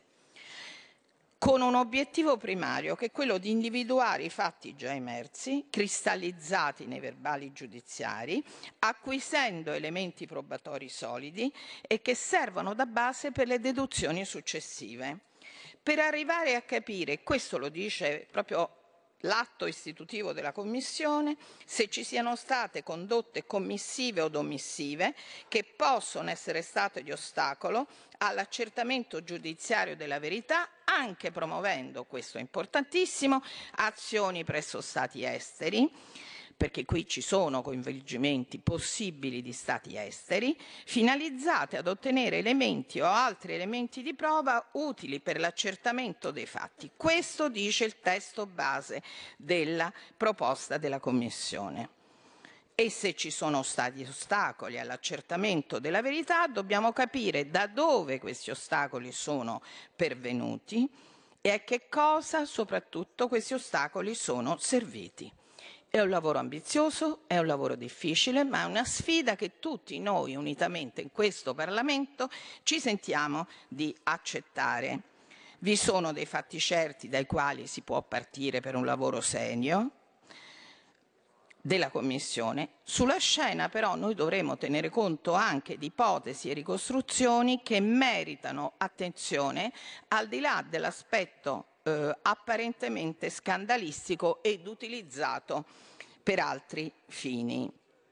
Con un obiettivo primario, che è quello di individuare i fatti già emersi, cristallizzati nei verbali giudiziari, acquisendo elementi probatori solidi e che servono da base per le deduzioni successive. Per arrivare a capire, questo lo dice proprio l'atto istitutivo della Commissione, se ci siano state condotte commissive o omissive che possono essere state di ostacolo all'accertamento giudiziario della verità, anche promuovendo, questo è importantissimo, azioni presso Stati esteri, perché qui ci sono coinvolgimenti possibili di Stati esteri, finalizzate ad ottenere elementi o altri elementi di prova utili per l'accertamento dei fatti. Questo dice il testo base della proposta della Commissione. E se ci sono stati ostacoli all'accertamento della verità, dobbiamo capire da dove questi ostacoli sono pervenuti e a che cosa, soprattutto, questi ostacoli sono serviti. È un lavoro ambizioso, è un lavoro difficile, ma è una sfida che tutti noi unitamente in questo Parlamento ci sentiamo di accettare. Vi sono dei fatti certi dai quali si può partire per un lavoro serio della Commissione. Sulla scena però noi dovremo tenere conto anche di ipotesi e ricostruzioni che meritano attenzione al di là dell'aspetto Eh, apparentemente scandalistico ed utilizzato per altri fini.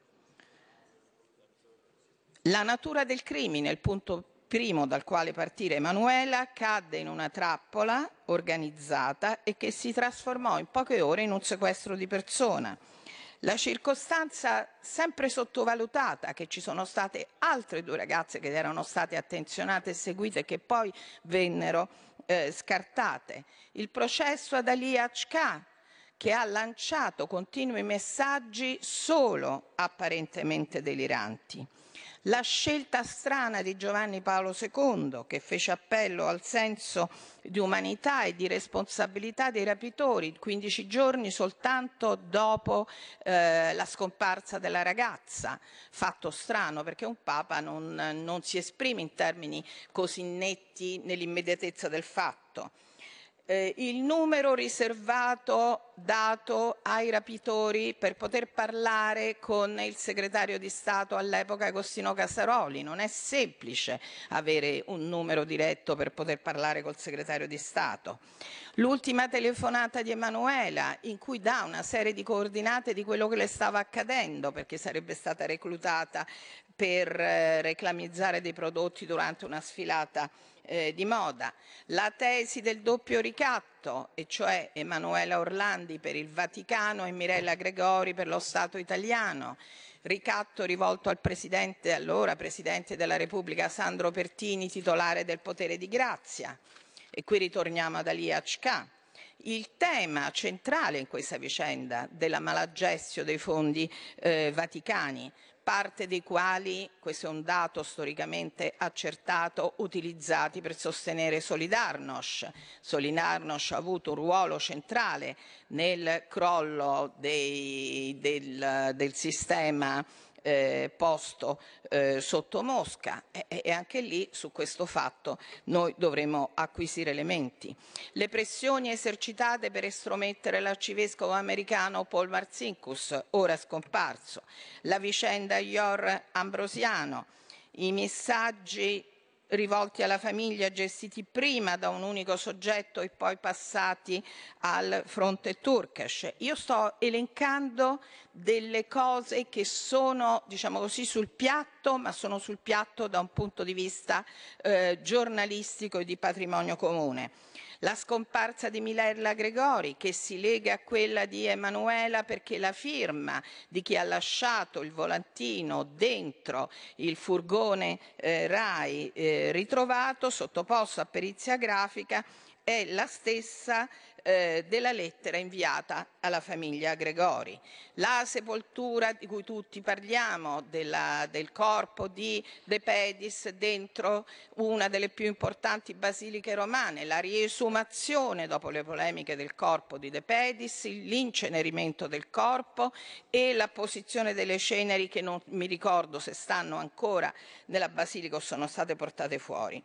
La natura del crimine, il punto primo dal quale partire Emanuela, cadde in una trappola organizzata e che si trasformò in poche ore in un sequestro di persona. La circostanza sempre sottovalutata che ci sono state altre due ragazze che erano state attenzionate e seguite e che poi vennero eh, scartate. Il processo ad Ali Hk, che ha lanciato continui messaggi solo apparentemente deliranti. La scelta strana di Giovanni Paolo secondo, che fece appello al senso di umanità e di responsabilità dei rapitori, quindici giorni soltanto dopo eh, la scomparsa della ragazza. Fatto strano, perché un Papa non, non si esprime in termini così netti nell'immediatezza del fatto. Eh, il numero riservato dato ai rapitori per poter parlare con il segretario di Stato all'epoca Agostino Casaroli. Non è semplice avere un numero diretto per poter parlare col segretario di Stato. L'ultima telefonata di Emanuela, in cui dà una serie di coordinate di quello che le stava accadendo, perché sarebbe stata reclutata per eh, reclamizzare dei prodotti durante una sfilata Eh, di moda. La tesi del doppio ricatto, e cioè Emanuela Orlandi per il Vaticano e Mirella Gregori per lo Stato italiano, ricatto rivolto al presidente, allora Presidente della Repubblica Sandro Pertini, titolare del potere di grazia. E qui ritorniamo ad Ali Hk. Il tema centrale in questa vicenda della malagestio dei fondi eh, vaticani, parte dei quali, questo è un dato storicamente accertato, utilizzati per sostenere Solidarnosc. Solidarnosc ha avuto un ruolo centrale nel crollo dei, del, del sistema eh, posto eh, sotto Mosca e, e anche lì su questo fatto noi dovremo acquisire elementi. Le pressioni esercitate per estromettere l'arcivescovo americano Paul Marcinkus, ora scomparso, la vicenda Ior Ambrosiano, i messaggi rivolti alla famiglia gestiti prima da un unico soggetto e poi passati al fronte Turkish. Io sto elencando delle cose che sono, diciamo così, sul piatto, ma sono sul piatto da un punto di vista eh, giornalistico e di patrimonio comune. La scomparsa di Mirella Gregori, che si lega a quella di Emanuela perché la firma di chi ha lasciato il volantino dentro il furgone eh, RAI eh, ritrovato, sottoposto a perizia grafica, è la stessa eh, della lettera inviata alla famiglia Gregori. La sepoltura di cui tutti parliamo, della, del corpo di De Pedis dentro una delle più importanti basiliche romane, la riesumazione dopo le polemiche del corpo di De Pedis, l'incenerimento del corpo e la posizione delle ceneri che non mi ricordo se stanno ancora nella basilica o sono state portate fuori.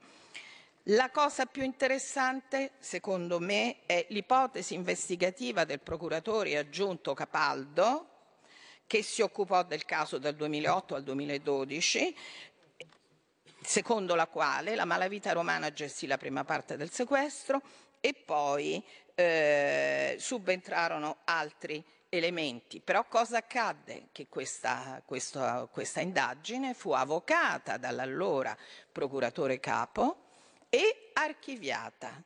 La cosa più interessante, secondo me, è l'ipotesi investigativa del procuratore aggiunto Capaldo, che si occupò del caso dal duemilaotto al duemiladodici, secondo la quale la malavita romana gestì la prima parte del sequestro e poi eh, subentrarono altri elementi. Però cosa accadde? Che questa, questa, questa indagine fu avocata dall'allora procuratore capo e archiviata.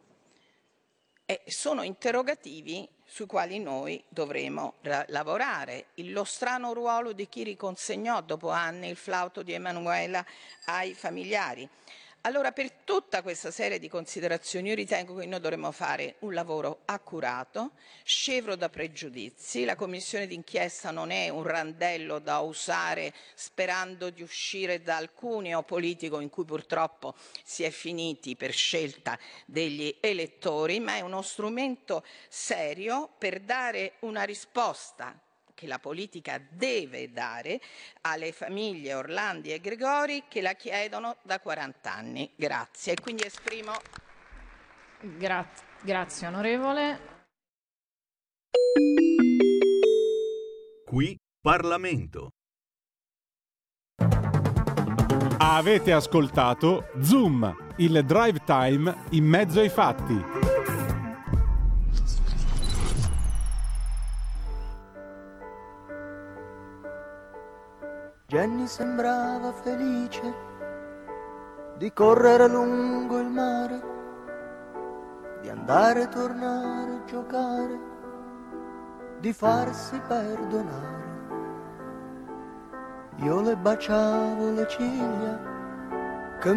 E sono interrogativi sui quali noi dovremo ra- lavorare. Il, lo strano ruolo di chi riconsegnò dopo anni il flauto di Emanuela ai familiari. Allora, per tutta questa serie di considerazioni io ritengo che noi dovremmo fare un lavoro accurato, scevro da pregiudizi. La commissione d'inchiesta non è un randello da usare sperando di uscire dal cuneo politico in cui purtroppo si è finiti per scelta degli elettori, ma è uno strumento serio per dare una risposta che la politica deve dare alle famiglie Orlandi e Gregori che la chiedono da quaranta anni. Grazie. E quindi esprimo... Grazie, grazie onorevole. Qui Parlamento. Avete ascoltato Zoom, il drive time in mezzo ai fatti. Jenny sembrava felice di correre lungo il mare, di andare e tornare, giocare, di farsi perdonare. Io le baciavo le ciglia, che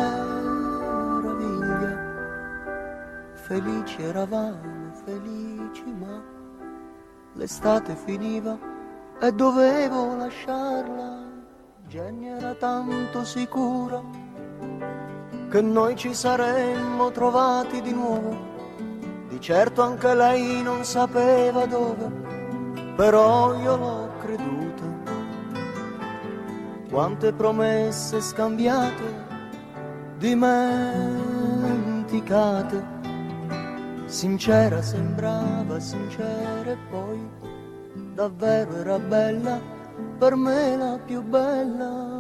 meraviglia. Felici eravamo, felici, ma l'estate finiva e dovevo lasciarla. Jenny era tanto sicura che noi ci saremmo trovati di nuovo. Di certo anche lei non sapeva dove, però io l'ho creduta. Quante promesse scambiate, dimenticate. Sincera sembrava sincera e poi davvero era bella, per me la più bella.